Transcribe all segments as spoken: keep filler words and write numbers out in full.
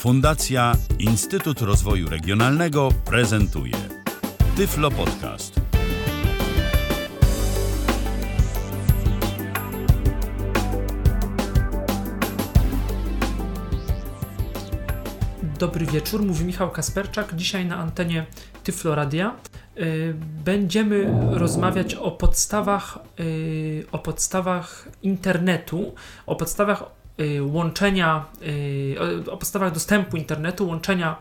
Fundacja Instytut Rozwoju Regionalnego prezentuje Tyflo Podcast. Dobry wieczór, mówi Michał Kasperczak. Dzisiaj na antenie Tyflo Radia y, będziemy rozmawiać o podstawach, y, o podstawach internetu, o podstawach y, łączenia, y, o, o podstawach dostępu internetu, łączenia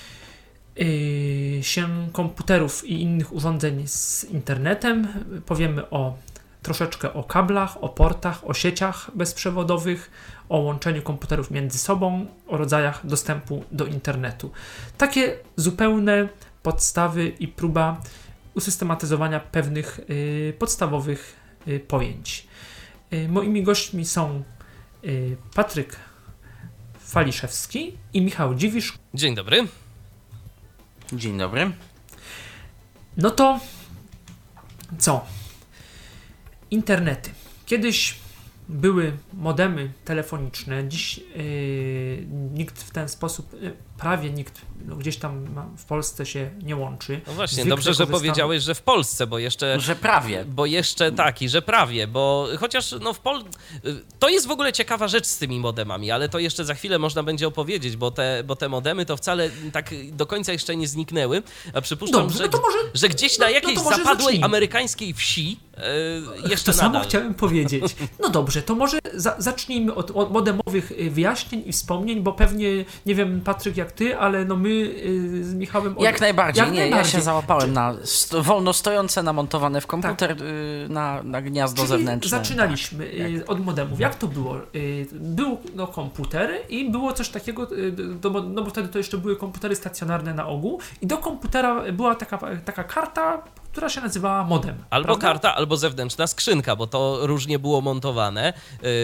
y, się komputerów i innych urządzeń z internetem. Powiemy o troszeczkę o kablach, o portach, o sieciach bezprzewodowych, o łączeniu komputerów między sobą, o rodzajach dostępu do internetu. Takie zupełne podstawy i próba usystematyzowania pewnych y, podstawowych y, pojęć. Y, moimi gośćmi są y, Patryk Waliszewski i Michał Dziwisz. Dzień dobry. Dzień dobry. No to co? Internety. Kiedyś były modemy telefoniczne, dziś yy, nikt w ten sposób, yy, prawie nikt no, gdzieś tam w Polsce się nie łączy. No właśnie, Zwykle dobrze, że korzysta... powiedziałeś, że w Polsce, bo jeszcze... Że prawie. Bo jeszcze tak i że prawie, bo chociaż no w Pol... To jest w ogóle ciekawa rzecz z tymi modemami, ale to jeszcze za chwilę można będzie opowiedzieć, bo te, bo te modemy to wcale tak do końca jeszcze nie zniknęły, a przypuszczam, Dobrze, że, no to może, że gdzieś na no, jakiejś no to może zapadłej zacznijmy. amerykańskiej wsi yy, jeszcze To nadal. samo chciałem powiedzieć. No dobrze, to może za, zacznijmy od, od modemowych wyjaśnień i wspomnień, bo pewnie, nie wiem Patryk jak ty, ale no my yy, z Michałem... Od... Jak najbardziej, jak nie, najbardziej. ja się załapałem Czy... na st- wolno stojące, namontowane w komputer tak. y, na, na gniazdo Czyli zewnętrzne. zaczynaliśmy tak. y, od modemów. Jak to było? Y, był no, komputer i było coś takiego, y, do, no bo wtedy to jeszcze były komputery stacjonarne na ogół i do komputera była taka, taka karta, która się nazywała modem. Albo prawda? karta, albo zewnętrzna skrzynka, bo to różnie było montowane.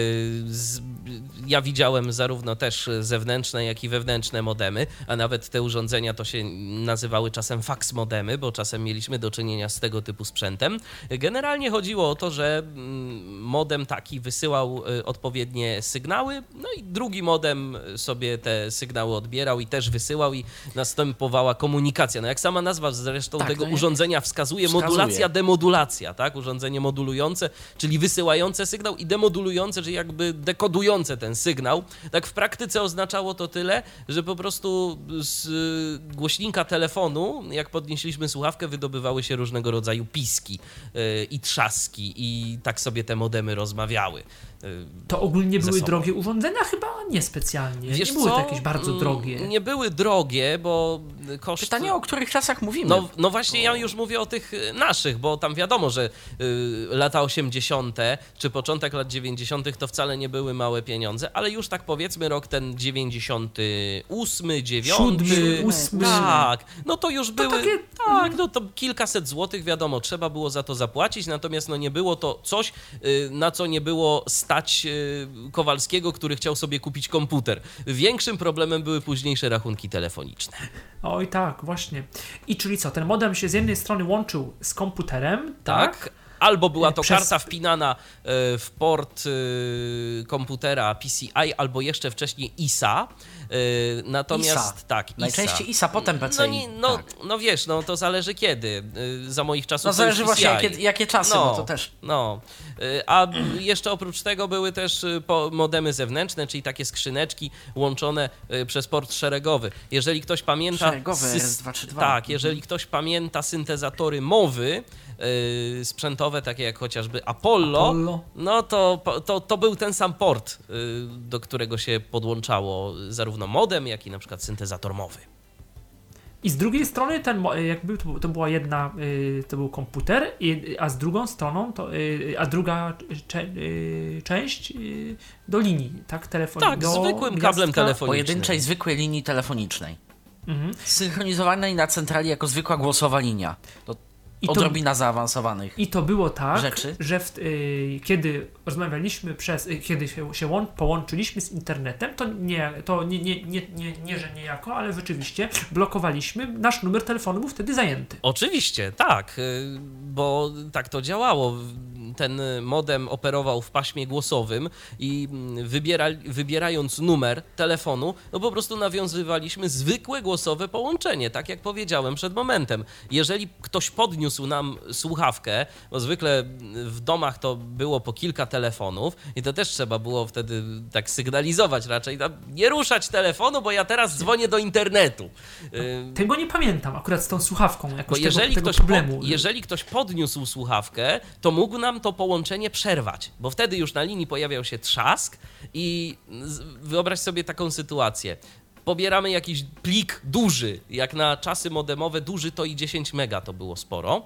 Ja widziałem zarówno też zewnętrzne, jak i wewnętrzne modemy, a nawet te urządzenia to się nazywały czasem fax modemy, bo czasem mieliśmy do czynienia z tego typu sprzętem. Generalnie chodziło o to, że modem taki wysyłał odpowiednie sygnały, no i drugi modem sobie te sygnały odbierał i też wysyłał i następowała komunikacja. No jak sama nazwa zresztą tak, tego no urządzenia wskazuje, Wskazuje. modulacja, demodulacja, tak? Urządzenie modulujące, czyli wysyłające sygnał i demodulujące, czyli jakby dekodujące ten sygnał. Tak w praktyce oznaczało to tyle, że po prostu z głośnika telefonu, jak podnieśliśmy słuchawkę, wydobywały się różnego rodzaju piski yy, i trzaski i tak sobie te modemy rozmawiały. To ogólnie były drogie urządzenia? Chyba niespecjalnie. Wiesz nie były co? to jakieś bardzo drogie. Nie były drogie, bo koszt... Pytanie, o których czasach mówimy? No, no właśnie ja już mówię o tych naszych, bo tam wiadomo, że y, lata osiemdziesiąte czy początek lat dziewięćdziesiątych to wcale nie były małe pieniądze, ale już tak powiedzmy rok ten dziewięćdziesiąty ósmy, dziewiąty Siódmy, ósmy. Tak, no to już To były... takie... Tak, no to kilkaset złotych, wiadomo, trzeba było za to zapłacić, natomiast no nie było to coś, y, na co nie było stać y, Kowalskiego, który chciał sobie kupić komputer. Większym problemem były późniejsze rachunki telefoniczne. Oj tak, właśnie. I czyli co, ten modem się z jednej strony łączył z komputerem, tak? Tak. Albo była to Przez... karta wpinana w port komputera P C I, albo jeszcze wcześniej I S A. Natomiast I S A. tak, I S A. Najczęściej I S A, potem P C I. No, nie, no, tak. no wiesz, no to zależy kiedy. Za moich czasów No to zależy już właśnie P C I. jakie, jakie czasy, no, bo to też... No, a jeszcze oprócz tego były też modemy zewnętrzne, czyli takie skrzyneczki łączone przez port szeregowy. Jeżeli ktoś pamięta... Szeregowy, sys- R S dwa trzy dwa. Tak, jeżeli mhm. ktoś pamięta syntezatory mowy, Yy, sprzętowe, takie jak chociażby Apollo, Apollo. no to, to, to był ten sam port, yy, do którego się podłączało zarówno modem, jak i na przykład syntezator mowy. I z drugiej strony ten, jakby to, to była jedna, y, to był komputer, i, a z drugą stroną, to, y, a druga cze, y, część y, do linii, tak, telefonicznej. Tak, zwykłym kablem telefonicznym. Pojedynczej, zwykłej linii telefonicznej. Mhm. Synchronizowanej na centrali jako zwykła głosowa linia. To I to, odrobina zaawansowanych I to było tak, rzeczy. że w, y, kiedy rozmawialiśmy przez, y, kiedy się, się łą, połączyliśmy z internetem, to nie, to nie, nie, nie, nie, nie, że niejako, ale rzeczywiście blokowaliśmy, nasz numer telefonu był wtedy zajęty. Oczywiście, tak, bo tak to działało. ten modem operował w paśmie głosowym i wybiera, wybierając numer telefonu, no po prostu nawiązywaliśmy zwykłe głosowe połączenie, tak jak powiedziałem przed momentem. Jeżeli ktoś podniósł nam słuchawkę, bo zwykle w domach to było po kilka telefonów i to też trzeba było wtedy tak sygnalizować raczej, nie ruszać telefonu, bo ja teraz dzwonię do internetu. Tego nie pamiętam akurat z tą słuchawką, jakoś bo jeżeli tego, tego ktoś problemu. Pod, jeżeli ktoś podniósł słuchawkę, to mógł nam to połączenie przerwać, bo wtedy już na linii pojawiał się trzask i wyobraź sobie taką sytuację. Pobieramy jakiś plik duży, jak na czasy modemowe, duży to i dziesięć mega to było sporo.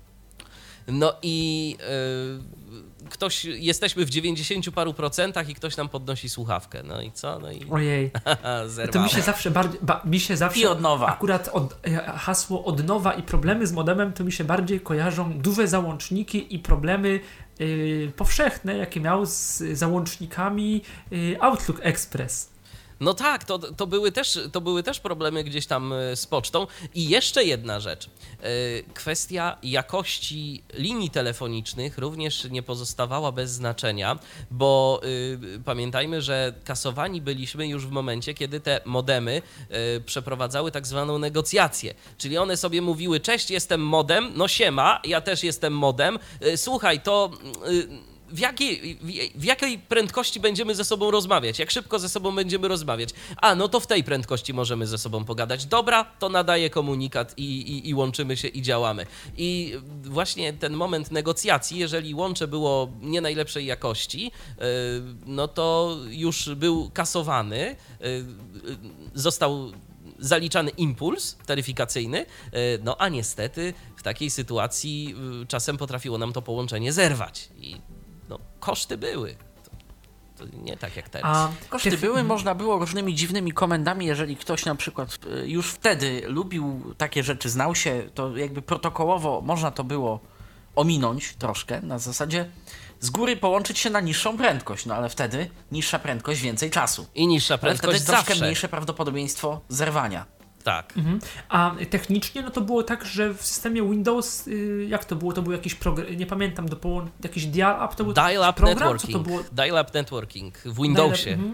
No i yy, ktoś, jesteśmy w dziewięćdziesięciu paru procentach i ktoś nam podnosi słuchawkę. No i co? No i Ojej, to mi się zawsze bardziej, ba, mi się zawsze I od nowa. Akurat od, hasło od nowa i problemy z modemem to mi się bardziej kojarzą duże załączniki i problemy yy, powszechne, jakie miał z załącznikami yy, Outlook Express. No tak, to, to, były też, to były też problemy gdzieś tam z pocztą. I jeszcze jedna rzecz. Kwestia jakości linii telefonicznych również nie pozostawała bez znaczenia, bo y, pamiętajmy, że kasowani byliśmy już w momencie, kiedy te modemy y, przeprowadzały tak zwaną negocjację. Czyli one sobie mówiły: cześć, jestem modem, no siema, ja też jestem modem, y, słuchaj, to... Y, W jakiej, w jakiej prędkości będziemy ze sobą rozmawiać? Jak szybko ze sobą będziemy rozmawiać? A, no to w tej prędkości możemy ze sobą pogadać. Dobra, to nadaję komunikat i, i, i łączymy się i działamy. I właśnie ten moment negocjacji, jeżeli łącze było nie najlepszej jakości, yy, no to już był kasowany, yy, został zaliczany impuls taryfikacyjny, no a niestety w takiej sytuacji czasem potrafiło nam to połączenie zerwać i no, koszty były. To, to nie tak jak teraz. A koszty były, można było różnymi dziwnymi komendami, jeżeli ktoś na przykład już wtedy lubił takie rzeczy, znał się, to jakby protokołowo można to było ominąć troszkę, na zasadzie z góry połączyć się na niższą prędkość, no ale wtedy niższa prędkość, więcej czasu. I niższa prędkość ale wtedy troszkę zawsze. mniejsze prawdopodobieństwo zerwania. Tak. Mhm. A technicznie no to było tak, że w systemie Windows, yy, jak to było? To był jakiś program, nie pamiętam, do połą- jakiś dial-up, to był Dial-up program? networking. Co to było? Dial-up networking w Windowsie. Mhm.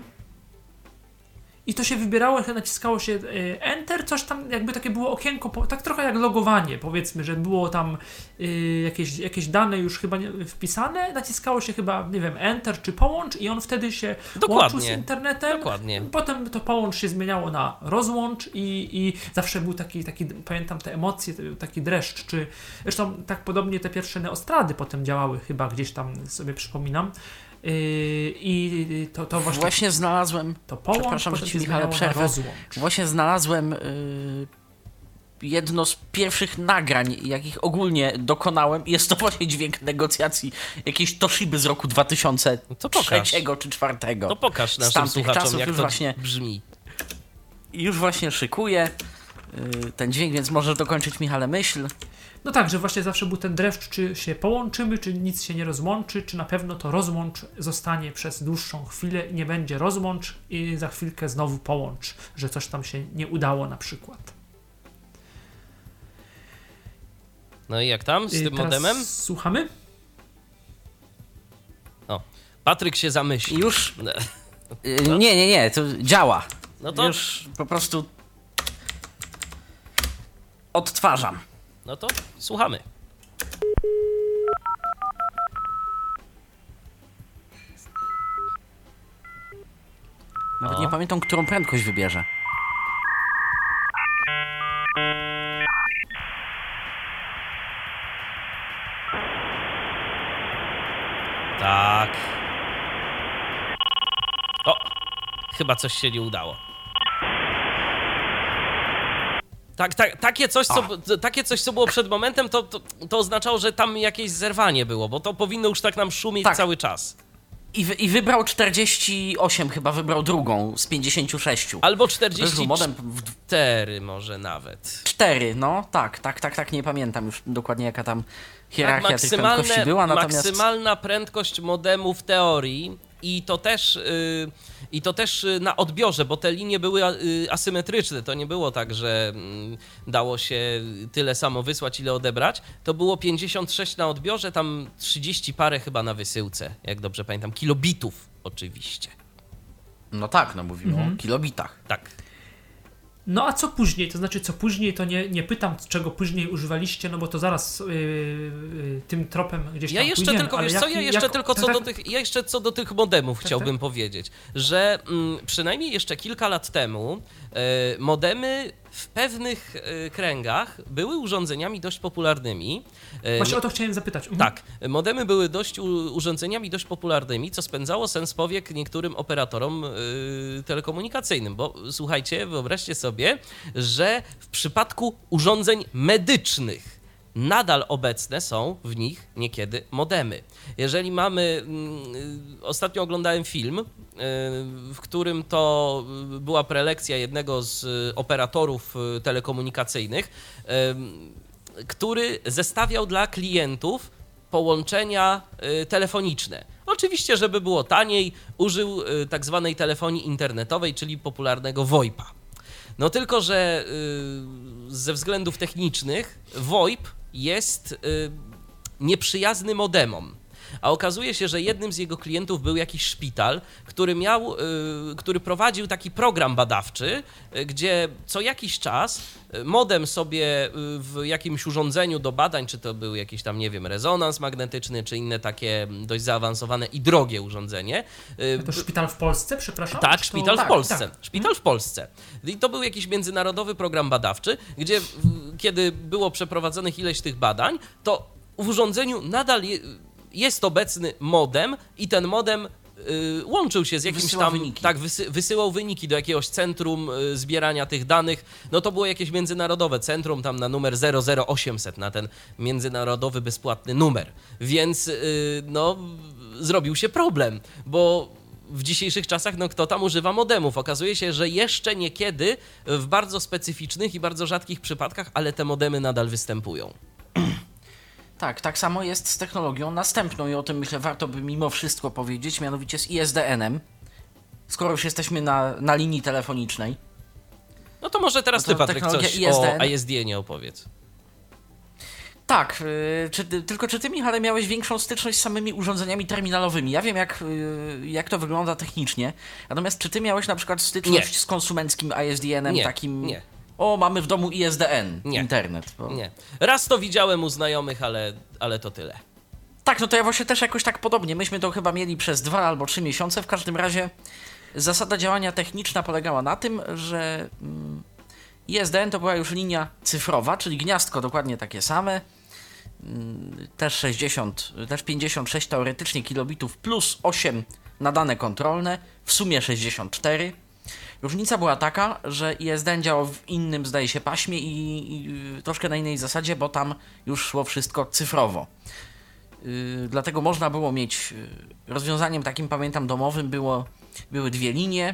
I to się wybierało, naciskało się y, Enter, coś tam jakby takie było okienko, po, tak trochę jak logowanie, powiedzmy, że było tam y, jakieś, jakieś dane już chyba nie, wpisane, naciskało się chyba, nie wiem, Enter czy połącz i on wtedy się Dokładnie. łączył z internetem. Dokładnie. Potem to połącz się zmieniało na rozłącz i, i zawsze był taki, taki, pamiętam te emocje, taki dreszcz, czy zresztą tak podobnie te pierwsze Neostrady potem działały chyba, gdzieś tam sobie przypominam. I to, to właśnie, właśnie znalazłem, to połącz, przepraszam, że ci, Michale, na przerwę, rozłącz. właśnie znalazłem y, jedno z pierwszych nagrań, jakich ogólnie dokonałem. Jest to właśnie dźwięk negocjacji jakiejś Toshiby z roku dwa tysiące trzeciego czy czwartego. To pokaż naszym słuchaczom, jak to właśnie brzmi. Już właśnie szykuję y, ten dźwięk, więc możesz dokończyć, Michale, myśl. No tak, że właśnie zawsze był ten dreszcz, czy się połączymy, czy nic się nie rozłączy, czy na pewno to rozłącz zostanie przez dłuższą chwilę i nie będzie rozłącz i za chwilkę znowu połącz, że coś tam się nie udało na przykład. No i jak tam z I tym teraz modemem? Słuchamy? O, Patryk się zamyśli. Już? No. Nie, nie, nie, to działa. No to... Już po prostu odtwarzam. No to słuchamy. Nawet o. nie pamiętam, którą prędkość wybierze. Tak. O, chyba coś się nie udało. Tak, tak, takie, coś, co, takie coś, co było przed momentem, to, to, to oznaczało, że tam jakieś zerwanie było, bo to powinno już tak nam szumieć tak. cały czas. I, wy, I wybrał czterdzieści osiem, chyba wybrał drugą z pięćdziesięciu sześciu. Albo czterdzieści modem cztery może nawet. cztery, no tak, tak, tak, tak, nie pamiętam już dokładnie jaka tam hierarchia tak, tych prędkości była. Natomiast... Maksymalna prędkość modemu w teorii i to też, i to też na odbiorze, bo te linie były asymetryczne. To nie było tak, że dało się tyle samo wysłać, ile odebrać. To było pięćdziesiąt sześć na odbiorze, tam trzydzieści parę chyba na wysyłce, jak dobrze pamiętam. Kilobitów oczywiście. No tak, no mówimy mhm. o kilobitach. Tak. No a co później? To znaczy, co później, to nie, nie pytam, czego później używaliście, no bo to zaraz yy, yy, tym tropem gdzieś tam Ja jeszcze pójdziemy, tylko, ale wiesz jak, co, ja jeszcze jak, tylko tak, co tak, do tych, ja jeszcze co do tych modemów tak, chciałbym tak. powiedzieć, że mm, przynajmniej jeszcze kilka lat temu e, modemy w pewnych e, kręgach były urządzeniami dość popularnymi. E, Właśnie o to chciałem zapytać. Mhm. Tak, modemy były dość u, urządzeniami dość popularnymi, co spędzało sens powiek niektórym operatorom y, telekomunikacyjnym, bo słuchajcie, wyobraźcie sobie, że w przypadku urządzeń medycznych nadal obecne są w nich niekiedy modemy. Jeżeli mamy, y, ostatnio oglądałem film, y, w którym to była prelekcja jednego z operatorów telekomunikacyjnych, y, który zestawiał dla klientów połączenia y, telefoniczne. Oczywiście, żeby było taniej, użył y, tak zwanej telefonii internetowej, czyli popularnego VoIP-a. No tylko, że y, ze względów technicznych VoIP jest y, nieprzyjazny modemom. A okazuje się, że jednym z jego klientów był jakiś szpital, który miał, y, który prowadził taki program badawczy, y, gdzie co jakiś czas modem sobie w jakimś urządzeniu do badań, czy to był jakiś tam, nie wiem, rezonans magnetyczny, czy inne takie dość zaawansowane i drogie urządzenie. A to szpital w Polsce, przepraszam? Tak, to... szpital tak, w Polsce. Tak. Szpital w Polsce. I to był jakiś międzynarodowy program badawczy, gdzie kiedy było przeprowadzonych ileś tych badań, to w urządzeniu nadal je, jest obecny modem i ten modem y, łączył się z jakimś wysyłał tam... Wyniki. Tak, wysy, wysyłał wyniki do jakiegoś centrum y, zbierania tych danych. No to było jakieś międzynarodowe centrum, tam na numer zero zero osiemset, na ten międzynarodowy bezpłatny numer. Więc y, no zrobił się problem, bo w dzisiejszych czasach, no kto tam używa modemów? Okazuje się, że jeszcze niekiedy w bardzo specyficznych i bardzo rzadkich przypadkach, ale te modemy nadal występują. Tak, tak samo jest z technologią następną i o tym myślę warto by mimo wszystko powiedzieć, mianowicie z I S D N-em, skoro już jesteśmy na, na linii telefonicznej. No to może teraz No ty, to Patryk, technologia coś I S D N. o I S D N-ie opowiedz. Tak, yy, czy, tylko czy ty, Michale, miałeś większą styczność z samymi urządzeniami terminalowymi? Ja wiem, jak, yy, jak to wygląda technicznie, natomiast czy ty miałeś na przykład styczność Nie. z konsumenckim I S D N-em Nie, takim... nie. O, mamy w domu I S D N, Nie. internet. Bo... Nie. Raz to widziałem u znajomych, ale, ale to tyle. Tak, no to ja właśnie też jakoś tak podobnie. Myśmy to chyba mieli przez dwa albo trzy miesiące. W każdym razie zasada działania techniczna polegała na tym, że mm, I S D N to była już linia cyfrowa, czyli gniazdko dokładnie takie same. Mm, też sześćdziesiąt, też pięćdziesiąt sześć teoretycznie kilobitów plus osiem na dane kontrolne, w sumie sześćdziesiąt cztery. Różnica była taka, że I S D N działał w innym, zdaje się, paśmie i, i troszkę na innej zasadzie, bo tam już szło wszystko cyfrowo. Yy, dlatego można było mieć, yy, rozwiązaniem takim, pamiętam, domowym było, były dwie linie.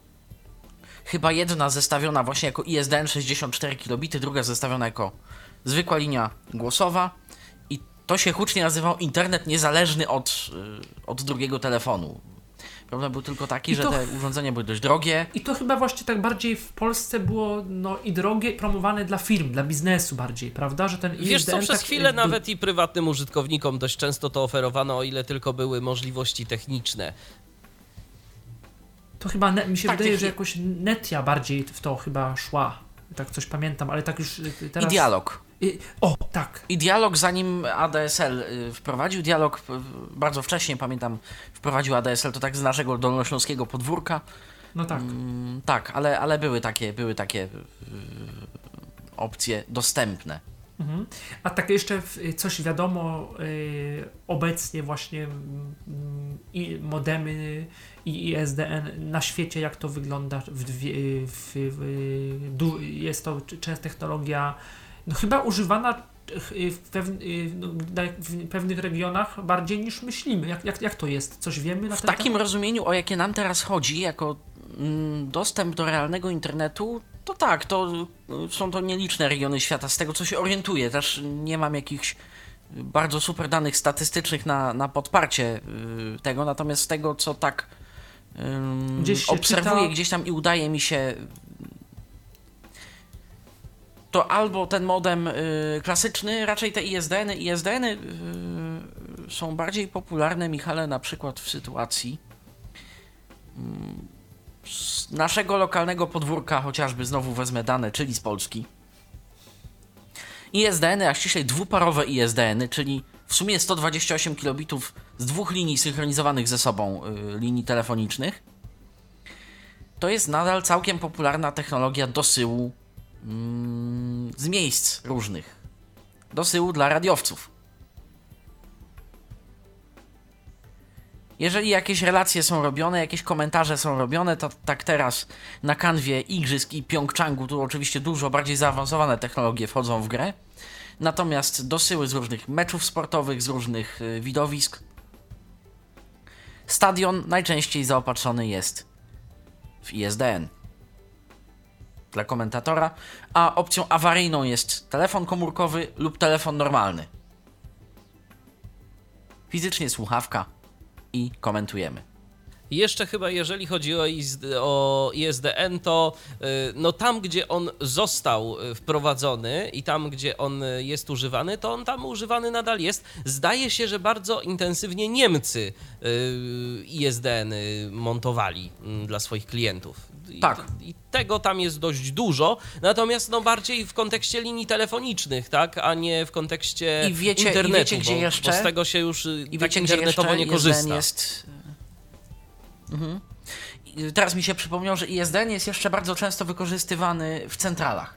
Chyba jedna zestawiona właśnie jako I S D N sześćdziesiąt cztery kilobity, druga zestawiona jako zwykła linia głosowa. I to się hucznie nazywało internet niezależny od, yy, od drugiego telefonu. Problem był tylko taki, I że to- te urządzenia były dość drogie. I to chyba właśnie tak bardziej w Polsce było no i drogie, promowane dla firm, dla biznesu bardziej, prawda? Że ten Wiesz co, I S D N przez tak, chwilę y, nawet i prywatnym użytkownikom dość często to oferowano, o ile tylko były możliwości techniczne. To chyba ne, mi się Tak, wydaje, tych- że jakoś Netia bardziej w to chyba szła. Tak coś pamiętam, ale tak już y, teraz... I dialog. Y, o, tak. I dialog, zanim A D S L y, wprowadził, dialog y, bardzo wcześnie, pamiętam, wprowadził A D S L, to tak z naszego dolnośląskiego podwórka. No tak. Mm, tak, ale, ale były takie, były takie y, opcje dostępne. Mhm. A tak jeszcze w- coś wiadomo y, obecnie właśnie mm, i modemy i I S D N na świecie, jak to wygląda w, dwie, w, w, du, jest to c- często technologia no chyba używana y, w, pewn, y, no, na- w pewnych regionach bardziej niż myślimy. Jak, jak, jak to jest? Coś wiemy na W ten takim temat? rozumieniu, o jakie nam teraz chodzi, jako mm, dostęp do realnego internetu, to tak, to y, są to nieliczne regiony świata, z tego co się orientuję. Też nie mam jakichś bardzo super danych statystycznych na, na podparcie y, tego, natomiast z tego, co tak y, Gdzieś się obserwuję czyta- gdzieś tam i udaje mi się, to albo ten modem y, klasyczny, raczej te I S D N-y. I S D N-y y, są bardziej popularne, Michale, na przykład w sytuacji y, z naszego lokalnego podwórka, chociażby znowu wezmę dane, czyli z Polski. I S D N-y, a ściślej dwuparowe I S D N-y, czyli w sumie sto dwadzieścia osiem kilobitów z dwóch linii synchronizowanych ze sobą, y, linii telefonicznych, to jest nadal całkiem popularna technologia dosyłu mm, z miejsc różnych. Dosyłu dla radiowców. Jeżeli jakieś relacje są robione, jakieś komentarze są robione, to tak teraz na kanwie igrzysk i Pjongczangu tu oczywiście dużo bardziej zaawansowane technologie wchodzą w grę. Natomiast dosyły z różnych meczów sportowych, z różnych y, widowisk. Stadion najczęściej zaopatrzony jest w I S D N dla komentatora, a opcją awaryjną jest telefon komórkowy lub telefon normalny. Fizycznie słuchawka i komentujemy. Jeszcze chyba jeżeli chodzi o I S D N, to no tam, gdzie on został wprowadzony i tam, gdzie on jest używany, to on tam używany nadal jest. Zdaje się, że bardzo intensywnie Niemcy I S D N-y montowali dla swoich klientów. I, Tak. I tego tam jest dość dużo, natomiast no bardziej w kontekście linii telefonicznych, tak, a nie w kontekście I wiecie, internetu, i wiecie gdzie bo, jeszcze? bo z tego się już I tak wiecie, internetowo gdzie nie jeszcze I S D N korzysta. jest... Mhm. I teraz mi się przypomniał, że I S D N jest jeszcze bardzo często wykorzystywany w centralach.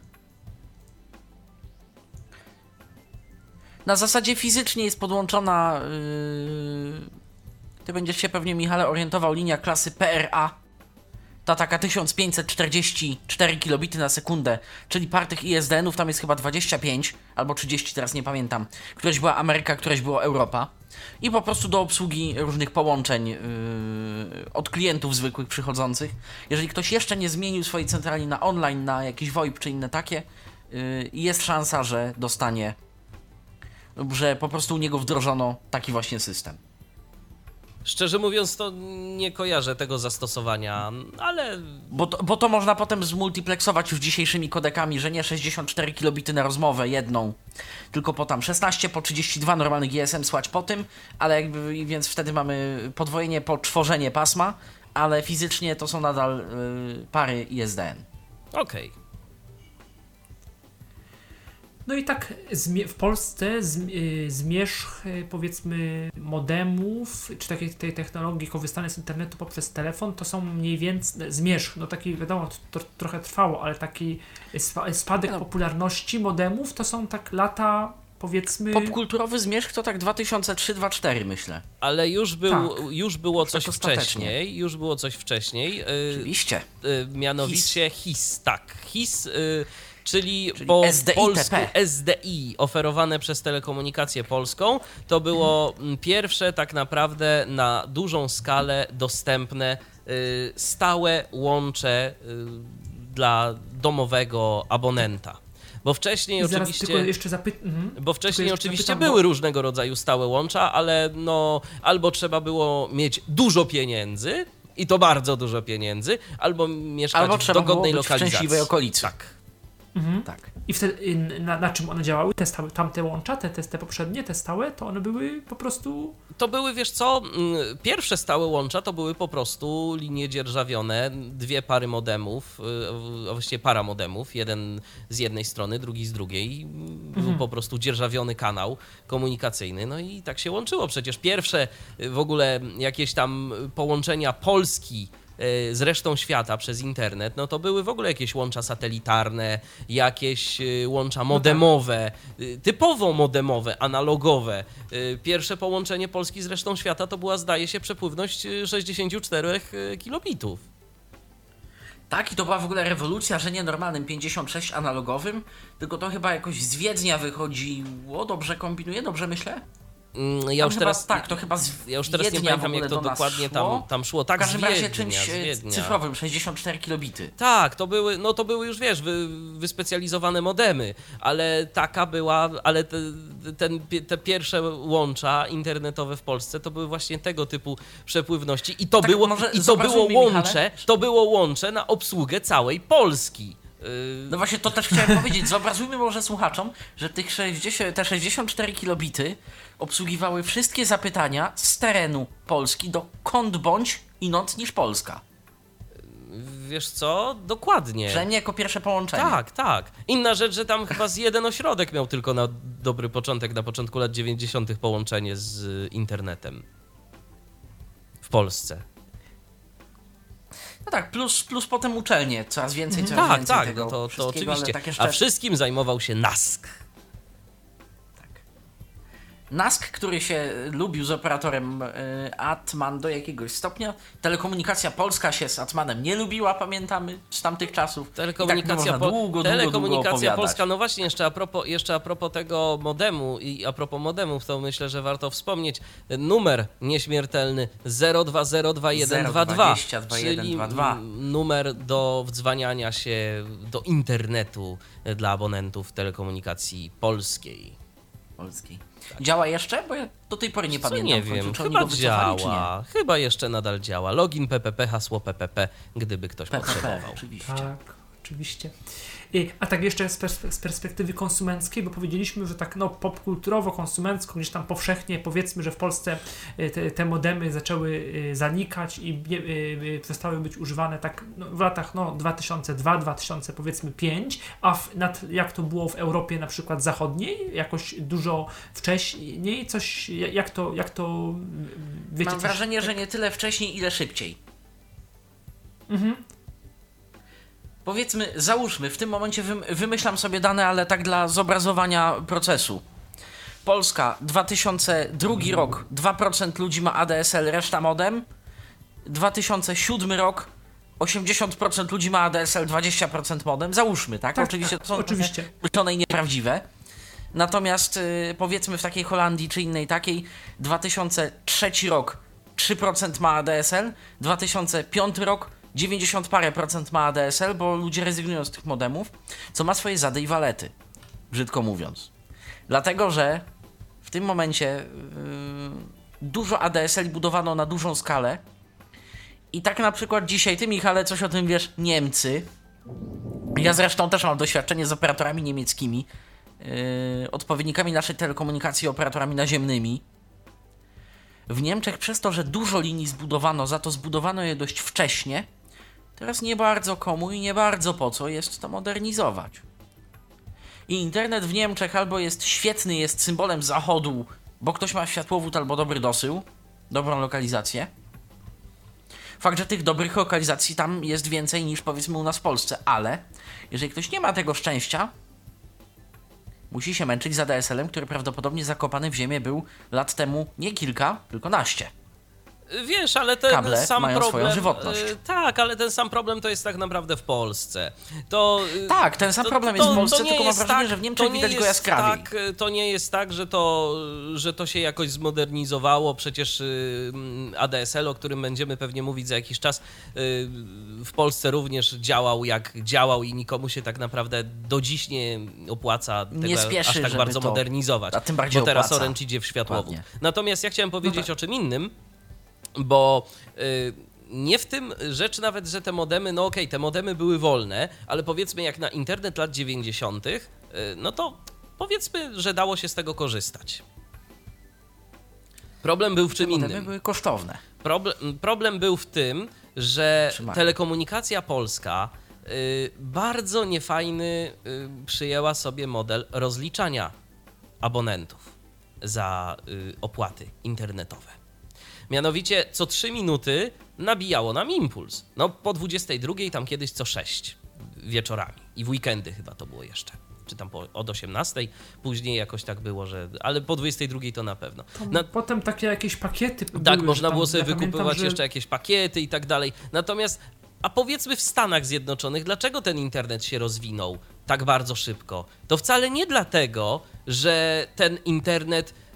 Na zasadzie fizycznie jest podłączona, yy... ty będziesz się pewnie, Michale, orientował, linia klasy P R A. Ta taka tysiąc pięćset czterdzieści cztery kilobity na sekundę, czyli par tych I S D N-ów tam jest chyba dwadzieścia pięć albo trzydzieści, teraz nie pamiętam. Któreś była Ameryka, któreś była Europa. I po prostu do obsługi różnych połączeń yy, od klientów zwykłych przychodzących. Jeżeli ktoś jeszcze nie zmienił swojej centrali na online, na jakiś VoIP czy inne takie, yy, jest szansa, że dostanie, lub że po prostu u niego wdrożono taki właśnie system. Szczerze mówiąc, to nie kojarzę tego zastosowania, ale... Bo to, bo to można potem zmultipleksować już dzisiejszymi kodekami, że nie sześćdziesiąt cztery kilobity na rozmowę jedną, tylko po tam szesnaście, po trzydzieści dwa normalny G S M słać po tym, ale jakby, więc wtedy mamy podwojenie, podtworzenie pasma, ale fizycznie to są nadal y, pary I S D N. Okej. Okay. No i tak zmie- w Polsce zm- y, zmierzch y, powiedzmy modemów, czy takiej tej technologii korzystania z internetu poprzez telefon, to są mniej więcej zmierzch, no taki wiadomo, to, to trochę trwało, ale taki spa- spadek No. popularności modemów to są tak lata powiedzmy... Popkulturowy zmierzch to tak dwa tysiące trzy dwa tysiące cztery myślę. Ale już, był, Tak. już było coś Tak ostatecznie. wcześniej, już było coś wcześniej, y, Oczywiście. y, mianowicie H I S, tak, H I S, y, czyli, Czyli po S D I polsku T P. S D I oferowane przez Telekomunikację Polską, to było mm, pierwsze tak naprawdę na dużą skalę dostępne y, stałe łącze y, dla domowego abonenta. Bo wcześniej I zaraz oczywiście... tylko jeszcze zapytam... Mhm. Bo wcześniej Tylko jeszcze oczywiście zapytam, były bo- różnego rodzaju stałe łącza, ale no albo trzeba było mieć dużo pieniędzy i to bardzo dużo pieniędzy, albo mieszkać Albo w trzeba było dogodnej być w lokalizacji. szczęśliwej okolicy. Tak. Mhm. Tak. I wtedy y, na, na czym one działały? Te stałe, tamte łącza, te, te, te poprzednie, te stałe, to one były po prostu... To były, wiesz co, mm, pierwsze stałe łącza to były po prostu linie dzierżawione, dwie pary modemów, y, a właściwie para modemów, jeden z jednej strony, drugi z drugiej. Był Mhm. po prostu dzierżawiony kanał komunikacyjny, no i tak się łączyło. Przecież pierwsze y, w ogóle jakieś tam połączenia Polski z resztą świata przez internet, no to były w ogóle jakieś łącza satelitarne, jakieś y, łącza modemowe, y, typowo modemowe, analogowe. Y, Pierwsze połączenie Polski z resztą świata to była, zdaje się, przepływność y, sześćdziesiąt cztery y, kilobitów. Tak, i to była w ogóle rewolucja, że nie normalnym pięćdziesiąt sześć analogowym, tylko to chyba jakoś z Wiednia wychodziło, dobrze kombinuję, dobrze myślę? Ja już chyba, teraz, tak, to chyba z ja już teraz nie Wiednia pamiętam, jak to dokładnie szło. tam, tam szło. Tak, W każdym z razie Wiednia, czymś z Wiednia. cyfrowym, sześćdziesiąt cztery kilobity. Tak, to były, no to były już, wiesz, wy, wyspecjalizowane modemy, ale taka była, ale te, ten, te pierwsze łącza internetowe w Polsce to były właśnie tego typu przepływności i to Tak, było, może i to było zobrazujmy, łącze, Michale. to było łącze na obsługę całej Polski. No właśnie to też chciałem powiedzieć. Zoobrazujmy może słuchaczom, że tych sześćdziesiąt, te sześćdziesiąt cztery kilobity obsługiwały wszystkie zapytania z terenu Polski dokąd bądź inąd niż Polska. Wiesz co? Dokładnie. Przynajmniej jako pierwsze połączenie. Tak, tak. Inna rzecz, że tam chyba z jeden ośrodek miał tylko na dobry początek, na początku lat dziewięćdziesiątych połączenie z internetem w Polsce. No tak, plus, plus potem uczelnie, coraz więcej, coraz Tak, więcej tak, tego no to, to wszystkiego, ale oczywiście. tak jeszcze... A wszystkim zajmował się NASK. NASK, który się lubił z operatorem y, Atman do jakiegoś stopnia. Telekomunikacja Polska się z Atmanem nie lubiła, pamiętamy, z tamtych czasów. Telekomunikacja, I tak po, długo, długo, telekomunikacja długo Polska, no właśnie, jeszcze a, propos, jeszcze a propos tego modemu i a propos modemów, to myślę, że warto wspomnieć numer nieśmiertelny zero dwa zero dwa jeden dwa dwa, czyli numer do wdzwaniania się do internetu dla abonentów telekomunikacji polskiej. Polskiej. Działa jeszcze? Bo ja do tej pory nie Co pamiętam. nie w końcu, wiem, czy oni chyba go wycofali, działa, chyba jeszcze nadal działa. Login P P P, hasło P P P, gdyby ktoś P P P, potrzebował. oczywiście. Tak, oczywiście. I, a tak jeszcze z, pers- z perspektywy konsumenckiej, bo powiedzieliśmy, że tak no popkulturowo, konsumencko, gdzieś tam powszechnie powiedzmy, że w Polsce y, te, te modemy zaczęły y, zanikać i nie, y, y, przestały być używane tak no, w latach no, dwa tysiące drugi, dwa tysiące powiedzmy piąty, a w, nad, jak to było w Europie na przykład zachodniej, jakoś dużo wcześniej, coś, jak to, jak to wiecie? Mam coś, wrażenie, tak? że nie tyle wcześniej, ile szybciej. Mhm. Powiedzmy, załóżmy, w tym momencie wym- wymyślam sobie dane, ale tak dla zobrazowania procesu. Polska, dwa tysiące drugi rok, dwa procent ludzi ma A D S L, reszta modem. dwa tysiące siódmy rok, osiemdziesiąt procent ludzi ma A D S L, dwadzieścia procent modem. Załóżmy, tak? Tak, Oczywiście tak, to są oczywiście. wykluczone i nieprawdziwe. Natomiast yy, powiedzmy w takiej Holandii czy innej takiej, dwa tysiące trzeci rok, trzy procent ma A D S L, dwa tysiące piąty rok, dziewięćdziesiąt parę procent ma A D S L, bo ludzie rezygnują z tych modemów, co ma swoje zady i walety, brzydko mówiąc. Dlatego, że w tym momencie yy, dużo A D S L budowano na dużą skalę i tak na przykład dzisiaj, ty Michale, coś o tym wiesz, Niemcy, ja zresztą też mam doświadczenie z operatorami niemieckimi, yy, odpowiednikami naszej telekomunikacji, operatorami naziemnymi. W Niemczech przez to, że dużo linii zbudowano, za to zbudowano je dość wcześnie, teraz nie bardzo komu i nie bardzo po co jest to modernizować. I internet w Niemczech albo jest świetny, jest symbolem zachodu, bo ktoś ma światłowód albo dobry dosył, dobrą lokalizację. Fakt, że tych dobrych lokalizacji tam jest więcej niż powiedzmy u nas w Polsce, ale jeżeli ktoś nie ma tego szczęścia, musi się męczyć z A D S L-em, który prawdopodobnie zakopany w ziemię był lat temu nie kilka, tylko naście. Wiesz, ale ten Kable sam mają problem... swoją żywotność. y, tak, ale ten sam problem to jest tak naprawdę w Polsce. To, y, Tak, ten sam to, problem to, jest w to Polsce, nie tylko mam jest wrażenie, tak, że w Niemczech to nie widać go jest jaskrawiej. Tak, to nie jest tak, że to, że to się jakoś zmodernizowało. Przecież y, A D S L, o którym będziemy pewnie mówić za jakiś czas, y, w Polsce również działał jak działał i nikomu się tak naprawdę do dziś nie opłaca tego Nie spieszy, aż tak żeby bardzo to- modernizować. a tym bardziej bo teraz opłaca. Orange idzie w światłowód. Dokładnie. Natomiast ja chciałem powiedzieć No tak. o czym innym, bo y, nie w tym rzecz nawet, że te modemy, no okej, te modemy były wolne, ale powiedzmy jak na internet lat dziewięćdziesiątych, y, no to powiedzmy, że dało się z tego korzystać. Problem był w czym Modemy innym. były kosztowne. Problem, problem był w tym, że Trzymaj. telekomunikacja polska y, bardzo niefajny y, przyjęła sobie model rozliczania abonentów za y, opłaty internetowe. Mianowicie co trzy minuty nabijało nam impuls. No po dwudziestej drugiej, tam kiedyś co sześć wieczorami. I w weekendy chyba to było jeszcze. Czy tam po, od osiemnastej, później jakoś tak było, że... Ale po dwudziestej drugiej to na pewno. Na, Potem takie jakieś pakiety były, tak, że można tam, było sobie ja pamiętam, wykupywać że- jeszcze jakieś pakiety i tak dalej. Natomiast, a powiedzmy w Stanach Zjednoczonych, dlaczego ten internet się rozwinął tak bardzo szybko? To wcale nie dlatego, że ten internet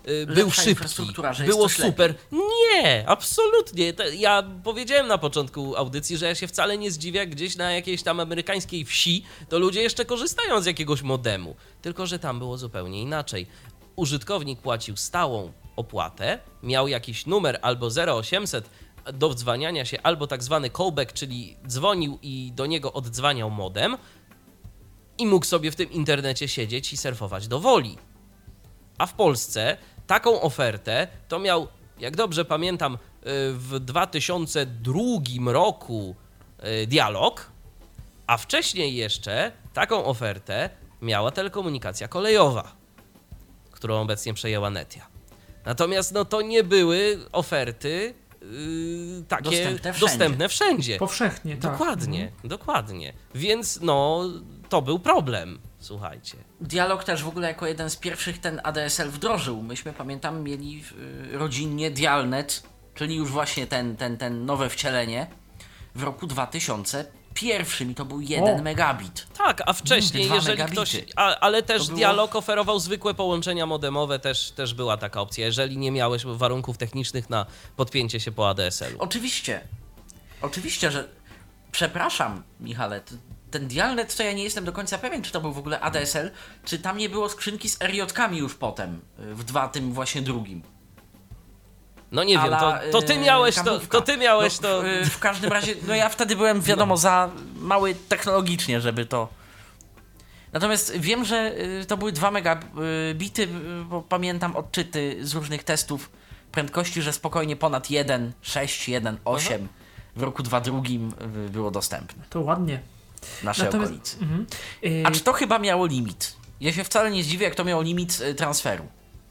y, był Lepsza szybki, infrastruktura, że jest było coś super. Nie, absolutnie. To ja powiedziałem na początku audycji, że ja się wcale nie zdziwię, jak gdzieś na jakiejś tam amerykańskiej wsi to ludzie jeszcze korzystają z jakiegoś modemu. Tylko że tam było zupełnie inaczej. Użytkownik płacił stałą opłatę, miał jakiś numer albo zero osiemset do wdzwaniania się, albo tak zwany callback, czyli dzwonił i do niego oddzwaniał modem i mógł sobie w tym internecie siedzieć i surfować do woli. A w Polsce taką ofertę to miał, jak dobrze pamiętam, w dwa tysiące drugim roku Dialog, a wcześniej jeszcze taką ofertę miała telekomunikacja kolejowa, którą obecnie przejęła Netia. Natomiast no, to nie były oferty yy, takie Dostępne wszędzie. dostępne wszędzie. Powszechnie, tak. Dokładnie, Mhm. dokładnie. Więc no, to był problem, słuchajcie. Dialog też w ogóle jako jeden z pierwszych ten A D S L wdrożył. Myśmy, pamiętam, mieli y, rodzinnie Dialnet, czyli już właśnie ten, ten, ten nowe wcielenie w roku dwa tysiące pierwszym i to był jeden O. megabit. Tak, a wcześniej, Dwa jeżeli megabity. ktoś. A, ale też To było- Dialog oferował zwykłe połączenia modemowe, też, też była taka opcja, jeżeli nie miałeś warunków technicznych na podpięcie się po A D S L-u. Oczywiście. Oczywiście, że... Przepraszam, Michale, t- ten Dialnet to ja nie jestem do końca pewien, czy to był w ogóle A D S L, czy tam nie było skrzynki z R J-kami już potem, y, w dwa tym właśnie drugim. No nie wiem, to, Ala, to ty y, miałeś to, kamówka. to ty miałeś no, to. W, y, w każdym razie, no ja wtedy byłem, wiadomo, za mały technologicznie, żeby to... Natomiast wiem, że y, to były dwa megabity, y, bo pamiętam odczyty z różnych testów prędkości, że spokojnie ponad jeden sześć, jeden osiem w roku dwa drugim y, było dostępne To ładnie. w naszej Natomiast- okolicy. Mhm. Y, A czy to chyba miało limit? Ja się wcale nie zdziwię, jak to miało limit y, transferu.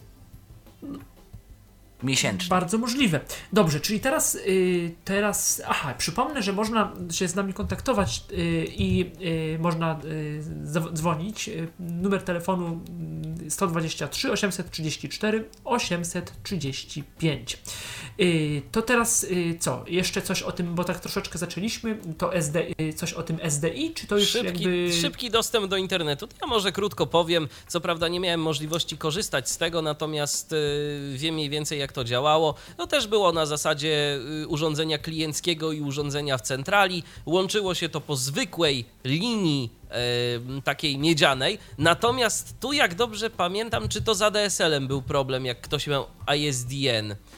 Miesięczny. Bardzo możliwe. Dobrze, czyli teraz, y, teraz, aha, przypomnę, że można się z nami kontaktować y, i y, można y, zaw- dzwonić. Y, numer telefonu y, sto dwadzieścia trzy osiemset trzydzieści cztery osiemset trzydzieści pięć. Y, to teraz y, co? Jeszcze coś o tym, bo tak troszeczkę zaczęliśmy, to S D, y, coś o tym S D I, czy to już Szybki, jakby... szybki dostęp do internetu. To ja może krótko powiem. Co prawda nie miałem możliwości korzystać z tego, natomiast y, wiem mniej więcej jak to działało. No też było na zasadzie y, urządzenia klienckiego i urządzenia w centrali. Łączyło się to po zwykłej linii y, takiej miedzianej. Natomiast tu, jak dobrze pamiętam, czy to z A D S L-em był problem, jak ktoś miał I S D N. Y,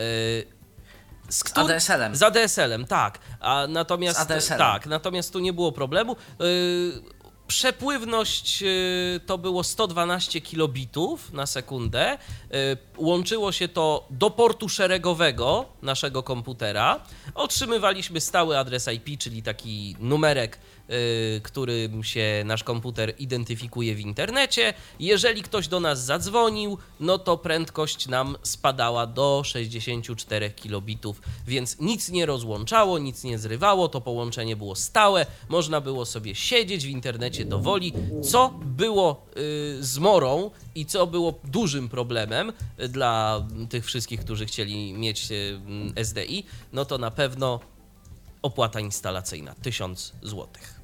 z Z któr- A D S L-em. Z A D S L-em, tak. A natomiast Z A D S L-em. tak, natomiast tu nie było problemu. Yy, Przepływność yy, to było sto dwanaście kilobitów na sekundę. Yy, Łączyło się to do portu szeregowego naszego komputera. Otrzymywaliśmy stały adres I P, czyli taki numerek, yy, którym się nasz komputer identyfikuje w internecie. Jeżeli ktoś do nas zadzwonił, no to prędkość nam spadała do sześćdziesiąt cztery kilobitów, więc nic nie rozłączało, nic nie zrywało, to połączenie było stałe, można było sobie siedzieć w internecie do woli, co było y, zmorą i co było dużym problemem y, dla tych wszystkich, którzy chcieli mieć y, S D I, no to na pewno opłata instalacyjna, tysiąc złotych.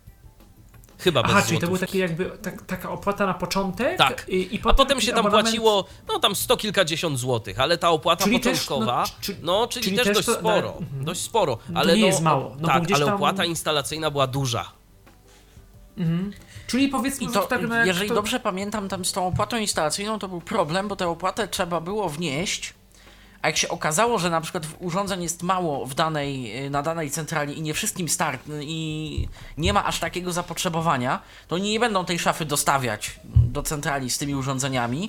Chyba bez Aha, czyli to złotówki. był taki jakby tak, taka opłata na początek Tak. i, i A potem, potem się tam abonament- płaciło, no tam sto kilkadziesiąt złotych, ale ta opłata Czyli też, początkowa, no, czy- no czyli, czyli też, też dość to- sporo, mhm. dość sporo, To ale nie no, jest mało, no bo tak, gdzieś ale tam- opłata instalacyjna była duża. Mhm. Czyli powiedzmy, I że to, tak no jak jeżeli to... dobrze pamiętam, tam z tą opłatą instalacyjną to był problem, bo tę opłatę trzeba było wnieść, a jak się okazało, że na przykład urządzeń jest mało w danej, na danej centrali i nie wszystkim start i nie ma aż takiego zapotrzebowania, to oni nie będą tej szafy dostawiać do centrali z tymi urządzeniami.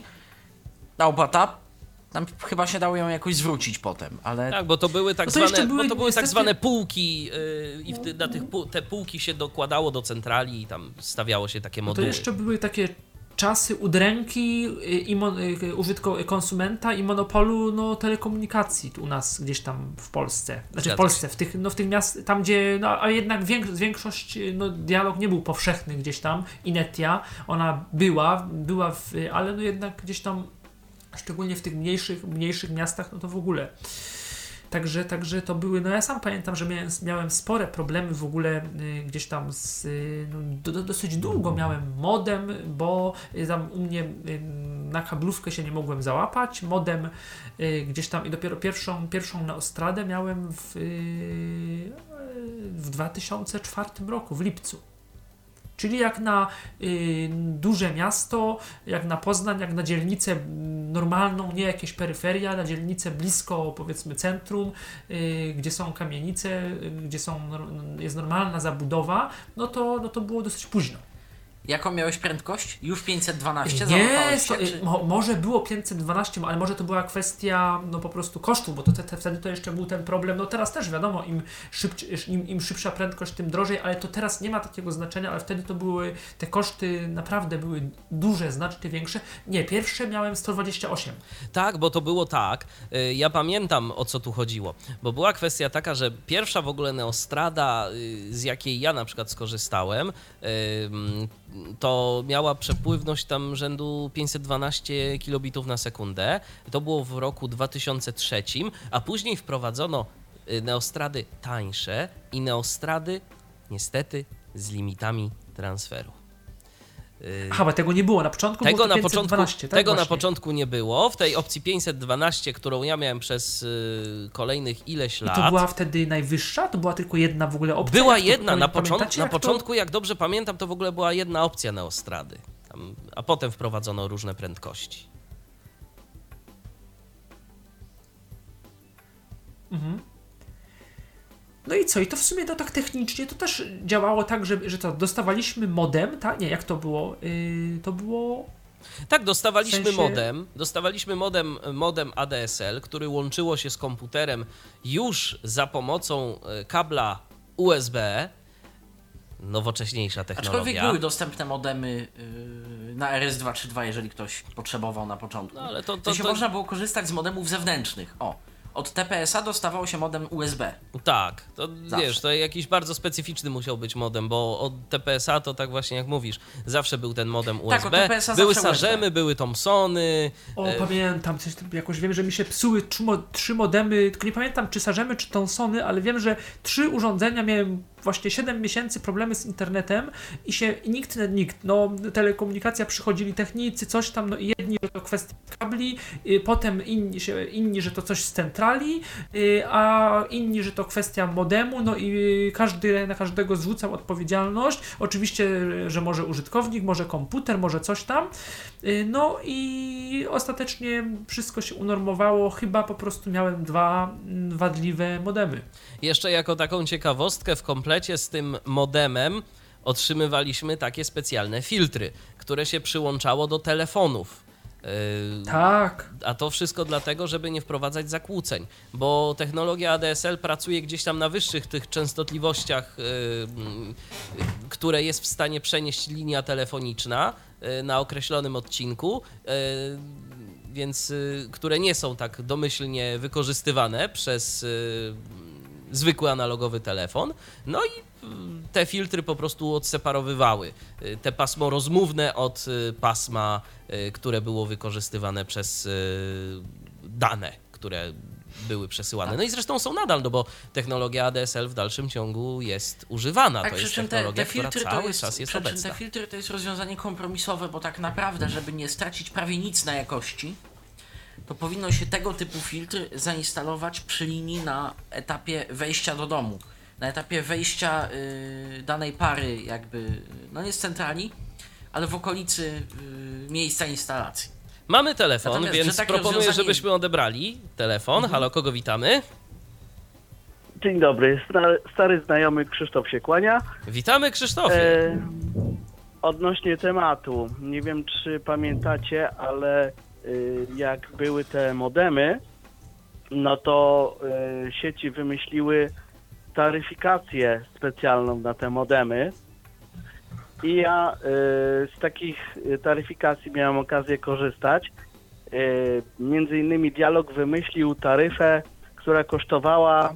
A opłata, tam chyba się dało ją jakoś zwrócić potem, ale... Tak, bo to były tak No to jeszcze zwane, były bo to były tak niestety- zwane półki yy, i w ty, na tych pół, te półki się dokładało do centrali i tam stawiało się takie No to moduły. jeszcze były takie czasy udręki y, i mon, y, użytku konsumenta i monopolu no, telekomunikacji tu u nas gdzieś tam w Polsce. Znaczy Zgadza w Polsce, w tych, no, w tych miast, tam gdzie, no a jednak więk, większość, y, no Dialog nie był powszechny gdzieś tam i Netia, ona była, była w, ale no jednak gdzieś tam, szczególnie w tych mniejszych, mniejszych miastach, no to w ogóle. Także, także to były, no ja sam pamiętam, że miałem, miałem spore problemy w ogóle y, gdzieś tam z, y, no, do, do, dosyć długo miałem modem, bo y, tam u mnie y, na kablówkę się nie mogłem załapać, modem y, gdzieś tam i dopiero pierwszą, pierwszą Neostradę miałem w, y, w dwa tysiące czwartym roku, w lipcu. Czyli jak na y, duże miasto, jak na Poznań, jak na dzielnicę normalną, nie jakieś peryferia, na dzielnicę blisko powiedzmy centrum, y, gdzie są kamienice, y, gdzie są, jest normalna zabudowa, no to, no to było dosyć późno. Jaką miałeś prędkość? Już pięćset dwanaście Nie, załapałeś się, to, czy... mo, może było pięćset dwanaście, ale może to była kwestia no po prostu kosztu, bo to te, te, wtedy to jeszcze był ten problem, no teraz też wiadomo, im, szybci, im, im szybsza prędkość, tym drożej, ale to teraz nie ma takiego znaczenia, ale wtedy to były, te koszty naprawdę były duże, znacznie większe. Nie, pierwsze miałem sto dwadzieścia osiem. Tak, bo to było tak, y, ja pamiętam, o co tu chodziło, bo była kwestia taka, że pierwsza w ogóle Neostrada, y, z jakiej ja na przykład skorzystałem, y, to miała przepływność tam rzędu pięćset dwanaście kilobitów na sekundę. To było w roku dwa tysiące trzecim, a później wprowadzono Neostrady tańsze i Neostrady niestety z limitami transferu. Aha, bo tego nie było. Na początku tego było na pięćset dwanaście, początku, tak? Tego Właśnie. na początku nie było. W tej opcji pięćset dwanaście, którą ja miałem przez y, kolejnych ileś lat. I to była wtedy najwyższa? To była tylko jedna w ogóle opcja? Była jak jedna. to, Na, począt, na jak początku, to... jak dobrze pamiętam, to w ogóle była jedna opcja Neostrady. Tam, a potem wprowadzono różne prędkości. Mhm. No i co? I to w sumie to tak technicznie to też działało tak, że, że to dostawaliśmy modem, tak? Nie, jak to było? Yy, to było... Tak, dostawaliśmy w sensie... modem, dostawaliśmy modem, modem A D S L, który łączyło się z komputerem już za pomocą kabla U S B, nowocześniejsza technologia. Aczkolwiek były dostępne modemy yy, na R S dwieście trzydzieści dwa, jeżeli ktoś potrzebował na początku. No, ale to, to, to się to... można było korzystać z modemów zewnętrznych. O, od T P S a dostawało się modem U S B. Tak, to Zawsze. wiesz, to jakiś bardzo specyficzny musiał być modem, bo od T P S a to tak właśnie jak mówisz, zawsze był ten modem U S B, Tak, od T P S a były zawsze Sarzemy, U S B. były Thomsony. O, e... pamiętam, coś, jakoś wiem, że mi się psuły trzy, mo- trzy modemy, tylko nie pamiętam czy Sarzemy, czy Thomsony, ale wiem, że trzy urządzenia miałem właśnie siedem miesięcy problemy z internetem i się i nikt, nikt, no telekomunikacja, przychodzili technicy, coś tam, no i jedni, że to kwestia kabli, y, potem inni, się, inni, że to coś z centrali, y, a inni, że to kwestia modemu, no i y, każdy na każdego zrzucał odpowiedzialność, oczywiście, że może użytkownik, może komputer, może coś tam, y, no i ostatecznie wszystko się unormowało, chyba po prostu miałem dwa mm, wadliwe modemy. Jeszcze jako taką ciekawostkę w komplecie z tym modemem otrzymywaliśmy takie specjalne filtry, które się przyłączało do telefonów. Yy, Tak. A to wszystko dlatego, żeby nie wprowadzać zakłóceń, bo technologia A D S L pracuje gdzieś tam na wyższych tych częstotliwościach, yy, które jest w stanie przenieść linia telefoniczna yy, na określonym odcinku, yy, więc yy, które nie są tak domyślnie wykorzystywane przez yy, zwykły analogowy telefon. No i te filtry po prostu odseparowywały te pasmo rozmówne od pasma, które było wykorzystywane przez dane, które były przesyłane. Tak. No i zresztą są nadal, no bo technologia A D S L w dalszym ciągu jest używana. Tak, to przy jest czym te, technologia, te filtry która cały to jest, czas jest przy czym obecna. te filtry to jest rozwiązanie kompromisowe, bo tak naprawdę, żeby nie stracić prawie nic na jakości, to powinno się tego typu filtry zainstalować przy linii na etapie wejścia do domu. Na etapie wejścia y, danej pary jakby, no nie z centrali, ale w okolicy y, miejsca instalacji. Mamy telefon, Natomiast, więc że takie proponuję, rozwiązanie- żebyśmy odebrali telefon. Mhm. Halo, kogo witamy? Dzień dobry, stary, stary znajomy Krzysztof się kłania. Witamy, Krzysztofie. E, odnośnie tematu, nie wiem czy pamiętacie, ale y, jak były te modemy, no to y, sieci wymyśliły taryfikację specjalną na te modemy i ja y, z takich taryfikacji miałem okazję korzystać. Y, między innymi Dialog wymyślił taryfę, która kosztowała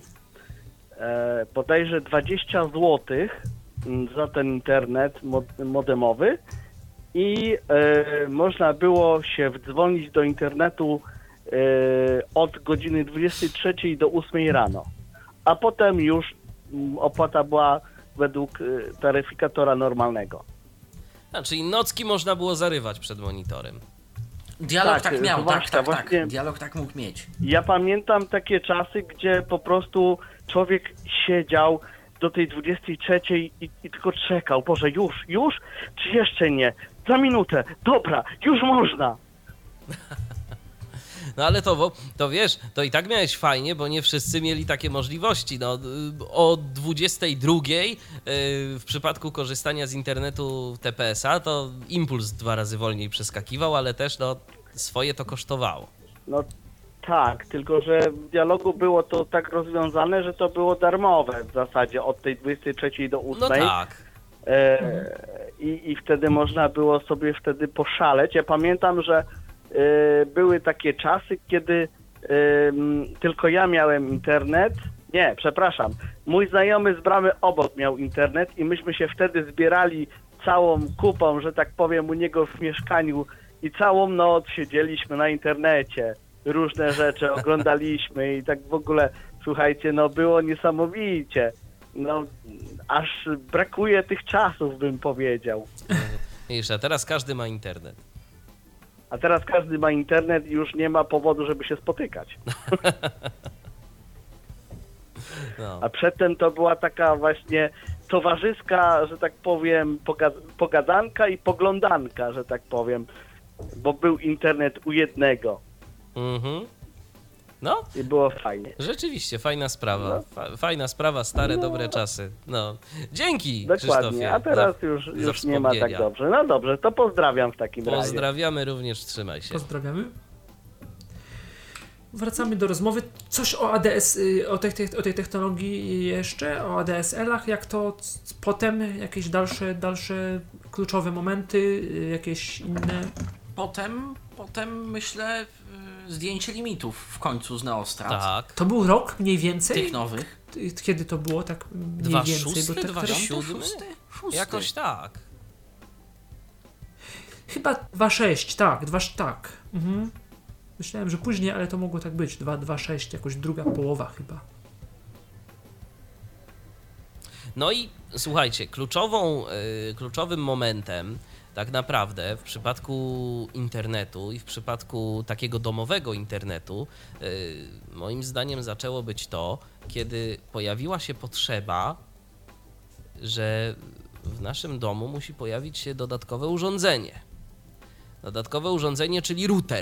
e, bodajże dwadzieścia złotych za ten internet mod, modemowy i e, można było się wdzwonić do internetu od godziny dwudziestej trzeciej do ósmej rano, a potem już opłata była według taryfikatora normalnego. A, czyli nocki można było zarywać przed monitorem. Dialog tak, tak miał, zwłaszcza, tak, tak, właśnie, tak. Dialog tak mógł mieć. Ja pamiętam takie czasy, gdzie po prostu człowiek siedział do tej dwudziestej trzeciej i, i tylko czekał. Boże, już, już? Czy jeszcze nie? Za minutę. Dobra, już można. No ale to, to wiesz, to i tak miałeś fajnie, bo nie wszyscy mieli takie możliwości. No, o dwudziestej drugiej w przypadku korzystania z internetu T P S a to impuls dwa razy wolniej przeskakiwał, ale też no, swoje to kosztowało. No tak, tylko że w dialogu było to tak rozwiązane, że to było darmowe w zasadzie od tej dwudziestej trzeciej do ósmej. No tak. E, i, I wtedy można było sobie wtedy poszaleć. Ja pamiętam, że e, były takie czasy, kiedy e, tylko ja miałem internet. Nie, przepraszam. Mój znajomy z bramy obok miał internet i myśmy się wtedy zbierali całą kupą, że tak powiem, u niego w mieszkaniu i całą noc siedzieliśmy na internecie. Różne rzeczy oglądaliśmy i tak w ogóle, słuchajcie, no było niesamowicie. No, aż brakuje tych czasów, bym powiedział. Wiesz, a teraz każdy ma internet. A teraz każdy ma internet i już nie ma powodu, żeby się spotykać. No. A przedtem to była taka właśnie towarzyska, że tak powiem, poga- pogadanka i poglądanka, że tak powiem, bo był internet u jednego. Mhm. No, I było fajnie. rzeczywiście, fajna sprawa. Fa- fajna sprawa, stare, No. dobre czasy. No, dzięki, Dokładnie, Krzysztofie. a teraz za, już, za już nie ma tak wspomnienia. dobrze. No dobrze, to pozdrawiam w takim razie. Pozdrawiamy również, trzymaj się. Pozdrawiamy. Wracamy do rozmowy. Coś o A D S, y, o tej, tej, o tej technologii jeszcze, o A D S L ach, jak to c- potem, jakieś dalsze, dalsze kluczowe momenty, y, jakieś inne. Potem, potem myślę, y, zdjęcie limitów w końcu z Neostrat. Tak. To był rok mniej więcej? Tych nowych. Y, Kiedy to było tak mniej Dwa więcej? szósty, tak dwa teraz- siódmy? Szósty? Szósty. Jakoś tak. Chyba dwa sześć, tak, dwa, tak. Mhm. Myślałem, że później, ale to mogło tak być. dwa dwa sześć, jakoś druga połowa chyba. No i słuchajcie, kluczową, y, kluczowym momentem tak naprawdę w przypadku internetu i w przypadku takiego domowego internetu y, moim zdaniem zaczęło być to, kiedy pojawiła się potrzeba, że w naszym domu musi pojawić się dodatkowe urządzenie. Dodatkowe urządzenie, czyli router.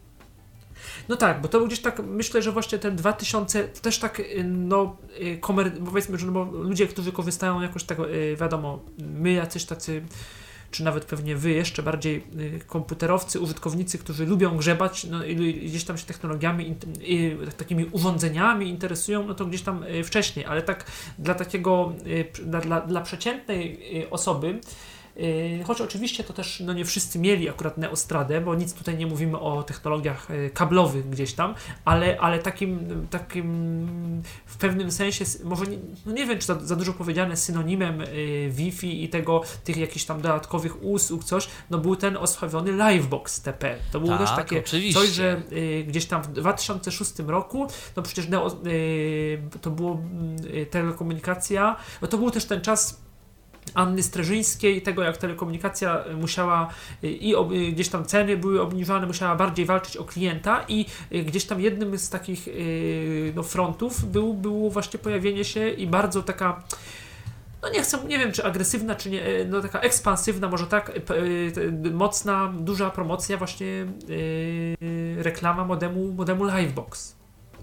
No tak, bo to był gdzieś tak, myślę, że właśnie ten dwa tysiące, to też tak, y, no, y, komer, powiedzmy, że no, bo ludzie, którzy korzystają jakoś tego, y, wiadomo, my jacyś tacy, czy nawet pewnie wy jeszcze bardziej y, komputerowcy, użytkownicy, którzy lubią grzebać, no i i gdzieś tam się technologiami, i, y, takimi urządzeniami interesują, no to gdzieś tam y, wcześniej, ale tak dla takiego, y, dla, dla, dla przeciętnej y, osoby, Yy, choć oczywiście to też no nie wszyscy mieli akurat Neostradę, bo nic tutaj nie mówimy o technologiach yy, kablowych gdzieś tam, ale, ale takim, takim w pewnym sensie, może nie, no nie wiem, czy za, za dużo powiedziane synonimem yy, Wi-Fi i tego, tych jakichś tam dodatkowych usług, coś, no był ten osławiony Livebox T P. To było Tak, też takie oczywiście. coś, że yy, gdzieś tam w dwa tysiące szóstym roku, no przecież Neo, yy, to było yy, telekomunikacja, no to był też ten czas Anny Streżyńskiej, tego jak telekomunikacja musiała i ob, gdzieś tam ceny były obniżane, musiała bardziej walczyć o klienta i gdzieś tam jednym z takich no, frontów był, było właśnie pojawienie się i bardzo taka, no nie chcę, nie wiem czy agresywna, czy nie, no taka ekspansywna, może tak, mocna, duża promocja właśnie reklama modemu, modemu Livebox.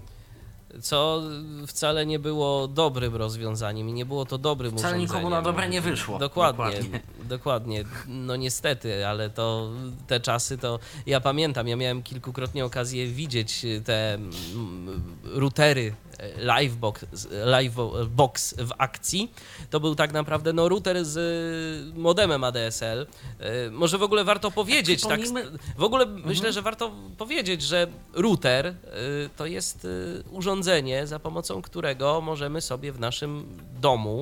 Co wcale nie było dobrym rozwiązaniem i nie było to dobrym Wcale urządzeniem. nikomu na dobre nie wyszło. Dokładnie, Dokładnie. dokładnie. No niestety, ale to te czasy to ja pamiętam, ja miałem kilkukrotnie okazję widzieć te mm, routery Livebox, Livebox w akcji. To był tak naprawdę no, router z modemem A D S L. Może w ogóle warto powiedzieć, tak, w ogóle mhm. myślę, że warto powiedzieć, że router to jest urządzenie, za pomocą którego możemy sobie w naszym domu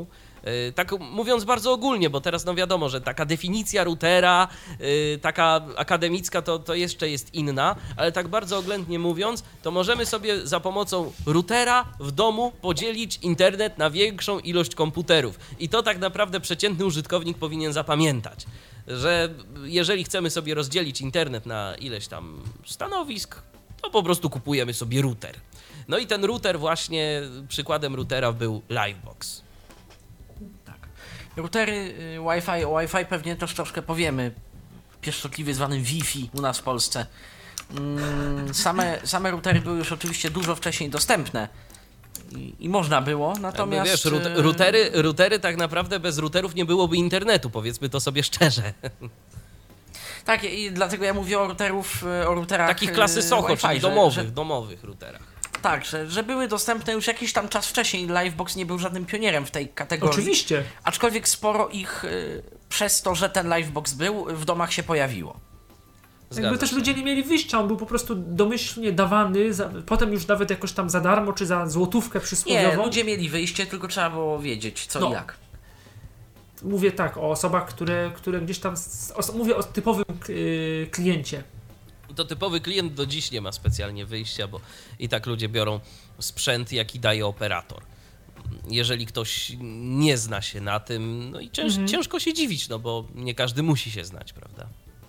Tak mówiąc bardzo ogólnie, bo teraz no wiadomo, że taka definicja routera, taka akademicka to, to jeszcze jest inna, ale tak bardzo oględnie mówiąc, to możemy sobie za pomocą routera w domu podzielić internet na większą ilość komputerów. I to tak naprawdę przeciętny użytkownik powinien zapamiętać, że jeżeli chcemy sobie rozdzielić internet na ileś tam stanowisk, to po prostu kupujemy sobie router. No i ten router właśnie, przykładem routera był Livebox. Tak. Routery y, Wi-Fi, o Wi-Fi pewnie też troszkę powiemy. Pieszczotliwie zwanym Wi-Fi u nas w Polsce. Mm, same, same routery były już oczywiście dużo wcześniej dostępne. I, i można było, natomiast... Wiesz, routery, routery tak naprawdę bez routerów nie byłoby internetu, powiedzmy to sobie szczerze. Tak, i dlatego ja mówię o routerów, o routerach takich klasy Soho, Wi-Fi, czyli że, domowych, że, domowych routerach. Tak, że, że były dostępne już jakiś tam czas wcześniej. Livebox nie był żadnym pionierem w tej kategorii. Oczywiście. Aczkolwiek sporo ich y, przez to, że ten Livebox był, w domach się pojawiło. Jakby Zgadza też się. ludzie nie mieli wyjścia, on był po prostu domyślnie dawany, za, potem już nawet jakoś tam za darmo, czy za złotówkę przysłowiową. Nie, ludzie mieli wyjście, tylko trzeba było wiedzieć co No. i jak. Mówię tak o osobach, które, które gdzieś tam, o, mówię o typowym yy, kliencie. To typowy klient do dziś nie ma specjalnie wyjścia, bo i tak ludzie biorą sprzęt, jaki daje operator. Jeżeli ktoś nie zna się na tym, no i cięż, Mhm. ciężko się dziwić, no bo nie każdy musi się znać, prawda?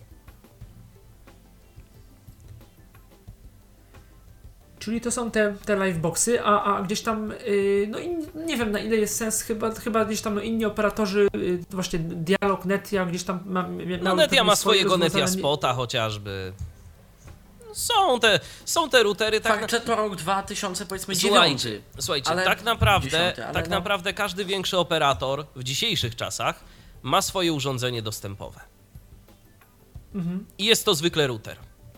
Czyli to są te, te liveboxy, a, a gdzieś tam, yy, no i nie wiem na ile jest sens, chyba, chyba gdzieś tam no, inni operatorzy, yy, właśnie Dialog, Netia, gdzieś tam ma, mia, No Netia ma swojego Netia Spota chociażby. Są te, są te routery tak... Fakt, że to rok dwa tysiące powiedzmy Słuchajcie, dziewiąty. słuchajcie ale tak naprawdę, dziesiąty, ale tak no. naprawdę każdy większy operator w dzisiejszych czasach ma swoje urządzenie dostępowe. Mhm. I jest to zwykle router.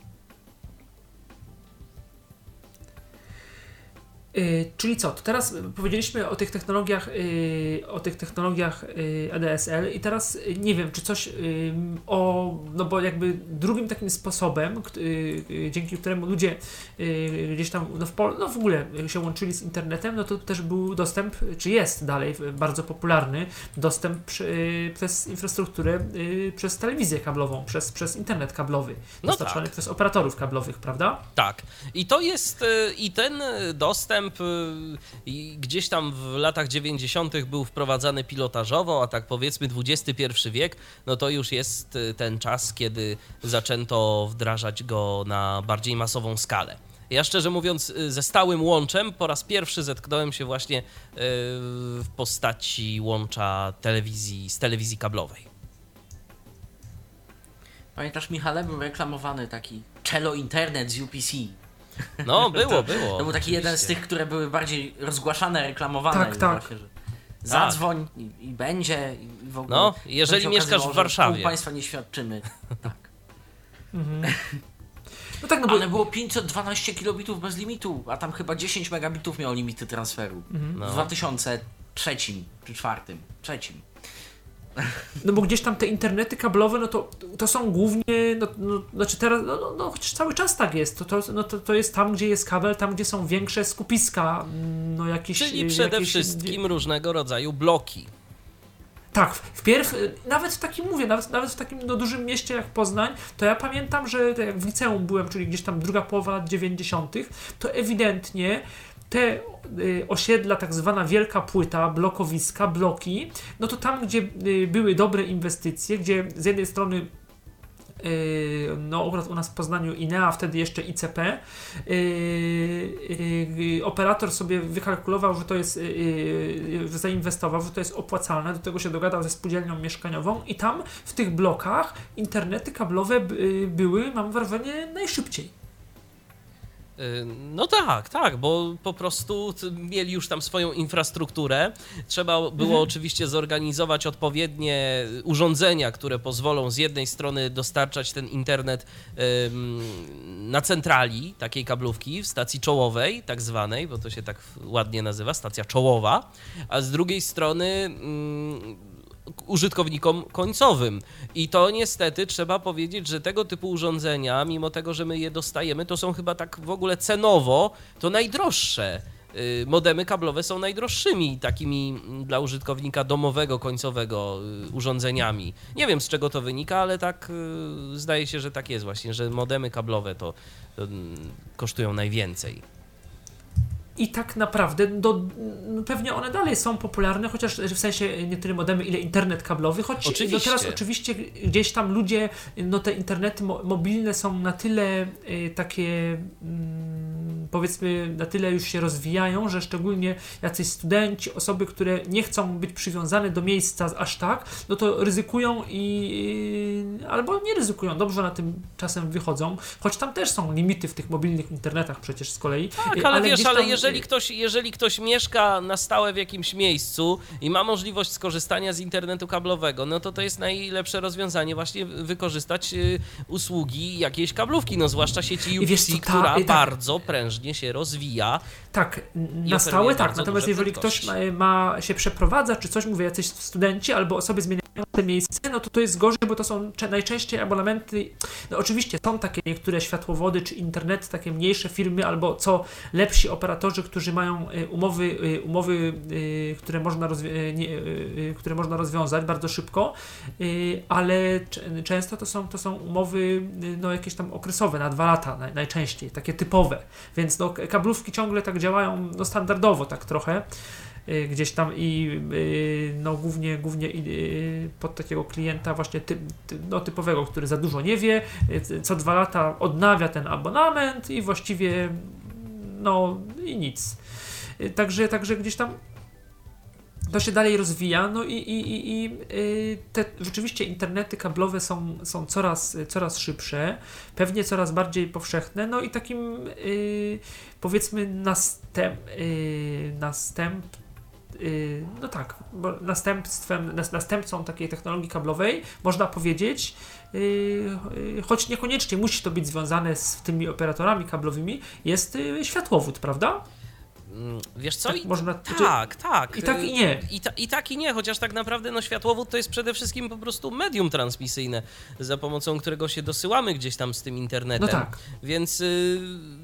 Yy, czyli co, to teraz powiedzieliśmy o tych technologiach, yy, o tych technologiach yy, A D S L i teraz yy, nie wiem, czy coś yy, o, no bo jakby drugim takim sposobem, k- yy, dzięki któremu ludzie yy, gdzieś tam, no w, Pol- no w ogóle się łączyli z internetem, no to też był dostęp, czy jest dalej bardzo popularny, dostęp przy, yy, przez infrastrukturę, yy, przez telewizję kablową, przez, przez internet kablowy, No dostarczany tak. przez operatorów kablowych, prawda? Tak. I to jest, y, i ten y, dostęp y, i gdzieś tam w latach dziewięćdziesiątych był wprowadzany pilotażowo, a tak powiedzmy dwudziesty pierwszy wiek, no to już jest y, ten czas, kiedy zaczęto wdrażać go na bardziej masową skalę. Ja szczerze mówiąc, y, ze stałym łączem po raz pierwszy zetknąłem się właśnie y, w postaci łącza telewizji, z telewizji kablowej. Pamiętasz, Michale, był reklamowany taki Cello Internet z U P C. No, było, było. To był taki oczywiście. jeden z tych, które były bardziej rozgłaszane, reklamowane. Tak, i tak. Właśnie, że zadzwoń i, i będzie i w ogóle. No, jeżeli to się mieszkasz w okazywało, że Warszawie. pół państwa nie świadczymy. Tak. Mhm. No tak, no bo... Ale było pięćset dwanaście kilobitów bez limitu, a tam chyba dziesięć megabitów miało limity transferu. No. W dwa tysiące trzecim czy czwartym. Trzecim. No bo gdzieś tam te internety kablowe, no to, to są głównie, no, no znaczy teraz, no, no, no chociaż cały czas tak jest, to, to, no, to, to jest tam, gdzie jest kabel, tam, gdzie są większe skupiska, no jakieś... Czyli przede jakieś, wszystkim różnego rodzaju bloki. Tak, wpierw, nawet w takim, mówię, nawet, nawet w takim no, dużym mieście jak Poznań, to ja pamiętam, że tak jak w liceum byłem, czyli gdzieś tam druga połowa lat dziewięćdziesiątych, to ewidentnie te y, osiedla, tak zwana wielka płyta, blokowiska, bloki, no to tam, gdzie y, były dobre inwestycje, gdzie z jednej strony Yy, no akurat u nas w Poznaniu Inea, wtedy jeszcze I C P, yy, yy, operator sobie wykalkulował, że to jest, yy, zainwestował, że to jest opłacalne, do tego się dogadał ze spółdzielnią mieszkaniową i tam w tych blokach internety kablowe yy, były, mam wrażenie, najszybciej. No tak, tak, bo po prostu mieli już tam swoją infrastrukturę. Trzeba było Mhm. oczywiście zorganizować odpowiednie urządzenia, które pozwolą z jednej strony dostarczać ten internet ym, na centrali takiej kablówki, w stacji czołowej tak zwanej, bo to się tak ładnie nazywa, stacja czołowa, a z drugiej strony ym, użytkownikom końcowym. I to niestety trzeba powiedzieć, że tego typu urządzenia, mimo tego, że my je dostajemy, to są chyba tak w ogóle cenowo to najdroższe modemy kablowe są najdroższymi takimi dla użytkownika domowego, końcowego urządzeniami. Nie wiem, z czego to wynika, ale tak zdaje się, że tak jest właśnie, że modemy kablowe to, to kosztują najwięcej. I tak naprawdę do, no pewnie one dalej są popularne, chociaż w sensie nie tyle modemy, ile internet kablowy, choć oczywiście. No teraz oczywiście gdzieś tam ludzie, no te internety mo- mobilne są na tyle y, takie mm, powiedzmy na tyle już się rozwijają, że szczególnie jacyś studenci, osoby, które nie chcą być przywiązane do miejsca aż tak, no to ryzykują i y, albo nie ryzykują, dobrze na tym czasem wychodzą, choć tam też są limity w tych mobilnych internetach przecież z kolei. Tak, y, ale, ale wiesz, ale tam, jeżeli Jeżeli ktoś, jeżeli ktoś mieszka na stałe w jakimś miejscu i ma możliwość skorzystania z internetu kablowego, no to to jest najlepsze rozwiązanie właśnie wykorzystać y, usługi jakiejś kablówki, no zwłaszcza sieci U P C, co, ta, która tak. bardzo prężnie się rozwija. Tak, na stałe tak, natomiast jeżeli ktoś ma, ma się przeprowadza, czy coś, mówię, jacyś studenci albo osoby zmieniają te miejsce, no to to jest gorzej, bo to są najczęściej abonamenty, no oczywiście są takie niektóre światłowody, czy internet, takie mniejsze firmy, albo co lepsi operatorzy, którzy mają umowy, umowy które, można rozwi- nie, które można rozwiązać bardzo szybko, ale często to są, to są umowy no jakieś tam okresowe, na dwa lata naj, najczęściej, takie typowe, więc no kablówki ciągle tak działają no standardowo tak trochę, gdzieś tam i no głównie, głównie pod takiego klienta właśnie ty, ty, no typowego, który za dużo nie wie, co dwa lata odnawia ten abonament i właściwie no i nic. Także, także gdzieś tam to się dalej rozwija, no i, i, i, i te rzeczywiście internety kablowe są, są coraz, coraz szybsze, pewnie coraz bardziej powszechne, no i takim yy, powiedzmy następ, yy, następ yy, no tak, bo następstwem, następcą takiej technologii kablowej można powiedzieć, yy, yy, choć niekoniecznie musi to być związane z tymi operatorami kablowymi, jest yy, światłowód, prawda? Wiesz co? Tak, I, można, tak, tak. I tak i nie. I, ta, I tak i nie, chociaż tak naprawdę no, światłowód to jest przede wszystkim po prostu medium transmisyjne, za pomocą którego się dosyłamy gdzieś tam z tym internetem. No tak. Więc y,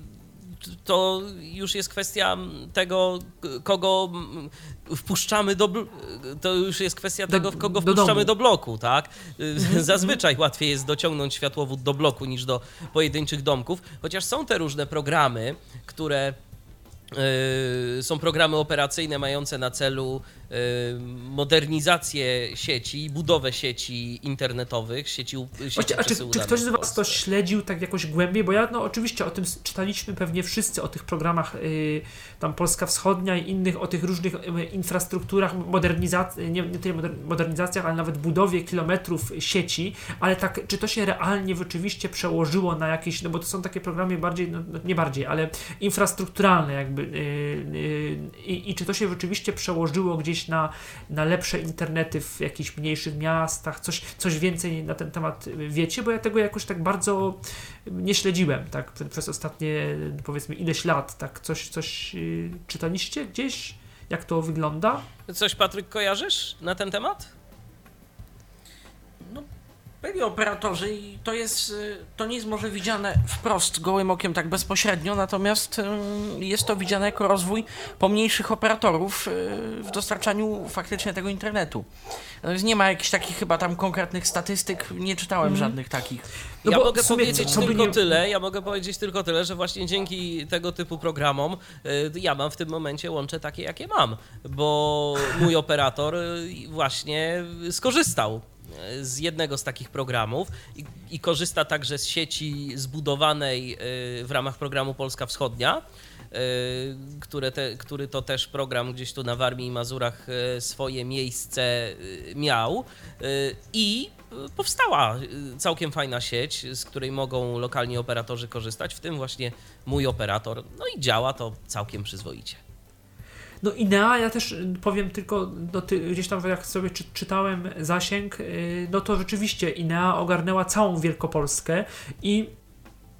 to już jest kwestia tego, kogo wpuszczamy do... To już jest kwestia tego, do, kogo do wpuszczamy domu. do bloku, tak? Zazwyczaj łatwiej jest dociągnąć światłowód do bloku niż do pojedynczych domków, chociaż są te różne programy, które... Yy, są programy operacyjne mające na celu yy, modernizację sieci, budowę sieci internetowych, sieci, sieci Właśnie, a czy, przesyłu czy danych ktoś z w Was Polsce. to śledził tak jakoś głębiej? Bo ja no oczywiście o tym czytaliśmy pewnie wszyscy, o tych programach yy, tam Polska Wschodnia i innych, o tych różnych yy, infrastrukturach, modernizacji, nie, nie tyle moder- modernizacjach, ale nawet budowie kilometrów sieci, ale tak, czy to się realnie rzeczywiście przełożyło na jakieś, no bo to są takie programy bardziej, no nie bardziej, ale infrastrukturalne jakby yy, yy, i czy to się rzeczywiście przełożyło gdzieś na, na lepsze internety w jakichś mniejszych miastach, coś, coś więcej na ten temat wiecie, bo ja tego jakoś tak bardzo nie śledziłem, tak, przez ostatnie powiedzmy ileś lat, tak, coś, coś yy, czytaliście gdzieś, jak to wygląda? Coś, Patryk, kojarzysz na ten temat? No, byli operatorzy i to jest, to nie jest może widziane wprost, gołym okiem, tak bezpośrednio, natomiast jest to widziane jako rozwój pomniejszych operatorów w dostarczaniu faktycznie tego internetu. Natomiast nie ma jakichś takich chyba tam konkretnych statystyk, nie czytałem mm. żadnych takich. No ja bo mogę w sumie powiedzieć co by tylko nie- tyle, ja mogę powiedzieć tylko tyle, że właśnie dzięki tego typu programom y, ja mam w tym momencie łącze takie, jakie mam, bo mój operator y, właśnie skorzystał z jednego z takich programów i, i korzysta także z sieci zbudowanej y, w ramach programu Polska Wschodnia, y, które te, który to też program gdzieś tu na Warmii i Mazurach y, swoje miejsce y, miał y, i powstała całkiem fajna sieć, z której mogą lokalni operatorzy korzystać, w tym właśnie mój operator. No i działa to całkiem przyzwoicie. No Inea, ja też powiem tylko, no ty, gdzieś tam jak sobie czy, czytałem zasięg, yy, no to rzeczywiście Inea ogarnęła całą Wielkopolskę i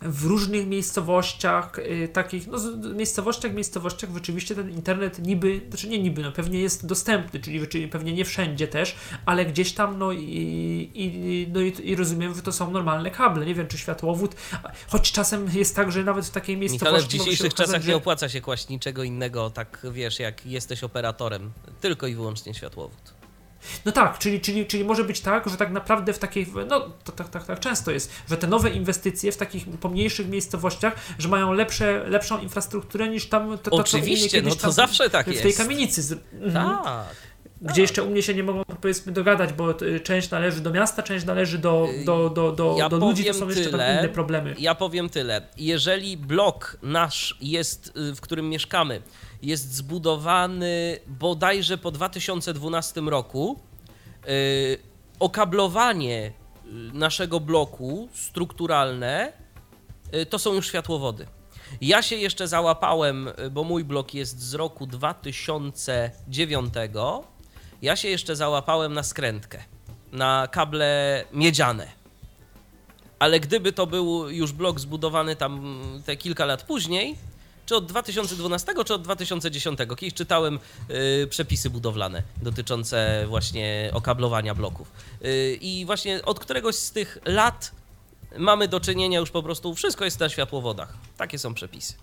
w różnych miejscowościach, y, takich, no z- miejscowościach, miejscowościach rzeczywiście ten internet niby, znaczy nie niby, no pewnie jest dostępny, czyli, czyli pewnie nie wszędzie też, ale gdzieś tam, no i, i, no i, i rozumiem, że to są normalne kable, nie wiem, czy światłowód, choć czasem jest tak, że nawet w takiej miejscowości Michale, w może się dzisiejszych okazać, czasach że... nie opłaca się kłaść niczego innego, tak wiesz, jak jesteś operatorem, tylko i wyłącznie światłowód. No tak, czyli, czyli, czyli może być tak, że tak naprawdę w takiej, no to tak, tak, tak często jest, że te nowe inwestycje w takich pomniejszych miejscowościach, że mają lepsze, lepszą infrastrukturę niż tam to, to Oczywiście, co u mnie no to tam zawsze tak w tej jest. kamienicy. Z, mhm. Tak. Gdzie jeszcze u mnie się nie mogą, powiedzmy, dogadać, bo y, część należy do miasta, część należy do, do, do, do, Ja do ludzi, to powiem są jeszcze tyle, tam inne problemy. Ja powiem tyle. Jeżeli blok nasz jest, y, w którym mieszkamy, jest zbudowany bodajże po dwa tysiące dwunastym roku, y, okablowanie y, naszego bloku strukturalne y, to są już światłowody. Ja się jeszcze załapałem, y, bo mój blok jest z roku dwa tysiące dziewiątego. Ja się jeszcze załapałem na skrętkę, na kable miedziane. Ale gdyby to był już blok zbudowany tam te kilka lat później, czy od dwa tysiące dwunastego, czy od dwa tysiące dziesiątego, kiedyś czytałem y, przepisy budowlane dotyczące właśnie okablowania bloków. Y, I właśnie od któregoś z tych lat mamy do czynienia już po prostu, wszystko jest na światłowodach. Takie są przepisy.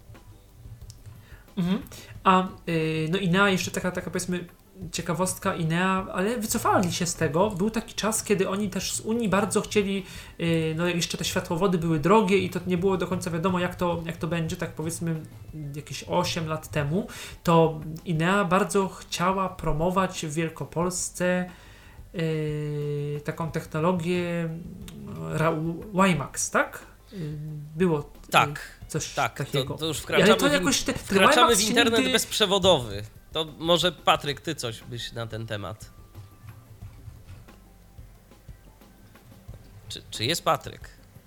Mhm. A y, no Inea, jeszcze taka, taka powiedzmy ciekawostka Inea, ale wycofali się z tego. Był taki czas, kiedy oni też z Unii bardzo chcieli, y, no jeszcze te światłowody były drogie i to nie było do końca wiadomo, jak to, jak to będzie, tak powiedzmy jakieś osiem lat temu, to Inea bardzo chciała promować w Wielkopolsce y, taką technologię Ra- WiMAX, tak? Y, było y, Tak, coś tak, takiego. to, to już Ale wkraczamy, to w, jakoś te, ten wkraczamy WiMAX w się internet nigdy- bezprzewodowy. To może Patryk, ty coś byś na ten temat. Czy, czy jest Patryk?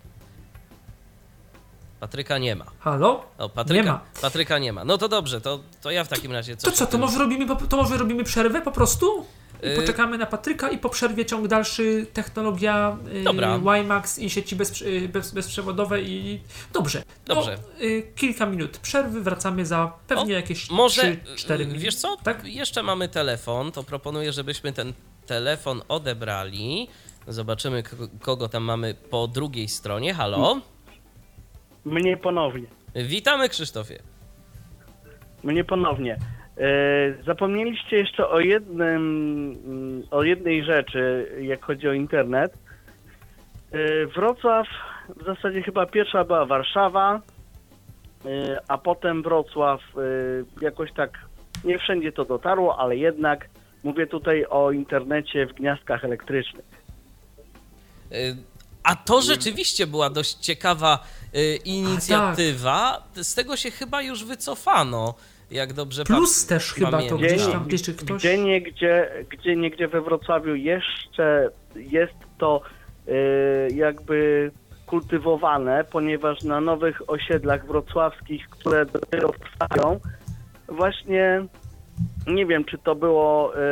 Patryka nie ma. Halo? O, Patryka Nie ma. Patryka nie ma. No to dobrze, to, to ja w takim razie coś To co, o to tym- może robimy, po- to może robimy przerwę po prostu? I Y- poczekamy na Patryka i po przerwie ciąg dalszy technologia y, Dobra. WiMAX i sieci bez, y, bez, bezprzewodowe i dobrze. Dobrze. No, y, kilka minut przerwy, wracamy za pewnie O, jakieś Może, trzy cztery y, minuty. wiesz co, Tak? jeszcze mamy telefon, to proponuję, żebyśmy ten telefon odebrali. Zobaczymy, k- kogo tam mamy po drugiej stronie. Halo? Mnie ponownie. Witamy, Krzysztofie. Mnie ponownie. E, Zapomnieliście jeszcze o jednym, mm, o jednej rzeczy, jak chodzi o internet. E, Wrocław, w zasadzie chyba pierwsza była Warszawa, e, a potem Wrocław, e, jakoś tak nie wszędzie to dotarło, ale jednak mówię tutaj o internecie w gniazdkach elektrycznych. Y, A to rzeczywiście była dość ciekawa y, inicjatywa. Z tego się chyba już wycofano, jak dobrze Plus pa- też chyba to pamiętam. gdzieś tam, gdzieś czy ktoś... Gdzie niegdzie, gdzie niegdzie we Wrocławiu jeszcze jest to y, jakby kultywowane, ponieważ na nowych osiedlach wrocławskich, które dopiero powstają, właśnie nie wiem, czy to było, y,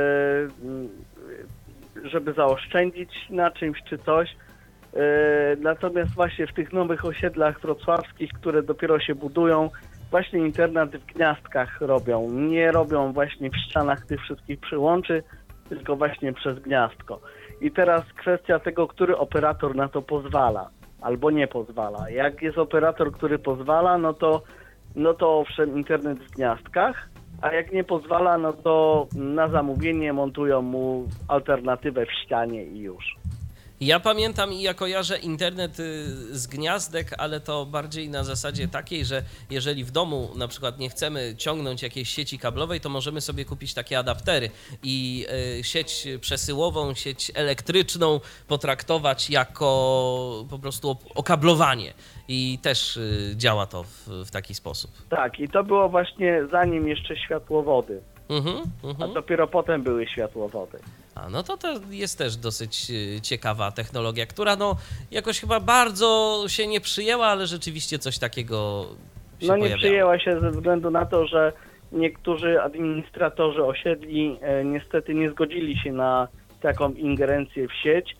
y, żeby zaoszczędzić na czymś, czy coś. Y, natomiast właśnie w tych nowych osiedlach wrocławskich, które dopiero się budują, właśnie internet w gniazdkach robią. Nie robią właśnie w ścianach tych wszystkich przyłączy, tylko właśnie przez gniazdko. I teraz kwestia tego, który operator na to pozwala, albo nie pozwala. Jak jest operator, który pozwala, no to, no to owszem, internet w gniazdkach, a jak nie pozwala, no to na zamówienie montują mu alternatywę w ścianie i już. Ja pamiętam i ja kojarzę internet y, z gniazdek, ale to bardziej na zasadzie takiej, że jeżeli w domu na przykład nie chcemy ciągnąć jakiejś sieci kablowej, to możemy sobie kupić takie adaptery i y, sieć przesyłową, sieć elektryczną potraktować jako po prostu op- okablowanie. I też y, działa to w, w taki sposób. Tak, i to było właśnie zanim jeszcze światłowody, Mhm, a mhm. dopiero potem były światłowody. A no to to jest też dosyć y, ciekawa technologia, która no jakoś chyba bardzo się nie przyjęła, ale rzeczywiście coś takiego się No nie pojawiało. przyjęła się ze względu na to, że niektórzy administratorzy osiedli e, niestety nie zgodzili się na taką ingerencję w sieć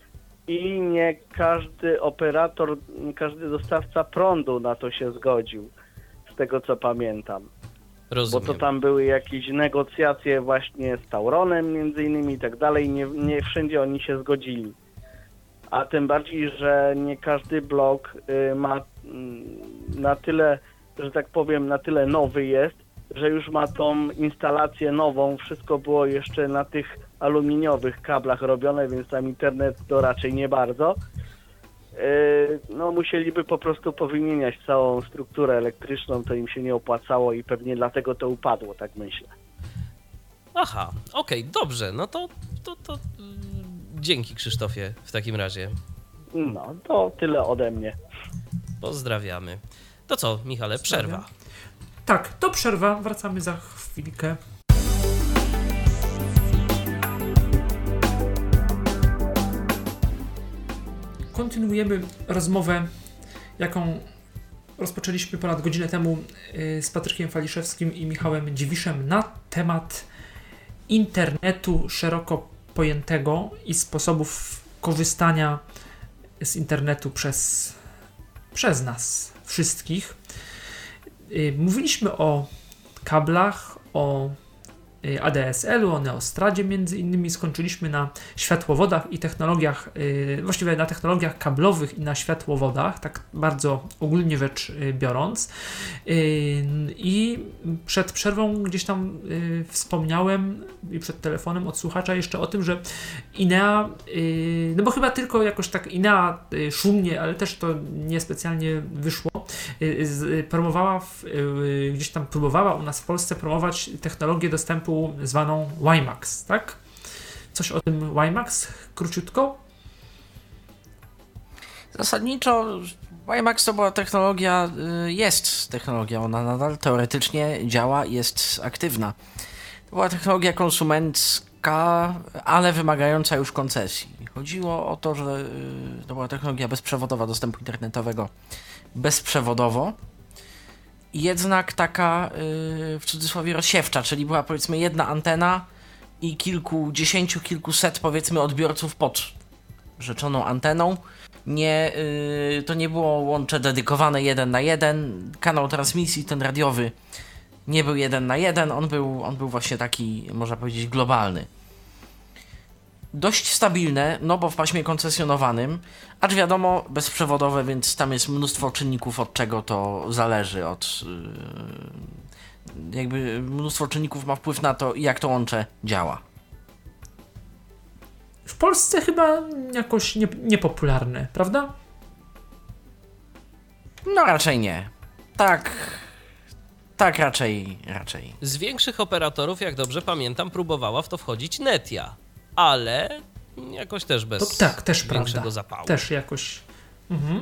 i nie każdy operator, każdy dostawca prądu na to się zgodził, z tego co pamiętam. Rozumiem. Bo to tam były jakieś negocjacje właśnie z Tauronem między innymi i tak dalej, nie, nie wszędzie oni się zgodzili. A tym bardziej, że nie każdy blok y, ma y, na tyle, że tak powiem, na tyle nowy jest, że już ma tą instalację nową. Wszystko było jeszcze na tych aluminiowych kablach robione, więc tam internet to raczej nie bardzo. Y, no musieliby po prostu powymieniać całą strukturę elektryczną, to im się nie opłacało i pewnie dlatego to upadło, tak myślę. Aha, okej, okay, dobrze, no to, to, to mm, dzięki Krzysztofie w takim razie. No, to tyle ode mnie. Pozdrawiamy. To co, Michale, przerwa. Tak, to przerwa, wracamy za chwilkę. Kontynuujemy rozmowę, jaką rozpoczęliśmy ponad godzinę temu z Patrykiem Waliszewskim i Michałem Dziwiszem na temat internetu szeroko pojętego i sposobów korzystania z internetu przez, przez nas wszystkich. Mówiliśmy o kablach, o A D S L u, o Neostradzie między innymi, skończyliśmy na światłowodach i technologiach, właściwie na technologiach kablowych i na światłowodach, tak bardzo ogólnie rzecz biorąc. I przed przerwą gdzieś tam wspomniałem i przed telefonem od słuchacza jeszcze o tym, że Inea, no bo chyba tylko jakoś tak Inea szumnie, ale też to niespecjalnie wyszło, promowała, w, gdzieś tam próbowała u nas w Polsce promować technologię dostępu zwaną WiMAX, tak? Coś o tym WiMAX króciutko? Zasadniczo WiMAX to była technologia, jest technologia, ona nadal teoretycznie działa, jest aktywna. To była technologia konsumencka, ale wymagająca już koncesji. Chodziło o to, że to była technologia bezprzewodowa dostępu internetowego bezprzewodowo, jednak taka yy, w cudzysłowie rozsiewcza, czyli była powiedzmy jedna antena i kilkudziesięciu, kilkuset powiedzmy odbiorców pod rzeczoną anteną. Nie, yy, to nie było łącze dedykowane jeden na jeden, kanał transmisji ten radiowy nie był jeden na jeden, on był, on był właśnie taki, można powiedzieć, globalny. Dość stabilne, no bo w paśmie koncesjonowanym, acz wiadomo, bezprzewodowe, więc tam jest mnóstwo czynników, od czego to zależy, od yy, jakby mnóstwo czynników ma wpływ na to, jak to łącze działa. W Polsce chyba jakoś nie, niepopularne, prawda? No raczej nie. Tak, tak raczej, raczej. Z większych operatorów, jak dobrze pamiętam, próbowała w to wchodzić Netia. Ale jakoś też bez to, tak, też większego prawda. zapału. Też jakoś. Mhm.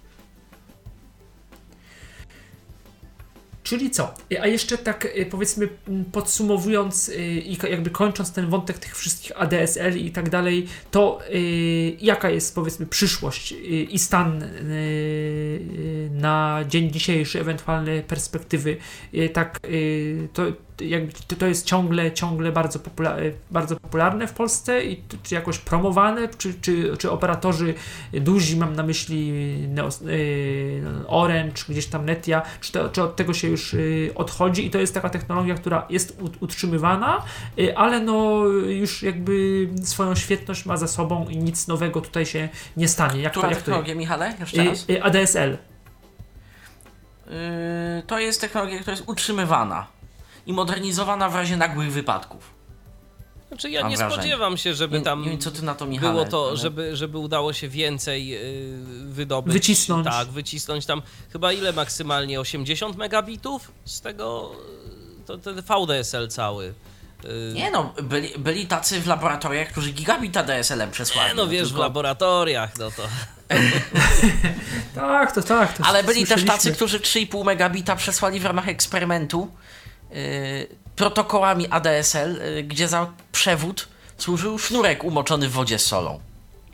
Czyli co? A jeszcze tak powiedzmy podsumowując i jakby kończąc ten wątek tych wszystkich A D S L i tak dalej, to yy, jaka jest powiedzmy przyszłość yy, i stan yy, na dzień dzisiejszy, ewentualne perspektywy, yy, tak yy, to jakby to, to jest ciągle, ciągle bardzo, popula- bardzo popularne w Polsce i czy jakoś promowane, czy, czy, czy operatorzy duzi, mam na myśli Neos, yy, Orange, gdzieś tam Netia, czy, to, czy od tego się już yy, odchodzi i to jest taka technologia, która jest utrzymywana, yy, ale no już jakby swoją świetność ma za sobą i nic nowego tutaj się nie stanie. Jak Która to, jak technologia, to, Michale? Jeszcze raz? Yy, A D S L. Yy, to jest technologia, która jest utrzymywana i modernizowana w razie nagłych wypadków. Znaczy ja Mam nie wrażenie. spodziewam się, żeby Nie, tam nie wiem, co ty na to, Michale, było to, ale... żeby, żeby udało się więcej yy, wydobyć. Wycisnąć. Tak, wycisnąć tam chyba ile maksymalnie? osiemdziesiąt megabitów z tego, to ten V D S L cały. Yy. Nie no, byli, byli tacy w laboratoriach, którzy gigabit A D S L-em przesłali. Nie no wiesz, tylko... w laboratoriach, no to... tak, to tak. To Ale byli też tacy, słyszeliśmy. którzy trzy i pół megabita przesłali w ramach eksperymentu yy, protokołami A D S L, yy, gdzie za przewód służył sznurek umoczony w wodzie z solą.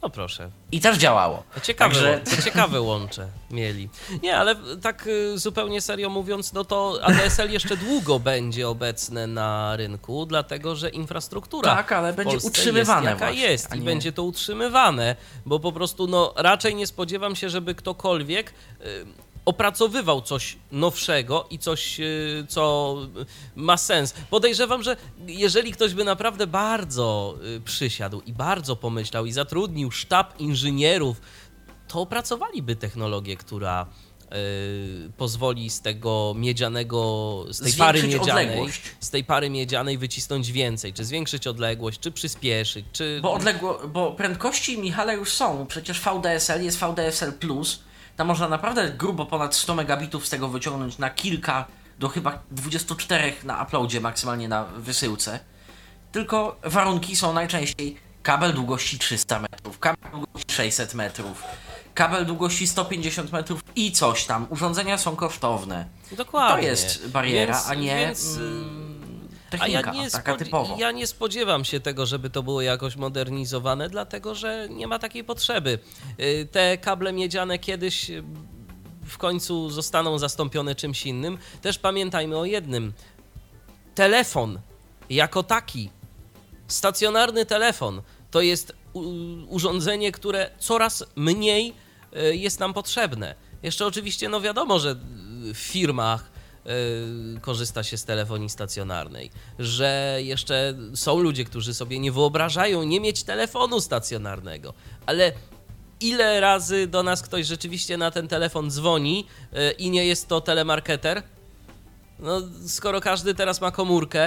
No proszę. I też działało. To ciekawe, Także... to ciekawe łącze mieli. Nie, ale tak y, zupełnie serio mówiąc, no to A D S L jeszcze długo będzie obecne na rynku, dlatego że infrastruktura Tak, ale w będzie Polsce utrzymywane jest, jaka właśnie, jest a i nie- będzie to utrzymywane, bo po prostu no raczej nie spodziewam się, żeby ktokolwiek y, opracowywał coś nowszego i coś, y, co ma sens. Podejrzewam, że jeżeli ktoś by naprawdę bardzo y, przysiadł i bardzo pomyślał i zatrudnił sztab inżynierów, to opracowaliby technologię, która y, pozwoli z tego miedzianego, z tej pary Zwiększyć miedzianej, odległość. z tej pary miedzianej wycisnąć więcej, czy zwiększyć odległość, czy przyspieszyć, czy... Bo, odległo, bo prędkości, Michale, już są. Przecież V D S L jest V D S L plus. Tam można naprawdę grubo ponad sto megabitów z tego wyciągnąć na kilka, do chyba dwudziestu czterech na uploadzie, maksymalnie na wysyłce. Tylko warunki są najczęściej kabel długości trzysta metrów, kabel długości sześćset metrów, kabel długości sto pięćdziesiąt metrów i coś tam. Urządzenia są kosztowne. Dokładnie. To jest bariera, Więc- a nie więc, mm, A technika, ja nie, taka spod- typowo. ja nie spodziewam się tego, żeby to było jakoś modernizowane, dlatego że nie ma takiej potrzeby. Y, Te kable miedziane kiedyś y, w końcu zostaną zastąpione czymś innym. Też pamiętajmy o jednym. Telefon jako taki, stacjonarny telefon, to jest u- urządzenie, które coraz mniej y, jest nam potrzebne. Jeszcze oczywiście, no wiadomo, że w firmach y, korzysta się z telefonii stacjonarnej, że jeszcze są ludzie, którzy sobie nie wyobrażają nie mieć telefonu stacjonarnego, ale ile razy do nas ktoś rzeczywiście na ten telefon dzwoni y, i nie jest to telemarketer? No, skoro każdy teraz ma komórkę,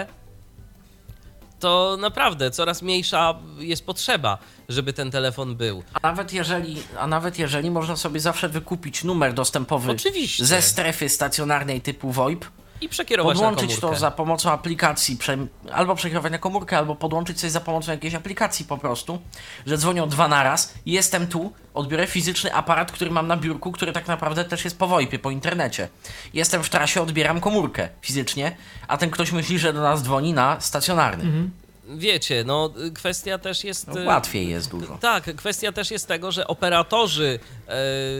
to naprawdę coraz mniejsza jest potrzeba, żeby ten telefon był. A nawet jeżeli, a nawet jeżeli można sobie zawsze wykupić numer dostępowy Oczywiście. ze strefy stacjonarnej typu VoIP, I przekierować na podłączyć komórkę. to za pomocą aplikacji, prze, albo przekierować na komórkę, albo podłączyć coś za pomocą jakiejś aplikacji po prostu, że dzwonią dwa naraz, jestem tu, odbiorę fizyczny aparat, który mam na biurku, który tak naprawdę też jest po VoIPie, po internecie. Jestem w trasie, odbieram komórkę fizycznie, a ten ktoś myśli, że do nas dzwoni na stacjonarny. Mhm. Wiecie, no kwestia też jest... No, y, łatwiej jest dużo. Tak, kwestia też jest tego, że operatorzy e,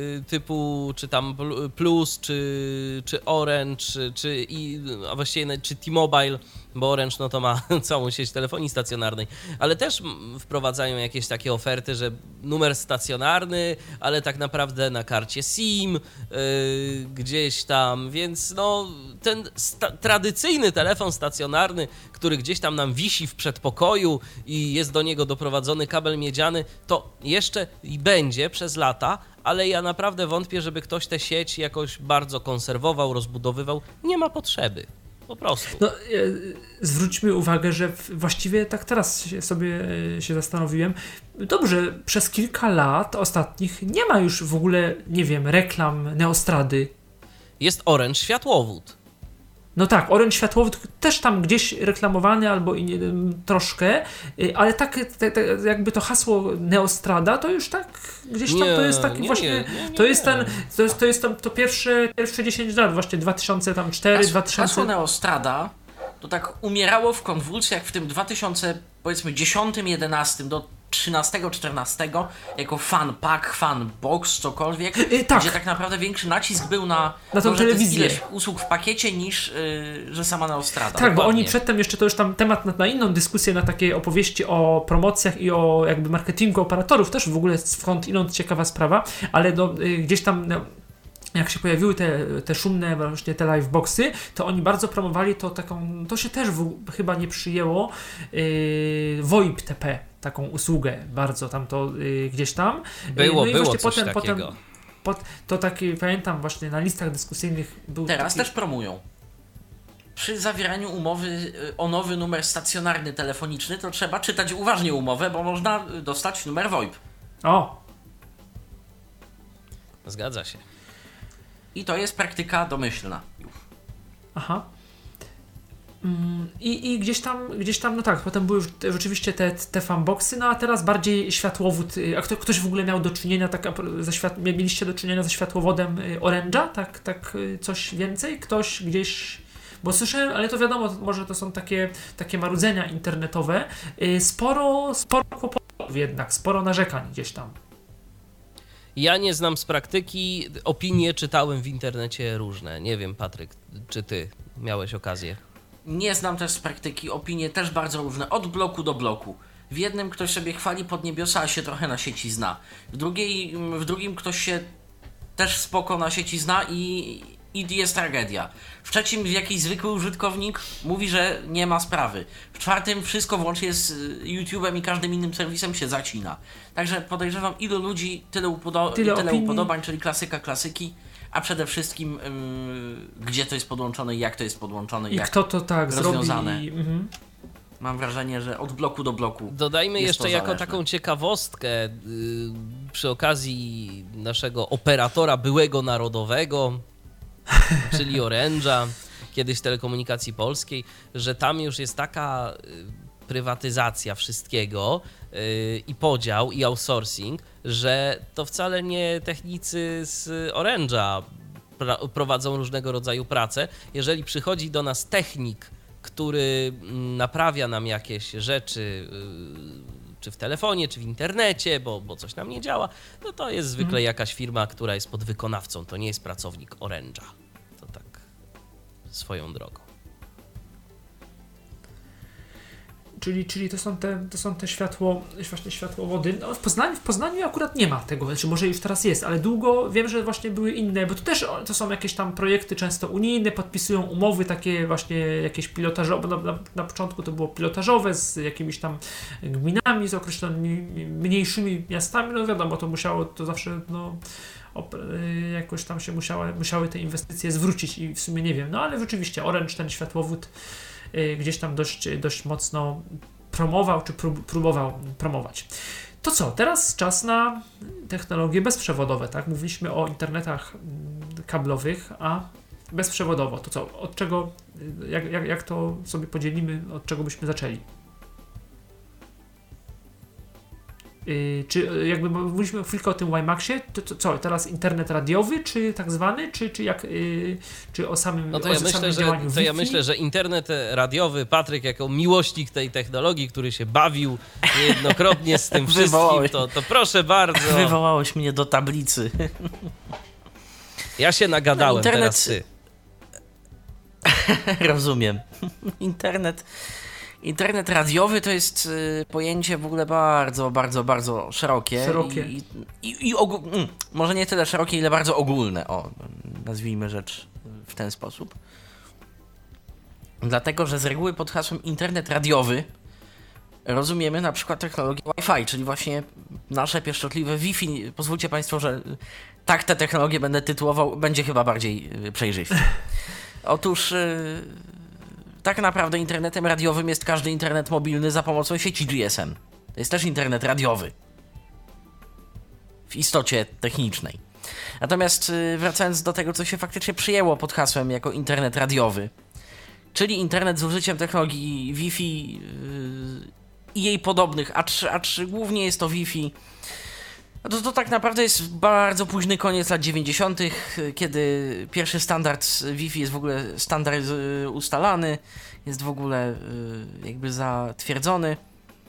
typu czy tam Pl- Plus, czy, czy Orange, czy, czy, i, a właściwie nawet czy T-Mobile, bo Orange no to ma całą sieć telefonii stacjonarnej, ale też mm, wprowadzają jakieś takie oferty, że numer stacjonarny, ale tak naprawdę na karcie SIM e, gdzieś tam, więc no ten sta- tradycyjny telefon stacjonarny, który gdzieś tam nam wisi w przedpokoju i jest do niego doprowadzony kabel miedziany, to jeszcze i będzie przez lata, ale ja naprawdę wątpię, żeby ktoś tę sieć jakoś bardzo konserwował, rozbudowywał. Nie ma potrzeby. Po prostu. No, e, zwróćmy uwagę, że w, właściwie tak teraz się, sobie e, się zastanowiłem. Dobrze, przez kilka lat ostatnich nie ma już w ogóle, nie wiem, reklam Neostrady. Jest Orange światłowód. No tak, Orange światłowód też tam gdzieś reklamowany albo i nie, troszkę, y, ale tak te, te, jakby to hasło Neostrada to już tak gdzieś tam Nie, to jest taki nie, właśnie, nie, nie, nie. to jest ten, to jest, to jest tam to pierwsze, pierwsze dziesięć lat, właśnie dwa tysiące cztery, Hasło, dwa tysiące... hasło Neostrada to tak umierało w konwulsjach w tym dwa tysiące, powiedzmy, dziesiątym, jedenastym do trzynastego, czternastego jako fan pack, fan box, cokolwiek, Y, tak. gdzie tak naprawdę większy nacisk był na, Na tą to, że to jest telewizję. ileś usług w pakiecie niż, yy, że sama Neostrada. Tak, bo Dokładnie. oni przedtem jeszcze to już tam temat na, na inną dyskusję, na takie opowieści o promocjach i o jakby marketingu operatorów, też w ogóle skąd inąd ciekawa sprawa, ale no, y, gdzieś tam... No, jak się pojawiły te, te szumne właśnie te liveboxy, to oni bardzo promowali to taką, to się też w, chyba nie przyjęło, yy, VoIP T P, taką usługę bardzo tam to yy, gdzieś tam. Było, no i było właśnie coś potem, takiego. potem pot, to taki, pamiętam właśnie na listach dyskusyjnych był Teraz taki, też promują. Przy zawieraniu umowy y, o nowy numer stacjonarny telefoniczny to trzeba czytać uważnie umowę, bo można y, dostać numer VoIP. O! Zgadza się. I to jest praktyka domyślna. Aha. Mm, I, I gdzieś tam, gdzieś tam, no tak, potem były już te, rzeczywiście te, te fanboxy, no a teraz bardziej światłowód. y, A kto, ktoś w ogóle miał do czynienia, tak, a pro- ze świat, mieliście do czynienia ze światłowodem y, Orange'a? Tak, tak, y, coś więcej? Ktoś gdzieś, Bo słyszałem, ale to wiadomo, może to są takie, takie marudzenia internetowe, yy, sporo, sporo kłopotów jednak, sporo narzekań gdzieś tam. Ja nie znam z praktyki, opinie czytałem w internecie różne. Nie wiem, Patryk, czy ty miałeś okazję? Nie znam też z praktyki, opinie też bardzo różne, od bloku do bloku. W jednym ktoś sobie chwali pod niebiosa, a się trochę na sieci zna. W, drugiej, w drugim ktoś się też spoko na sieci zna i, i jest tragedia. W trzecim jakiś zwykły użytkownik mówi, że nie ma sprawy. W czwartym wszystko włącznie z YouTube'em i każdym innym serwisem się zacina. Także podejrzewam, ilu ludzi, tyle, upodo- Tyle tyle opinii. upodobań, czyli klasyka klasyki, a przede wszystkim yy, gdzie to jest podłączone i jak to jest podłączone. I jak kto to tak rozwiązane. zrobi. Mhm. Mam wrażenie, że od bloku do bloku. Dodajmy jest jeszcze to jako zależne. taką ciekawostkę yy, przy okazji naszego operatora byłego narodowego, czyli Orange'a, kiedyś Telekomunikacji Polskiej, że tam już jest taka yy, prywatyzacja wszystkiego yy, i podział i outsourcing, że to wcale nie technicy z Orange'a pra- prowadzą różnego rodzaju pracę. Jeżeli przychodzi do nas technik, który naprawia nam jakieś rzeczy, yy, czy w telefonie, czy w internecie, bo, bo coś nam nie działa, no to jest zwykle Mhm. jakaś firma, która jest podwykonawcą, to nie jest pracownik Orange'a. To tak swoją drogą. Czyli, czyli to są te, to są te światło, właśnie światłowody. No, w Poznaniu, w Poznaniu akurat nie ma tego, znaczy może już teraz jest, ale długo wiem, że właśnie były inne, bo to też o, to są jakieś tam projekty często unijne, podpisują umowy takie właśnie jakieś pilotażowe, na, na, na początku to było pilotażowe z jakimiś tam gminami, z określonymi mniejszymi miastami, no wiadomo, to musiało, to zawsze no op- y, jakoś tam się musiały, musiały te inwestycje zwrócić i w sumie nie wiem, no ale rzeczywiście Orange ten światłowód gdzieś tam dość, dość mocno promował, czy prób, próbował promować. To co, teraz czas na technologie bezprzewodowe, tak? Mówiliśmy o internetach kablowych, a bezprzewodowo. To co, od czego, jak, jak, jak to sobie podzielimy, od czego byśmy zaczęli? Yy, czy jakby mówiliśmy chwilkę o tym WiMAXie, to, to co, teraz internet radiowy, czy tak zwany, czy, czy jak, yy, czy o samym, No to o ja, samym myślę, że, działaniu to ja Wi-Fi? myślę, że internet radiowy, Patryk jako miłośnik tej technologii, który się bawił niejednokrotnie z tym wszystkim, Wywołałeś. to, to proszę bardzo. Wywołałeś mnie do tablicy. Ja się nagadałem, No, internet- teraz ty. Rozumiem. Internet, internet radiowy to jest y, pojęcie w ogóle bardzo, bardzo, bardzo szerokie. Szerokie. I, i, i ogó- mm, może nie tyle szerokie, ile bardzo ogólne. O, nazwijmy rzecz w ten sposób. Dlatego, że z reguły pod hasłem internet radiowy rozumiemy na przykład technologię Wi-Fi, czyli właśnie nasze pieszczotliwe Wi-Fi. Pozwólcie Państwo, że tak tę technologię będę tytułował, będzie chyba bardziej y, przejrzysty. Otóż y, tak naprawdę internetem radiowym jest każdy internet mobilny za pomocą sieci G S M. To jest też internet radiowy. W istocie technicznej. Natomiast y, wracając do tego, co się faktycznie przyjęło pod hasłem jako internet radiowy, czyli internet z użyciem technologii Wi-Fi yy, i jej podobnych, acz, acz głównie jest to Wi-Fi. No to, to tak naprawdę jest bardzo późny koniec lat dziewięćdziesiątych, kiedy pierwszy standard Wi-Fi jest w ogóle standard yy, ustalany, jest w ogóle yy, jakby zatwierdzony.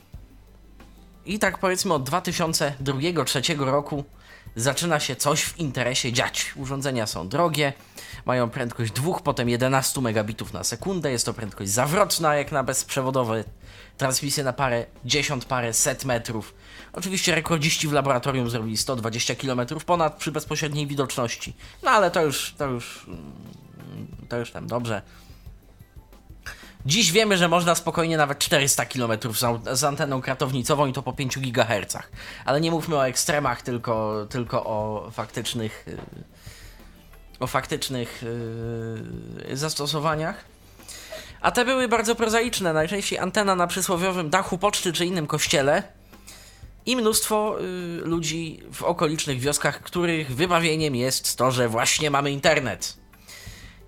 I tak powiedzmy od dwa tysiące drugiego do dwa tysiące trzeciego roku zaczyna się coś w interesie dziać. Urządzenia są drogie, mają prędkość dwóch, potem jedenaście megabitów na sekundę. Jest to prędkość zawrotna, jak na bezprzewodowe transmisje na parę dziesiąt, parę set metrów. Oczywiście rekordziści w laboratorium zrobili sto dwadzieścia kilometrów ponad przy bezpośredniej widoczności. No ale to już, to już, to już tam dobrze. Dziś wiemy, że można spokojnie nawet czterysta kilometrów z anteną kratownicową i to po pięciu gigahercach. Ale nie mówmy o ekstremach, tylko, tylko o faktycznych, o faktycznych yy, zastosowaniach. A te były bardzo prozaiczne. Najczęściej antena na przysłowiowym dachu poczty czy innym kościele i mnóstwo yy, ludzi w okolicznych wioskach, których wybawieniem jest to, że właśnie mamy internet.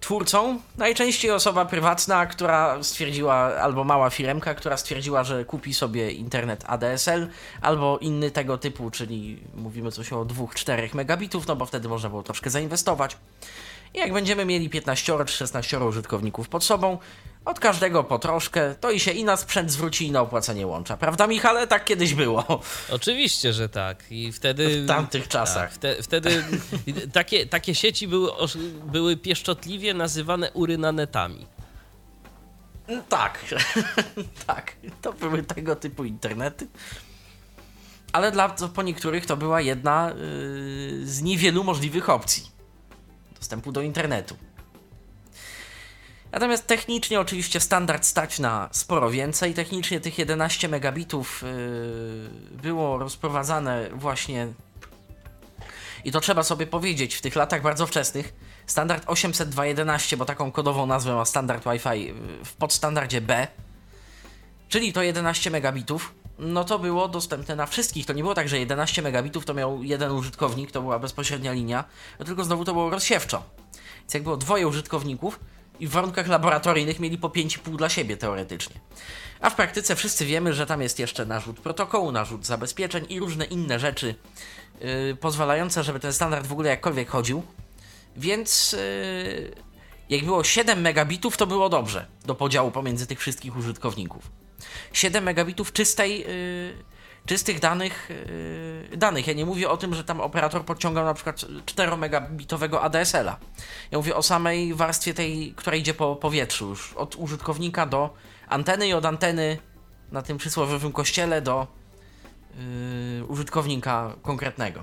twórcą, najczęściej osoba prywatna, która stwierdziła, albo mała firemka, która stwierdziła, że kupi sobie internet A D S L, albo inny tego typu, czyli mówimy coś o dwóch czterech megabitów, no bo wtedy można było troszkę zainwestować. I jak będziemy mieli piętnaście czy szesnaście użytkowników pod sobą, od każdego po troszkę, to i się i na sprzęt zwróci, i na opłacenie łącza. Prawda, Michale? Tak kiedyś było. Oczywiście, że tak. I wtedy... W tamtych czasach. Tak, wte, wtedy takie, takie sieci były, były pieszczotliwie nazywane urynanetami. Tak, tak. To były tego typu internety. Ale dla po niektórych to była jedna yy, z niewielu możliwych opcji dostępu do internetu. Natomiast technicznie oczywiście standard stać na sporo więcej. Technicznie tych jedenaście megabitów yy, było rozprowadzane właśnie, i to trzeba sobie powiedzieć, w tych latach bardzo wczesnych, standard osiemset dwa jedenaście, bo taką kodową nazwę ma standard Wi-Fi w podstandardzie B, czyli to jedenaście megabitów, no to było dostępne na wszystkich. To nie było tak, że jedenaście megabitów to miał jeden użytkownik, to była bezpośrednia linia, no tylko znowu to było rozsiewczo. Więc jak było dwoje użytkowników i w warunkach laboratoryjnych mieli po pięć i pół dla siebie teoretycznie. A w praktyce wszyscy wiemy, że tam jest jeszcze narzut protokołu, narzut zabezpieczeń i różne inne rzeczy yy, pozwalające, żeby ten standard w ogóle jakkolwiek chodził. Więc yy, jak było siedem megabitów, to było dobrze do podziału pomiędzy tych wszystkich użytkowników. siedem megabitów czystej, yy, czystych danych, yy, danych. Ja nie mówię o tym, że tam operator podciągał na przykład cztero megabitowego A D S L-a. Ja mówię o samej warstwie tej, która idzie po powietrzu, już od użytkownika do anteny i od anteny na tym przysłowiowym kościele do yy, użytkownika konkretnego.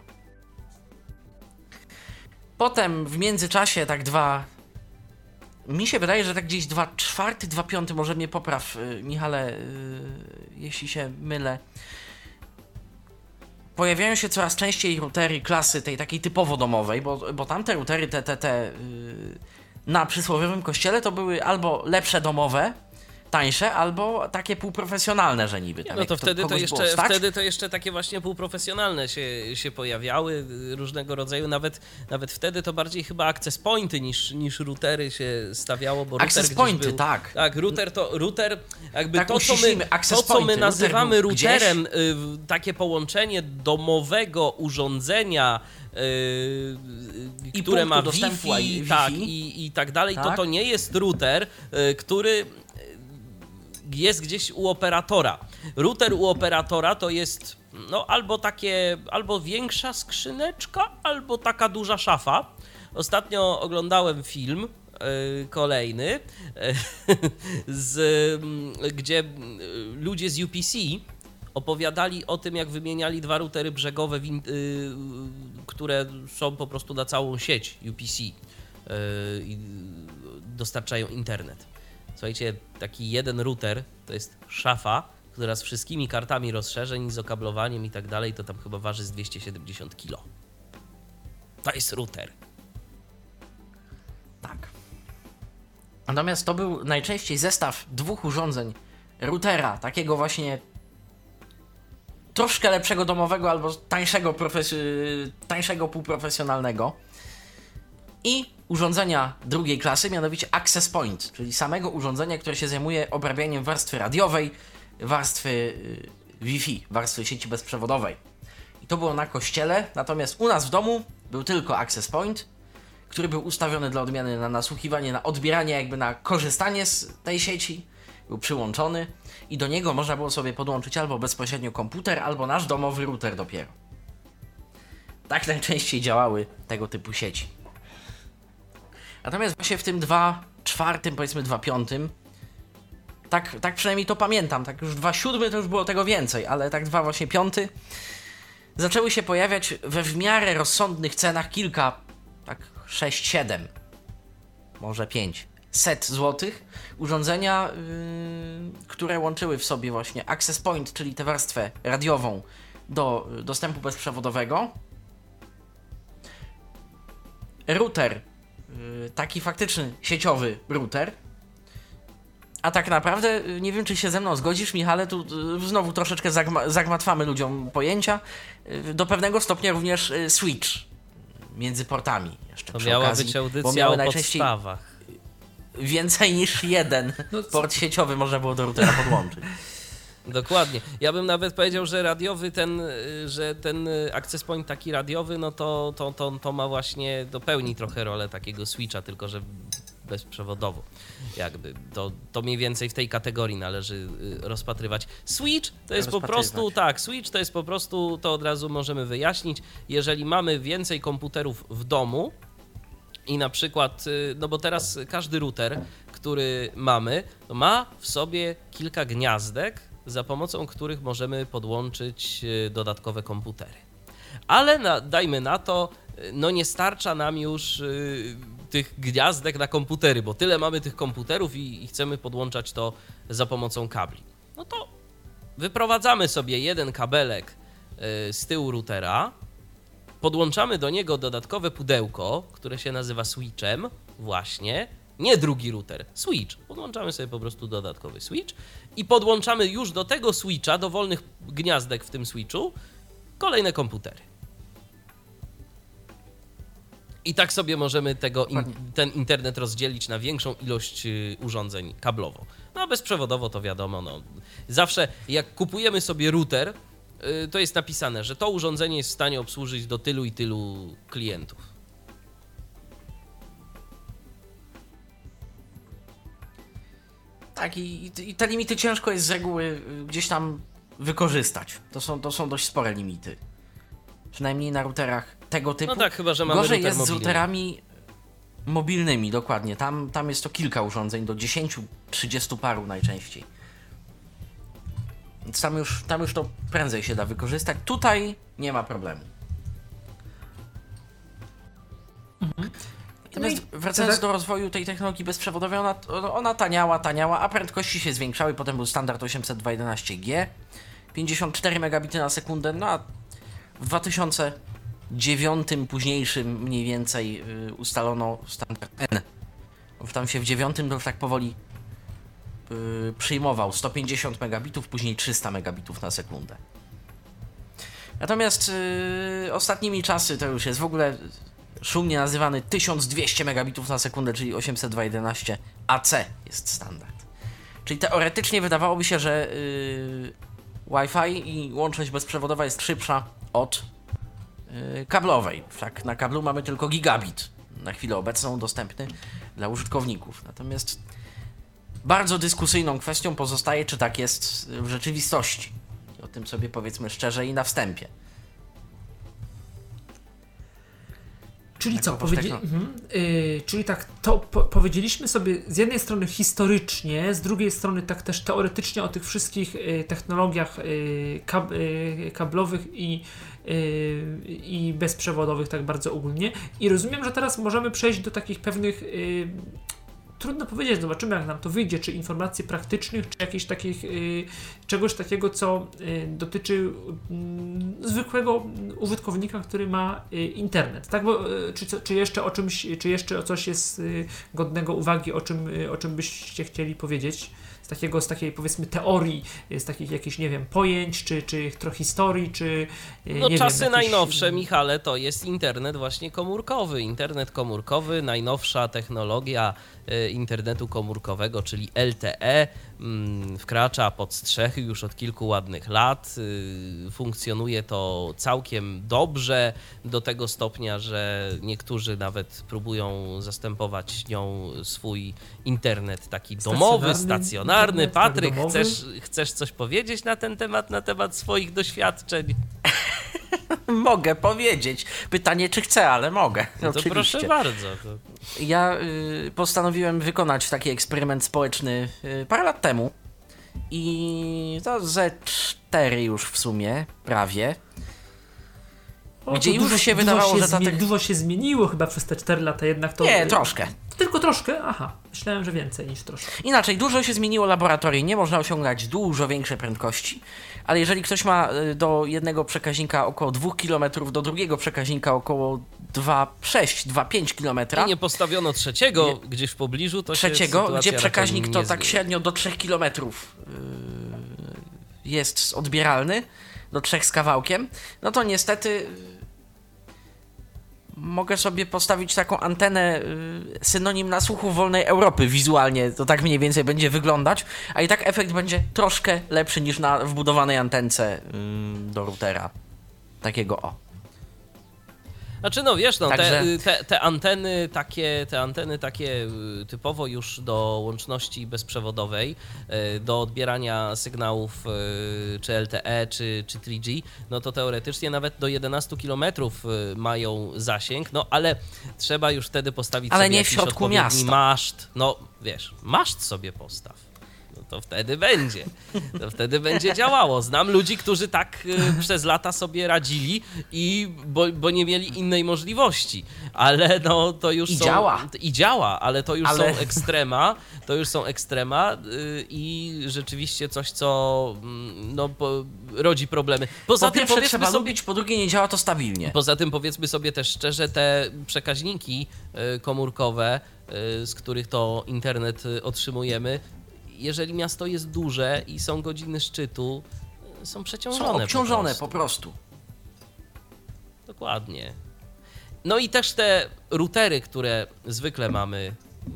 Potem w międzyczasie tak dwa... Mi się wydaje, że tak gdzieś dwa czwarty, dwa piąty, może mnie popraw, yy, Michale, yy, jeśli się mylę. Pojawiają się coraz częściej routery klasy tej takiej typowo domowej, bo, bo tamte routery, te, te, te yy, na przysłowiowym kościele to były albo lepsze domowe, tańsze, albo takie półprofesjonalne, że niby. Tam No to jak wtedy to, kogoś jeszcze, było stać. wtedy to jeszcze takie właśnie półprofesjonalne się, się pojawiały, różnego rodzaju, nawet, nawet wtedy to bardziej chyba access pointy niż, niż routery się stawiało, bo Access router pointy, był, tak. Tak, router to, router jakby Tak to, co my, uściślimy, access to, co my pointy. nazywamy Router był routerem, y, takie połączenie domowego urządzenia, Yy, I które ma dostępu Wi-Fi, Wi-Fi. tak, i, i tak dalej, Tak. to to nie jest router, y, który jest gdzieś u operatora. Router u operatora to jest no albo takie, albo większa skrzyneczka, albo taka duża szafa. Ostatnio oglądałem film yy, kolejny, yy, z, yy, gdzie ludzie z U P C opowiadali o tym, jak wymieniali dwa routery brzegowe, yy, które są po prostu na całą sieć U P C yy, i dostarczają internet. Słuchajcie, taki jeden router to jest szafa, która z wszystkimi kartami rozszerzeń, z okablowaniem i tak dalej, to tam chyba waży z dwieście siedemdziesiąt kilo. To jest router. Tak. Natomiast to był najczęściej zestaw dwóch urządzeń. Routera, takiego właśnie troszkę lepszego domowego albo tańszego, profes- tańszego półprofesjonalnego. I urządzenia drugiej klasy, mianowicie access point, czyli samego urządzenia, które się zajmuje obrabianiem warstwy radiowej, warstwy Wi-Fi, warstwy sieci bezprzewodowej. I to było na kościele, natomiast u nas w domu był tylko access point, który był ustawiony dla odmiany na nasłuchiwanie, na odbieranie, jakby na korzystanie z tej sieci. Był przyłączony i do niego można było sobie podłączyć albo bezpośrednio komputer, albo nasz domowy router dopiero. Tak najczęściej działały tego typu sieci. Natomiast właśnie w tym dwa czwartym, powiedzmy dwa piątym, tak, tak przynajmniej to pamiętam, tak już dwa siódmy to już było tego więcej, ale tak dwa właśnie piąty zaczęły się pojawiać we w miarę rozsądnych cenach kilka, tak sześć siedem, może pięć set złotych urządzenia, yy, które łączyły w sobie właśnie access point, czyli tę warstwę radiową do dostępu bezprzewodowego, router, taki faktyczny sieciowy router. A tak naprawdę, nie wiem czy się ze mną zgodzisz, Michale, tu znowu troszeczkę zagma- zagmatwamy ludziom pojęcia. Do pewnego stopnia również switch między portami. Jeszcze To przy miała okazji, być bo audycja miały o najczęściej... podstawach. więcej niż jeden No, port sieciowy można było do routera podłączyć. Dokładnie. Ja bym nawet powiedział, że radiowy ten, że ten access point taki radiowy, no to, to, to, to ma właśnie, dopełni trochę rolę takiego switcha, tylko że bezprzewodowo. Jakby to, to mniej więcej w tej kategorii należy rozpatrywać. Switch to jest po prostu, tak, switch to jest po prostu, to od razu możemy wyjaśnić, jeżeli mamy więcej komputerów w domu i na przykład, no bo teraz każdy router, który mamy, ma w sobie kilka gniazdek, za pomocą których możemy podłączyć dodatkowe komputery. Ale na, dajmy na to, no nie starcza nam już y, tych gniazdek na komputery, bo tyle mamy tych komputerów i, i chcemy podłączać to za pomocą kabli. No to wyprowadzamy sobie jeden kabelek y, z tyłu routera, podłączamy do niego dodatkowe pudełko, które się nazywa switchem właśnie, nie drugi router, switch. Podłączamy sobie po prostu dodatkowy switch i podłączamy już do tego switcha, do wolnych gniazdek w tym switchu, kolejne komputery. I tak sobie możemy tego in, ten internet rozdzielić na większą ilość y, urządzeń kablowo. No a bezprzewodowo to wiadomo, no. Zawsze jak kupujemy sobie router, y, to jest napisane, że to urządzenie jest w stanie obsłużyć do tylu i tylu klientów. Tak, i, i te limity ciężko jest z reguły gdzieś tam wykorzystać. To są, to są dość spore limity. Przynajmniej na routerach tego typu. No tak, chyba że mamy Gorzej router jest mobilny. z routerami mobilnymi, dokładnie. Tam, tam jest to kilka urządzeń, do dziesięciu, trzydziestu paru najczęściej. Więc tam już, tam już to prędzej się da wykorzystać. Tutaj nie ma problemu. Mhm. Natomiast wracając tak. do rozwoju tej technologii bezprzewodowej, ona, ona taniała, taniała, a prędkości się zwiększały. Potem był standard osiemset dwa jedenaście G, pięćdziesiąt cztery megabity na sekundę, no a w dwa tysiące dziewiątym, późniejszym mniej więcej yy, ustalono standard N. Już tam się w dziewiątym to już tak powoli yy, przyjmował sto pięćdziesiąt megabitów, później trzysta megabitów na sekundę. Natomiast yy, ostatnimi czasy to już jest w ogóle szumnie nazywany tysiąc dwieście megabitów na sekundę, czyli osiemset dwa jedenaście A C jest standard. Czyli teoretycznie wydawałoby się, że yy, Wi-Fi i łączność bezprzewodowa jest szybsza od yy, kablowej. Wszak na kablu mamy tylko gigabit na chwilę obecną dostępny dla użytkowników. Natomiast bardzo dyskusyjną kwestią pozostaje, czy tak jest w rzeczywistości. I o tym sobie powiedzmy szczerze i na wstępie. Czyli Tak, co? po Powiedzi... prostu mhm. yy, czyli tak, to po powiedzieliśmy sobie z jednej strony historycznie, z drugiej strony tak też teoretycznie o tych wszystkich yy, technologiach yy, kab yy, kablowych i, yy, i bezprzewodowych tak bardzo ogólnie. I rozumiem, że teraz możemy przejść do takich pewnych... Yy, trudno powiedzieć, zobaczymy jak nam to wyjdzie, czy informacji praktycznych, czy jakichś takich, y, czegoś takiego, co y, dotyczy y, zwykłego użytkownika, który ma y, internet, tak? Bo, y, czy, czy jeszcze o czymś, czy jeszcze o coś jest y, godnego uwagi, o czym, y, o czym byście chcieli powiedzieć? Z takiego, z takiej powiedzmy teorii, z takich jakichś, nie wiem, pojęć, czy, czy trochę historii, czy No nie czasy wiem, jakieś... najnowsze, Michale, to jest internet właśnie komórkowy. Internet komórkowy, najnowsza technologia y, internetu komórkowego, czyli L T E, mm, wkracza pod strzechy już od kilku ładnych lat. Y, funkcjonuje to całkiem dobrze, do tego stopnia, że niektórzy nawet próbują zastępować nią swój internet taki domowy, stacjonarny. Internet, Patryk, tak, domowy. chcesz, chcesz coś powiedzieć na ten temat, na temat swoich doświadczeń? Mogę powiedzieć. Pytanie, czy chcę, ale mogę. No to oczywiście. proszę bardzo. To... Ja y, postanowiłem wykonać taki eksperyment społeczny y, parę lat temu. I to ze cztery już w sumie, prawie. O, Gdzie to już dużo, się dużo wydawało, się że ta zmie- tech- Dużo się zmieniło chyba przez te cztery lata jednak to... Nie, troszkę. Tylko troszkę? Aha, myślałem, że więcej niż troszkę. Inaczej, dużo się zmieniło laboratoryjnie, można osiągać dużo większe prędkości, ale jeżeli ktoś ma y, do jednego przekaźnika około dwóch kilometrów, do drugiego przekaźnika około dwa przecinek sześć, dwa przecinek pięć kilometra, I nie postawiono trzeciego Nie. gdzieś w pobliżu, to się trzeciego, sytuacja gdzie raczej przekaźnik nie to tak zmieni. średnio do trzech kilometrów yy, jest odbieralny, do trzech z kawałkiem, no to niestety mogę sobie postawić taką antenę, y, synonim nasłuchu wolnej Europy wizualnie, to tak mniej więcej będzie wyglądać, a i tak efekt będzie troszkę lepszy niż na wbudowanej antence y, do routera. Takiego o. Znaczy no wiesz, no, Także... te, te, te anteny takie, te anteny takie typowo już do łączności bezprzewodowej, do odbierania sygnałów czy L T E, czy, czy trzy G, no to teoretycznie nawet do jedenastu kilometrów mają zasięg, no ale trzeba już wtedy postawić ale sobie nie w jakiś środku odpowiedni miasta. maszt. No wiesz, maszt sobie postaw. No to wtedy będzie. To wtedy będzie działało. Znam ludzi, którzy tak y, przez lata sobie radzili i bo, bo nie mieli innej możliwości. Ale no to już I są... działa. I działa, ale to już Ale... są ekstrema. To już są ekstrema y, i rzeczywiście coś, co mm, no, po, rodzi problemy. Poza Po tym pierwsze powiedzmy trzeba sobie... lubić, po drugie nie działa to stabilnie. Poza tym powiedzmy sobie też szczerze, te przekaźniki y, komórkowe, y, z których to internet y, otrzymujemy, jeżeli miasto jest duże i są godziny szczytu, są przeciążone. Są obciążone po prostu. po prostu. Dokładnie. No i też te routery, które zwykle mamy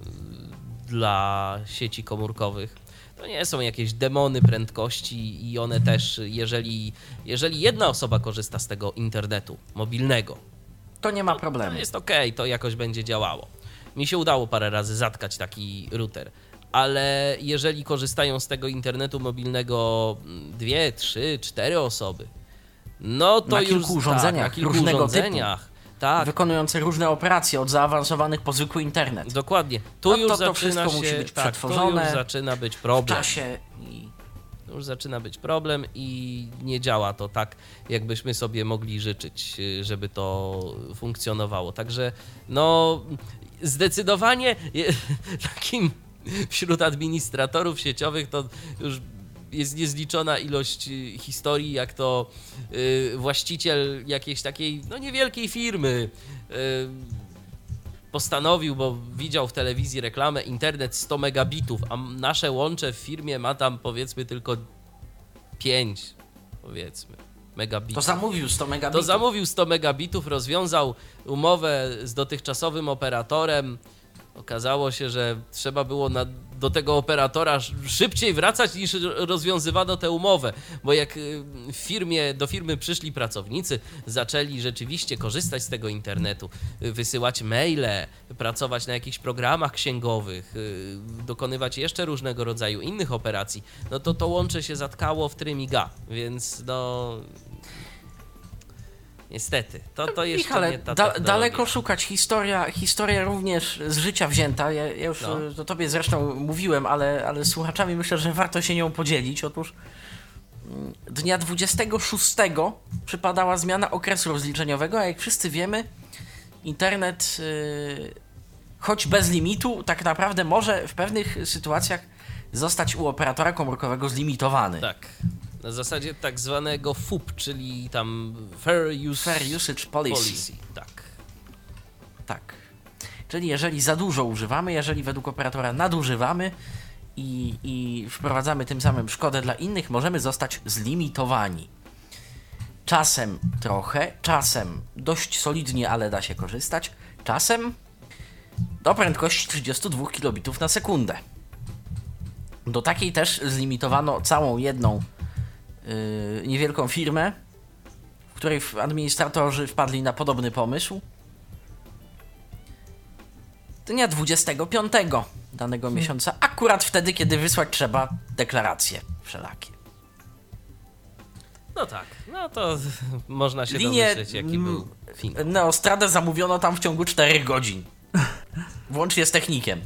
dla sieci komórkowych, to nie są jakieś demony prędkości i one też, jeżeli, jeżeli jedna osoba korzysta z tego internetu mobilnego, To nie ma problemu. to jest okej, to jakoś będzie działało. Mi się udało parę razy zatkać taki router. Ale jeżeli korzystają z tego internetu mobilnego dwie, trzy, cztery osoby, no to Na już kilku urządzeniach tak, na kilku różnego urządzeniach, tak, Wykonujące różne operacje, od zaawansowanych po zwykły internet. dokładnie. Tu No już to- to zaczyna wszystko się, musi być tak, przetworzone tu już zaczyna być W problem. czasie i... Tu już zaczyna być problem i nie działa to tak, jakbyśmy sobie mogli życzyć, żeby to funkcjonowało. Także no zdecydowanie je- takim wśród administratorów sieciowych to już jest niezliczona ilość y, historii, jak to y, właściciel jakiejś takiej no niewielkiej firmy y, postanowił, bo widział w telewizji reklamę internet sto megabitów, a nasze łącze w firmie ma tam powiedzmy tylko pięć, powiedzmy, megabitów. To zamówił sto megabitów. To zamówił sto megabitów, rozwiązał umowę z dotychczasowym operatorem. Okazało się, że trzeba było na, do tego operatora szybciej wracać niż rozwiązywano tę umowę, bo jak w firmie, do firmy przyszli pracownicy, zaczęli rzeczywiście korzystać z tego internetu, wysyłać maile, pracować na jakichś programach księgowych, dokonywać jeszcze różnego rodzaju innych operacji, no to to łącze się zatkało w trymiga, więc no... Niestety, to, to jeszcze Michale, nie ta da, technologia. daleko szukać. Historia, historia również z życia wzięta. Ja, ja już No. to tobie zresztą mówiłem, ale, ale z słuchaczami myślę, że warto się nią podzielić. Otóż mm, dnia dwudziestego szóstego przypadała zmiana okresu rozliczeniowego, a jak wszyscy wiemy, internet, yy, choć bez limitu, tak naprawdę może w pewnych sytuacjach zostać u operatora komórkowego zlimitowany. Tak. Na zasadzie tak zwanego F U P, czyli tam Fair, use... Fair Usage Policy. Policy. Tak. Tak. Czyli jeżeli za dużo używamy, jeżeli według operatora nadużywamy i, i wprowadzamy tym samym szkodę dla innych, możemy zostać zlimitowani. Czasem trochę, czasem dość solidnie, ale da się korzystać, czasem do prędkości trzydzieści dwa kilobitów na sekundę. Do takiej też zlimitowano całą jedną yy, niewielką firmę, w której administratorzy wpadli na podobny pomysł. Dnia dwudziestego piątego danego hmm. miesiąca, akurat wtedy, kiedy wysłać trzeba deklaracje wszelakie. No tak, no to można się Linię, domyśleć, jaki był film. Neostradę zamówiono tam w ciągu czterech godzin. Włącznie z technikiem.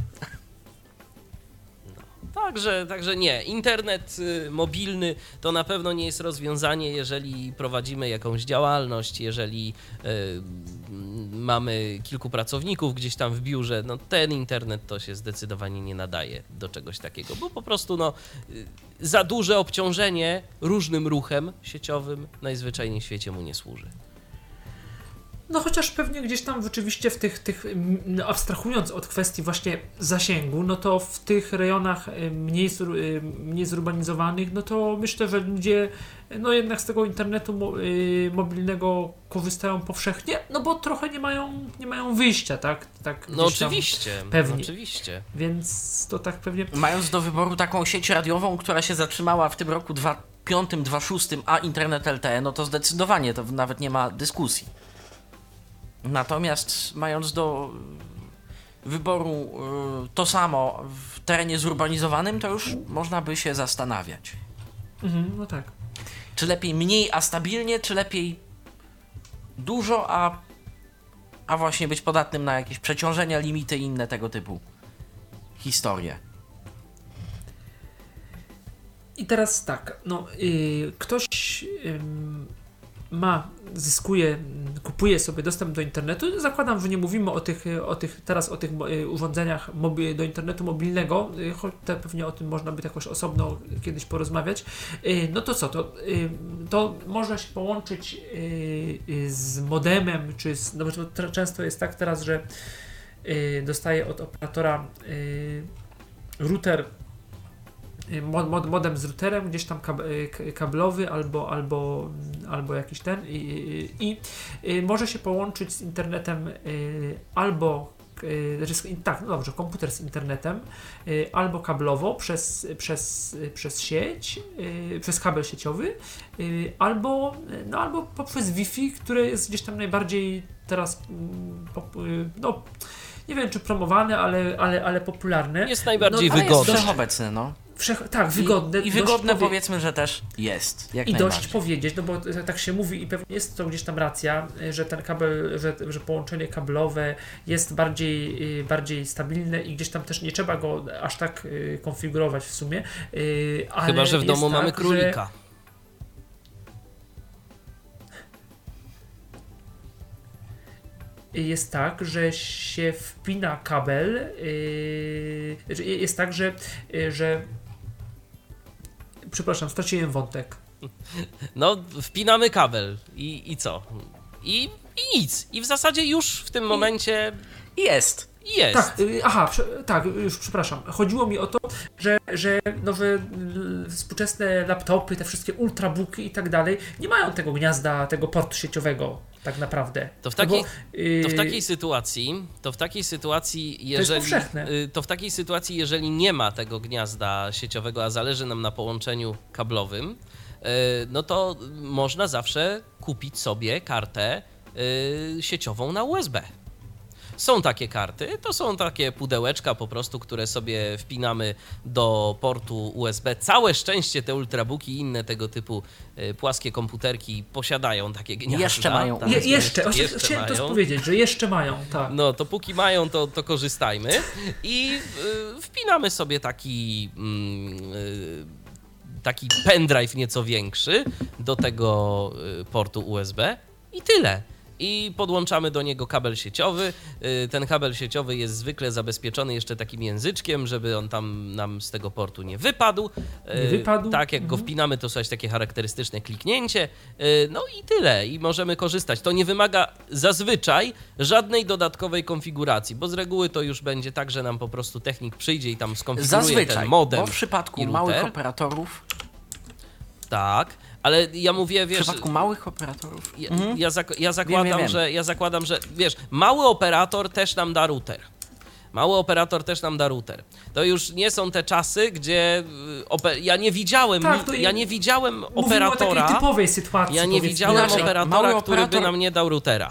Także, także nie, internet y, mobilny to na pewno nie jest rozwiązanie, jeżeli prowadzimy jakąś działalność, jeżeli y, mamy kilku pracowników gdzieś tam w biurze, no ten internet to się zdecydowanie nie nadaje do czegoś takiego, bo po prostu no, y, za duże obciążenie różnym ruchem sieciowym najzwyczajniej w świecie mu nie służy. No chociaż pewnie gdzieś tam rzeczywiście w tych, tych mm, abstrahując od kwestii właśnie zasięgu, no to w tych rejonach y, mniej, zur- y, mniej zurbanizowanych, no to myślę, że ludzie no jednak z tego internetu mo- y, mobilnego korzystają powszechnie, no bo trochę nie mają, nie mają wyjścia, tak? tak No gdzieś tam oczywiście, pewnie. oczywiście. Więc to tak pewnie... Mając do wyboru taką sieć radiową, która się zatrzymała w tym roku dwa tysiące piątym, dwa tysiące szóstym, a internet L T E, no to zdecydowanie to nawet nie ma dyskusji. Natomiast mając do wyboru y, to samo w terenie zurbanizowanym, to już można by się zastanawiać. Mhm, no tak. Czy lepiej mniej, a stabilnie, czy lepiej dużo, a, a właśnie być podatnym na jakieś przeciążenia, limity i inne tego typu historie. I teraz tak, no y, ktoś y, ma, zyskuje, kupuje sobie dostęp do internetu. Zakładam, że nie mówimy o tych, o tych teraz o tych y, urządzeniach mobi- do internetu mobilnego, y, choć te, pewnie o tym można by jakoś osobno kiedyś porozmawiać. Y, no to co, to, y, to można się połączyć y, y, z modemem, czy z, no bo to tr- często jest tak teraz, że y, dostaję od operatora y, router, Mod, mod, modem z routerem, gdzieś tam kab, kablowy albo, albo, albo jakiś ten i, i, i, i może się połączyć z internetem y, albo y, tak, no dobrze, komputer z internetem y, albo kablowo przez, przez, przez sieć, y, przez kabel sieciowy y, albo, no, albo poprzez Wi-Fi, które jest gdzieś tam najbardziej teraz mm, pop, y, no nie wiem czy promowane, ale, ale, ale popularne. Jest najbardziej no, wygodne. Jest wszechobecny, no. Wszech, tak, wygodne. I, i wygodne powie- powiedzmy, że też jest. Jak I dość najbardziej. powiedzieć, no bo tak się mówi i pewnie jest to gdzieś tam racja, że ten kabel, że, że połączenie kablowe jest bardziej, bardziej stabilne i gdzieś tam też nie trzeba go aż tak konfigurować w sumie. Ale Chyba że w domu jest mamy tak, królika. Że jest tak, że się wpina kabel, yy, jest tak, że, że przepraszam, straciłem wątek. No, wpinamy kabel i, i co? I, I nic. I w zasadzie już w tym momencie Jest. jest. Tak, y, aha, prze, tak, już przepraszam. Chodziło mi o to, że, że nowe y, współczesne laptopy, te wszystkie ultrabooki i tak dalej, nie mają tego gniazda, tego portu sieciowego tak naprawdę. To w takiej, No bo, y, to w takiej sytuacji, to w takiej sytuacji, jeżeli powszechne. y, to w takiej sytuacji, jeżeli nie ma tego gniazda sieciowego, a zależy nam na połączeniu kablowym, y, no to można zawsze kupić sobie kartę y, sieciową na U S B. Są takie karty, to są takie pudełeczka po prostu, które sobie wpinamy do portu U S B. Całe szczęście te ultrabooki i inne tego typu y, płaskie komputerki posiadają takie gniazda. Jeszcze mają. Tak, je, jeszcze, jeszcze, jeszcze chciałem mają. to powiedzieć, że jeszcze mają, tak. No to póki mają, to, to korzystajmy i y, wpinamy sobie taki mm, y, taki pendrive nieco większy do tego y, portu U S B i tyle. I podłączamy do niego kabel sieciowy. Ten kabel sieciowy jest zwykle zabezpieczony jeszcze takim języczkiem, żeby on tam nam z tego portu nie wypadł. Nie wypadł. Tak, jak go wpinamy, to słychać takie charakterystyczne kliknięcie. No i tyle. I możemy korzystać. To nie wymaga zazwyczaj żadnej dodatkowej konfiguracji, bo z reguły to już będzie tak, że nam po prostu technik przyjdzie i tam skonfiguruje Zazwyczaj, ten modem. bo w przypadku i małych router. operatorów, Tak, ale ja mówię, w wiesz... przypadku małych operatorów, Ja, mhm. ja, zak- ja, zakładam, Wiem, wiem, wiem. Że, ja zakładam, że wiesz, mały operator też nam da router. Mały operator też nam da router. To już nie są te czasy, gdzie y, ope- ja nie widziałem, Tak, to ja i- nie widziałem Mówimy o operatora. takiej typowej sytuacji. Ja nie powiedzmy. widziałem Inaczej, operatora, mały który by operator- nam nie dał routera.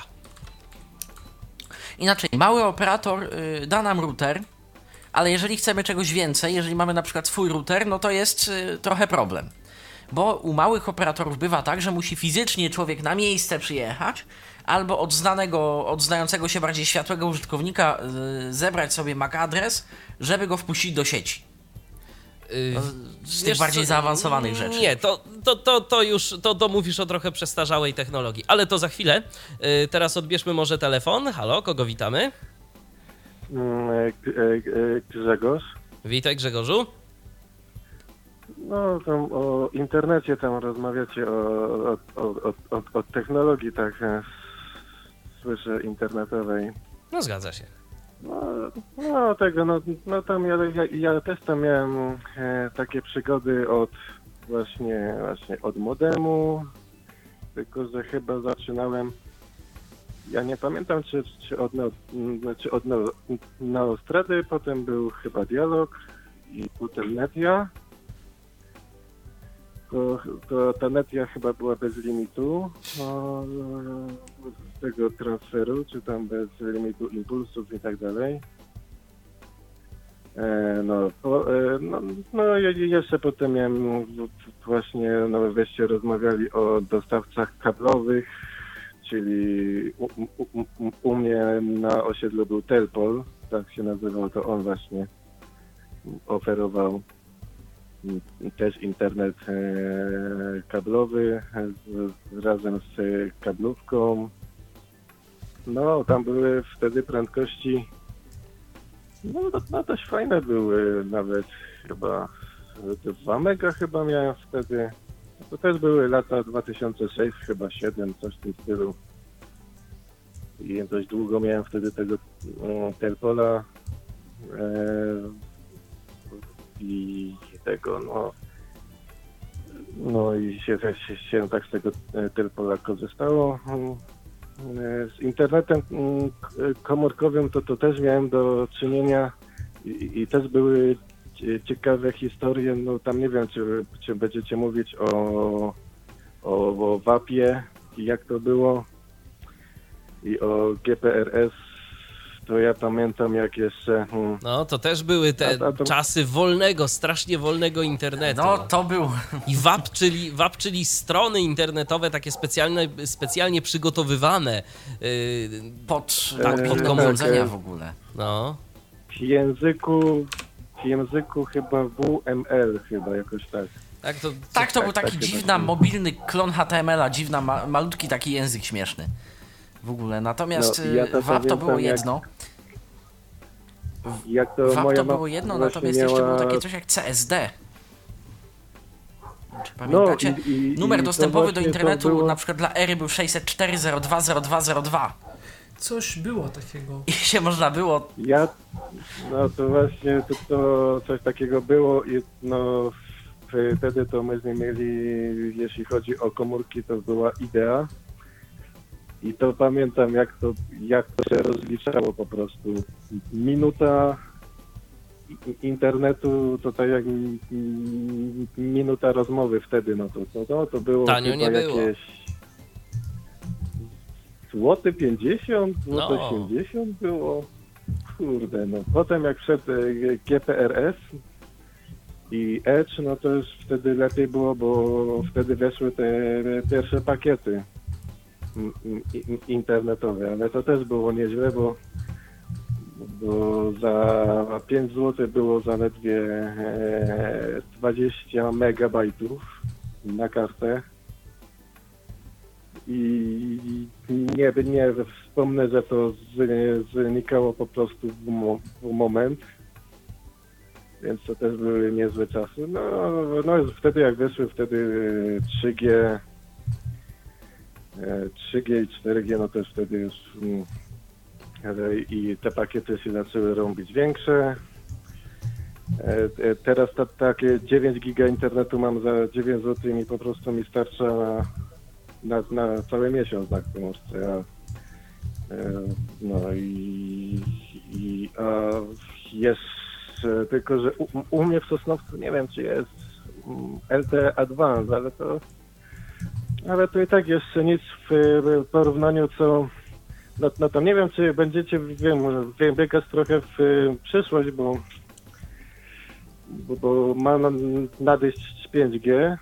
Inaczej, mały operator y, da nam router, ale jeżeli chcemy czegoś więcej, jeżeli mamy na przykład swój router, no to jest y, trochę problem. Bo u małych operatorów bywa tak, że musi fizycznie człowiek na miejsce przyjechać, albo od znanego, od znającego się bardziej światłego użytkownika y, zebrać sobie M A C adres, żeby go wpuścić do sieci. Y, Z wiesz tych bardziej co, zaawansowanych rzeczy. Nie, to, to, to, to już to, to mówisz o trochę przestarzałej technologii, ale to za chwilę. Y, teraz odbierzmy może telefon. Halo, kogo witamy? Mm, e, G- e, e, Grzegorz. Witaj, Grzegorzu. No, tam o internecie tam rozmawiacie o, o, o, o, o, o technologii, tak. e, słyszę, internetowej. No zgadza się. No, no tego, no, no tam ja, ja, ja też tam miałem e, takie przygody od właśnie, właśnie od modemu, tylko że chyba zaczynałem, ja nie pamiętam czy, czy od, neo, czy od neo, Neostrady, potem był chyba Dialog i potem Netia. To, to ta Netia chyba była bez limitu no, z tego transferu, czy tam bez limitu impulsów i tak dalej. E, no, po, e, no, no ja jeszcze potem miałem właśnie, no weźcie rozmawiali o dostawcach kablowych, czyli u, u, u, u mnie na osiedlu był Telpol, tak się nazywał, to on właśnie oferował też internet e, kablowy z, razem z kablówką. No, tam były wtedy prędkości, no, no dość fajne były, nawet chyba dwa mega chyba miałem wtedy. To też były lata dwa tysiące szósty, chyba siedem, coś w tym stylu. I dość długo miałem wtedy tego e, Telpola. E, I tego, no, no i się, się, się tak z tego Telpola korzystało. Z internetem komórkowym to, to też miałem do czynienia i, i też były ciekawe historie, no tam nie wiem, czy, czy będziecie mówić o, o, o wapie i jak to było i o G P R S. To ja pamiętam jak jeszcze... Hmm. No, to też były te a, a to... czasy wolnego, strasznie wolnego internetu. No, to był... I W A P, czyli, W A P, czyli strony internetowe takie specjalne, specjalnie przygotowywane yy, pod, tak, pod komórdzenia tak, w ogóle. No. W języku, w języku chyba W M L chyba jakoś tak. Tak, to, tak, to tak, był taki tak, dziwny, mobilny klon H T M L a, dziwna, ma, malutki taki język śmieszny. W ogóle, natomiast no, ja W A P to było jedno. Jak, jak to W A P moja to było jedno, natomiast miała... jeszcze było takie coś jak C S D. Czy pamiętacie? No, i, i, Numer i dostępowy do internetu było... na przykład dla Ery był sześćset cztery zero dwa zero dwa zero dwa. Coś było takiego. I się można było... Ja, no to właśnie to, to coś takiego było i no wtedy to myśmy mieli, jeśli chodzi o komórki, to była Idea. I to pamiętam, jak to, jak to się rozliczało po prostu. Minuta internetu to tak jak minuta rozmowy wtedy, no to, to, to, to było tanio chyba nie było. Jakieś złoty pięćdziesiąt, złoty no. osiemdziesiąt było. Kurde, no. Potem jak wszedł G P R S i Edge, no to już wtedy lepiej było, bo wtedy weszły te pierwsze pakiety internetowe, ale to też było nieźle, bo, bo za pięć złotych było zaledwie dwadzieścia megabajtów na kartę i nie, nie wspomnę, że to znikało po prostu w, mo, w moment, więc to też były niezłe czasy. No, no wtedy jak wyszły wtedy trzy G trzy G i cztery G, no też wtedy już i te pakiety się zaczęły robić większe. Teraz ta, takie dziewięć giga internetu mam za dziewięć złotych i po prostu mi starcza na, na, na cały miesiąc na komórce. A, no i, i a jeszcze tylko, że u, u mnie w Sosnowcu nie wiem, czy jest L T E Advanced, ale to ale to i tak jeszcze nic w porównaniu co... No, no to nie wiem, czy będziecie, wiem, biegać trochę w przyszłość, bo, bo, bo ma nadejść pięć G.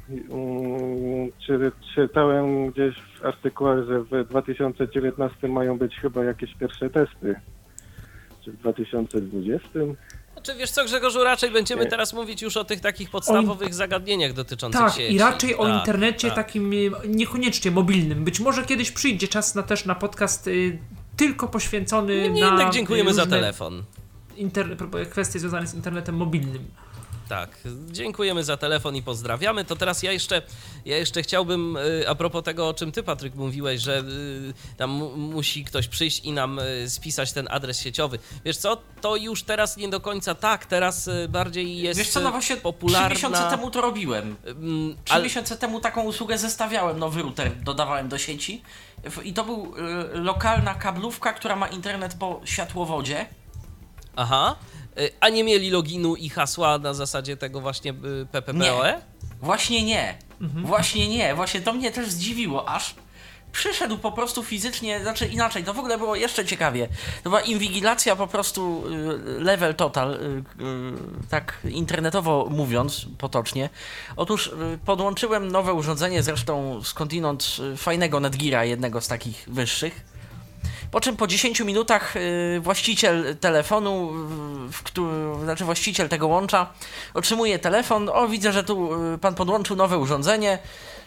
Czy, czytałem gdzieś w artykułach, że w dwa tysiące dziewiętnastym mają być chyba jakieś pierwsze testy. Czy w dwa tysiące dwudziestym? Znaczy, wiesz co, Grzegorzu, raczej będziemy teraz mówić już o tych takich podstawowych o... zagadnieniach dotyczących tak, sieci. i raczej o tak, internecie tak. takim niekoniecznie mobilnym. Być może kiedyś przyjdzie czas na też na podcast y, tylko poświęcony nie, nie, na... jednak dziękujemy za telefon. Inter... kwestie związane z internetem mobilnym. Tak, dziękujemy za telefon i pozdrawiamy. To teraz ja jeszcze, ja jeszcze chciałbym, a propos tego, o czym ty, Patryk, mówiłeś, że tam musi ktoś przyjść i nam spisać ten adres sieciowy. Wiesz co, to już teraz nie do końca tak, teraz bardziej jest Wiesz co, no właśnie popularna... trzy miesiące temu to robiłem. Trzy ale... miesiące temu taką usługę zestawiałem, nowy router dodawałem do sieci i to był y, lokalna kablówka, która ma internet po światłowodzie. Aha. A nie mieli loginu i hasła na zasadzie tego właśnie P P P O E? Nie. Właśnie nie. Mhm. Właśnie nie. Właśnie to mnie też zdziwiło, aż przyszedł po prostu fizycznie, znaczy inaczej, to w ogóle było jeszcze ciekawie. To była inwigilacja po prostu level total, tak internetowo mówiąc, potocznie. Otóż podłączyłem nowe urządzenie, zresztą skądinąd fajnego Netgeara, jednego z takich wyższych. Po czym po dziesięciu minutach właściciel telefonu, w którym, znaczy właściciel tego łącza, otrzymuje telefon. O, widzę, że tu pan podłączył nowe urządzenie.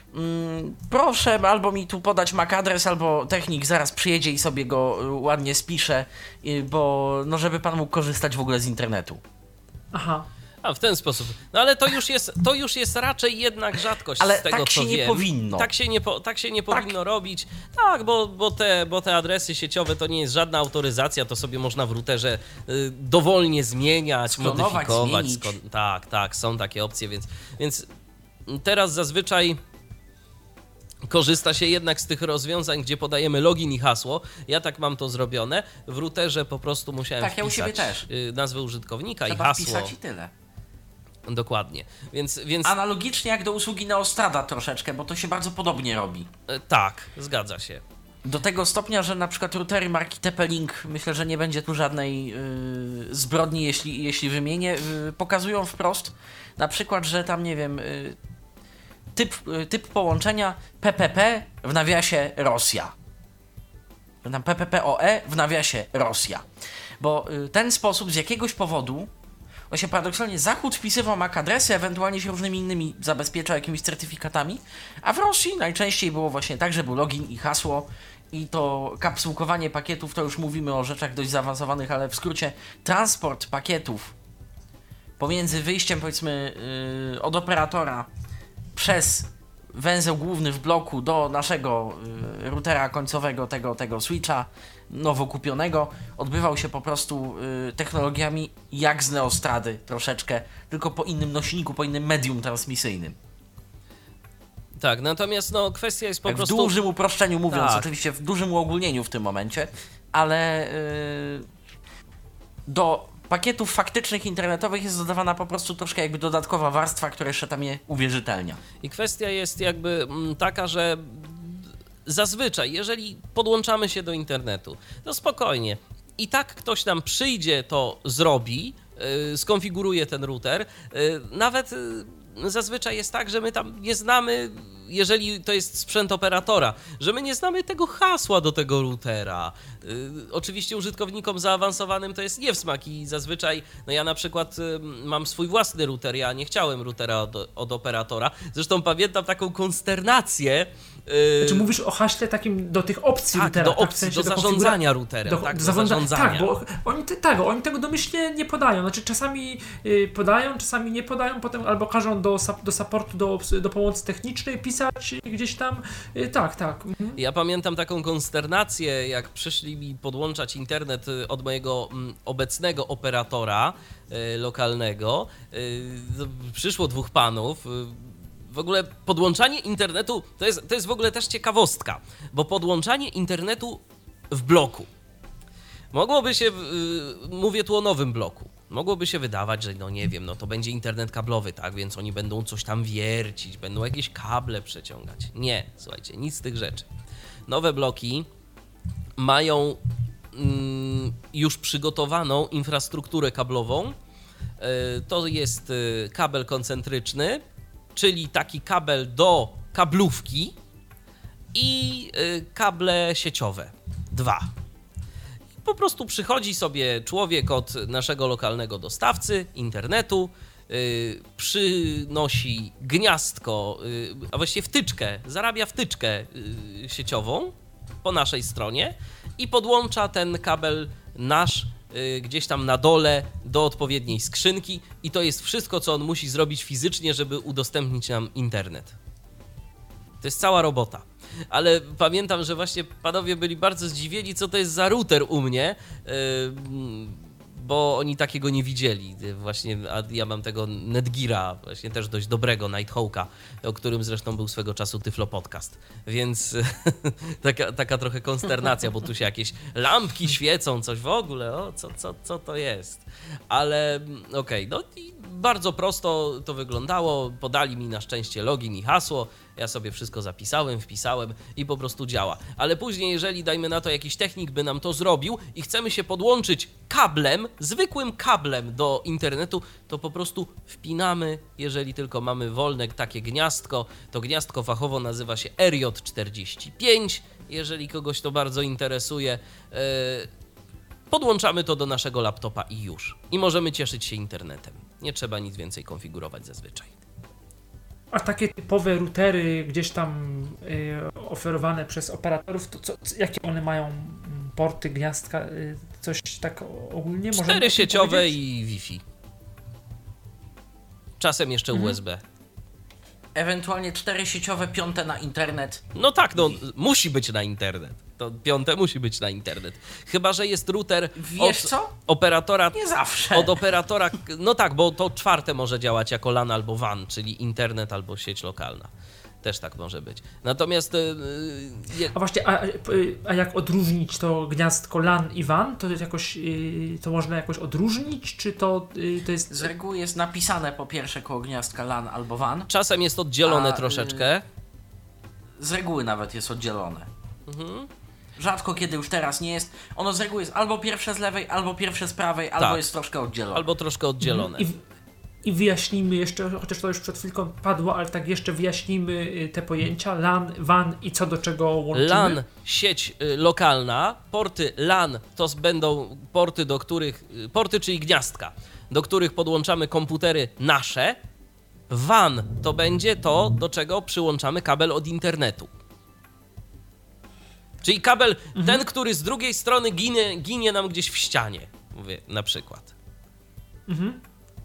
Proszę albo mi tu podać M A C adres, albo technik zaraz przyjedzie i sobie go ładnie spisze, bo no żeby pan mógł korzystać w ogóle z internetu. Aha. A, w ten sposób. No ale to już jest, to już jest raczej jednak rzadkość ale z tego, tak co się wiem. nie powinno. Tak się nie, po, tak się nie tak. powinno robić. Tak, bo, bo, te, bo te adresy sieciowe to nie jest żadna autoryzacja, to sobie można w routerze y, dowolnie zmieniać, sklonować, modyfikować. zmienić. Skon- tak, tak, są takie opcje, więc, więc teraz zazwyczaj korzysta się jednak z tych rozwiązań, gdzie podajemy login i hasło. Ja tak mam to zrobione. W routerze po prostu musiałem tak, ja u siebie wpisać też. nazwę użytkownika Trzeba i hasło. wpisać i tyle. Dokładnie. Więc, więc... Analogicznie jak do usługi Neostrada troszeczkę, bo to się bardzo podobnie robi. Tak, zgadza się. Do tego stopnia, że na przykład routery marki T P-Link, myślę, że nie będzie tu żadnej yy, zbrodni, jeśli, jeśli wymienię, yy, pokazują wprost na przykład, że tam, nie wiem, yy, typ, yy, typ połączenia P P P w nawiasie Rosja. Tam P P P O E w nawiasie Rosja. Bo yy, ten sposób z jakiegoś powodu, właśnie paradoksalnie Zachód wpisywał M A C adresy, ewentualnie się różnymi innymi zabezpieczał jakimiś certyfikatami, a w Rosji najczęściej było właśnie tak, że był login i hasło i to kapsułkowanie pakietów, to już mówimy o rzeczach dość zaawansowanych, ale w skrócie transport pakietów pomiędzy wyjściem, powiedzmy, yy, od operatora przez węzeł główny w bloku do naszego yy, routera końcowego, tego, tego switcha nowo kupionego, odbywał się po prostu yy, technologiami jak z Neostrady troszeczkę, tylko po innym nośniku, po innym medium transmisyjnym. Tak, natomiast no kwestia jest po tak prostu... w dużym uproszczeniu mówiąc, tak. Oczywiście w dużym uogólnieniu w tym momencie, ale yy, do pakietów faktycznych internetowych jest dodawana po prostu troszkę jakby dodatkowa warstwa, która jeszcze tam je uwierzytelnia. I kwestia jest jakby taka, że zazwyczaj, jeżeli podłączamy się do internetu, to spokojnie. I tak ktoś nam przyjdzie, to zrobi, yy, skonfiguruje ten router. Yy, nawet yy, zazwyczaj jest tak, że my tam nie znamy, jeżeli to jest sprzęt operatora, że my nie znamy tego hasła do tego routera. Yy, oczywiście użytkownikom zaawansowanym to jest nie w smak i zazwyczaj, no ja na przykład yy, mam swój własny router, ja nie chciałem routera od, od operatora. Zresztą pamiętam taką konsternację. Yy, znaczy mówisz o haśle takim do tych opcji tak, routera, do tak? opcji, W sensie do, do zarządzania routerem, do, tak, do, do zarządza- zarządzania. Tak, bo oni, te, tak, oni tego domyślnie nie podają, znaczy czasami yy, podają, czasami nie podają, potem albo każą do, do supportu, do, do pomocy technicznej pisać gdzieś tam, yy, tak, tak. Mhm. Ja pamiętam taką konsternację, jak przyszli mi podłączać internet od mojego mm, obecnego operatora y, lokalnego. Y, przyszło dwóch panów. Y, w ogóle podłączanie internetu to jest, to jest w ogóle też ciekawostka, bo podłączanie internetu w bloku. Mogłoby się, y, mówię tu o nowym bloku, mogłoby się wydawać, że no nie wiem, no to będzie internet kablowy, tak, więc oni będą coś tam wiercić, będą jakieś kable przeciągać. Nie, słuchajcie, nic z tych rzeczy. Nowe bloki mają mm, już przygotowaną infrastrukturę kablową. Y, to jest y, kabel koncentryczny, czyli taki kabel do kablówki i y, kable sieciowe. Dwa. Po prostu przychodzi sobie człowiek od naszego lokalnego dostawcy internetu, yy, przynosi gniazdko, yy, a właściwie wtyczkę, zarabia wtyczkę yy, sieciową po naszej stronie i podłącza ten kabel nasz y, gdzieś tam na dole do odpowiedniej skrzynki i to jest wszystko, co on musi zrobić fizycznie, żeby udostępnić nam internet. To jest cała robota. Ale pamiętam, że właśnie panowie byli bardzo zdziwieni, co to jest za router u mnie, yy, bo oni takiego nie widzieli. Właśnie, a ja mam tego Netgeara, właśnie też dość dobrego, Nighthawka, o którym zresztą był swego czasu Tyflo Podcast. Więc taka, taka trochę konsternacja, bo tu się jakieś lampki świecą, coś w ogóle, o, co, co, co to jest? Ale okej, okay, no i bardzo prosto to wyglądało, podali mi na szczęście login i hasło, ja sobie wszystko zapisałem, wpisałem i po prostu działa. Ale później, jeżeli dajmy na to jakiś technik by nam to zrobił i chcemy się podłączyć kablem, zwykłym kablem do internetu, to po prostu wpinamy, jeżeli tylko mamy wolne takie gniazdko, to gniazdko fachowo nazywa się R J czterdzieści pięć, jeżeli kogoś to bardzo interesuje, yy, podłączamy to do naszego laptopa i już. I możemy cieszyć się internetem. Nie trzeba nic więcej konfigurować zazwyczaj. A takie typowe routery gdzieś tam y, oferowane przez operatorów, to co, jakie one mają porty, gniazdka, y, coś tak ogólnie? Cztery sieciowe i Wi-Fi. Czasem jeszcze mhm. U S B. Ewentualnie cztery sieciowe, piąte na internet. No tak, no musi być na internet. To piąte musi być na internet. Chyba że jest router Wiesz od co? operatora. Nie zawsze. Od operatora. No tak, bo to czwarte może działać jako LAN albo W A N, czyli internet albo sieć lokalna. Też tak może być. Natomiast... Yy, je... A właśnie, a, a jak odróżnić to gniazdko LAN i W A N? To jest jakoś, yy, to można jakoś odróżnić, czy to, yy, to jest... Z reguły jest napisane po pierwsze koło gniazdka LAN albo W A N. Czasem jest oddzielone a, troszeczkę. Yy, z reguły nawet jest oddzielone. Mhm. Rzadko kiedy już teraz nie jest. Ono z reguły jest albo pierwsze z lewej, albo pierwsze z prawej, albo tak. jest troszkę oddzielone. Albo troszkę oddzielone. I, I wyjaśnijmy jeszcze, chociaż to już przed chwilką padło, ale tak jeszcze wyjaśnijmy te pojęcia LAN, W A N i co do czego łączymy. LAN, sieć y, lokalna, porty LAN to będą porty, do których, y, porty czyli gniazdka, do których podłączamy komputery nasze. W A N to będzie to, do czego przyłączamy kabel od internetu. Czyli kabel, mhm. ten, który z drugiej strony ginie, ginie nam gdzieś w ścianie, mówię na przykład. Mhm.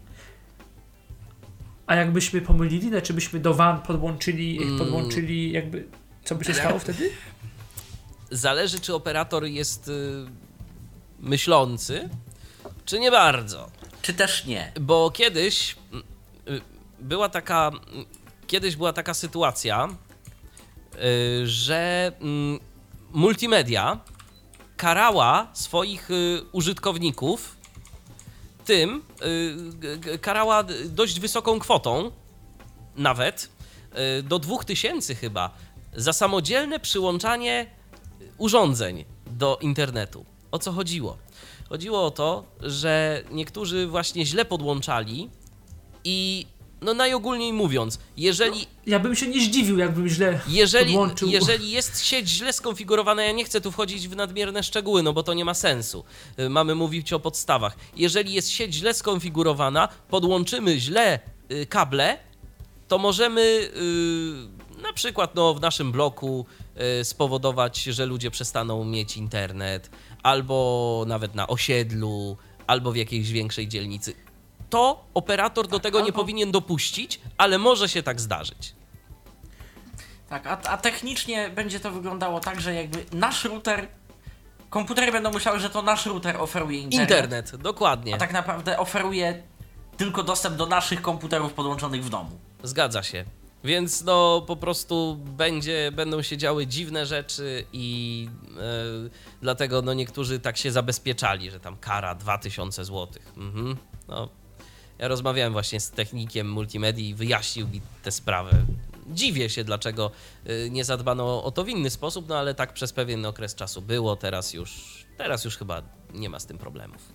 A jakbyśmy pomylili, znaczy byśmy do W A N podłączyli, mm. podłączyli jakby, co by się stało wtedy? Zależy, czy operator jest y, myślący, czy nie bardzo. Czy też nie. Bo kiedyś y, była taka, y, kiedyś była taka sytuacja, y, że y, Multimedia karała swoich y, użytkowników tym, y, karała dość wysoką kwotą, nawet y, do dwóch tysięcy chyba, za samodzielne przyłączanie urządzeń do internetu. O co chodziło? Chodziło o to, że niektórzy właśnie źle podłączali i no najogólniej mówiąc, jeżeli... No, ja bym się nie zdziwił, jakbym źle jeżeli, podłączył. Jeżeli jest sieć źle skonfigurowana, ja nie chcę tu wchodzić w nadmierne szczegóły, no bo to nie ma sensu. Mamy mówić o podstawach. Jeżeli jest sieć źle skonfigurowana, podłączymy źle y, kable, to możemy y, na przykład no, w naszym bloku y, spowodować, że ludzie przestaną mieć internet, albo nawet na osiedlu, albo w jakiejś większej dzielnicy. To operator do tak, tego albo... nie powinien dopuścić, ale może się tak zdarzyć. Tak, a, a technicznie będzie to wyglądało tak, że jakby nasz router, komputery będą myślały, że to nasz router oferuje internet. Internet, dokładnie. A tak naprawdę oferuje tylko dostęp do naszych komputerów podłączonych w domu. Zgadza się. Więc no po prostu będzie, będą się działy dziwne rzeczy i yy, dlatego no niektórzy tak się zabezpieczali, że tam kara dwa tysiące złotych. Mhm. No, ja rozmawiałem właśnie z technikiem multimedii i wyjaśnił mi tę sprawę. Dziwię się, dlaczego yy, nie zadbano o to w inny sposób, no ale tak przez pewien okres czasu było, teraz już, teraz już chyba nie ma z tym problemów.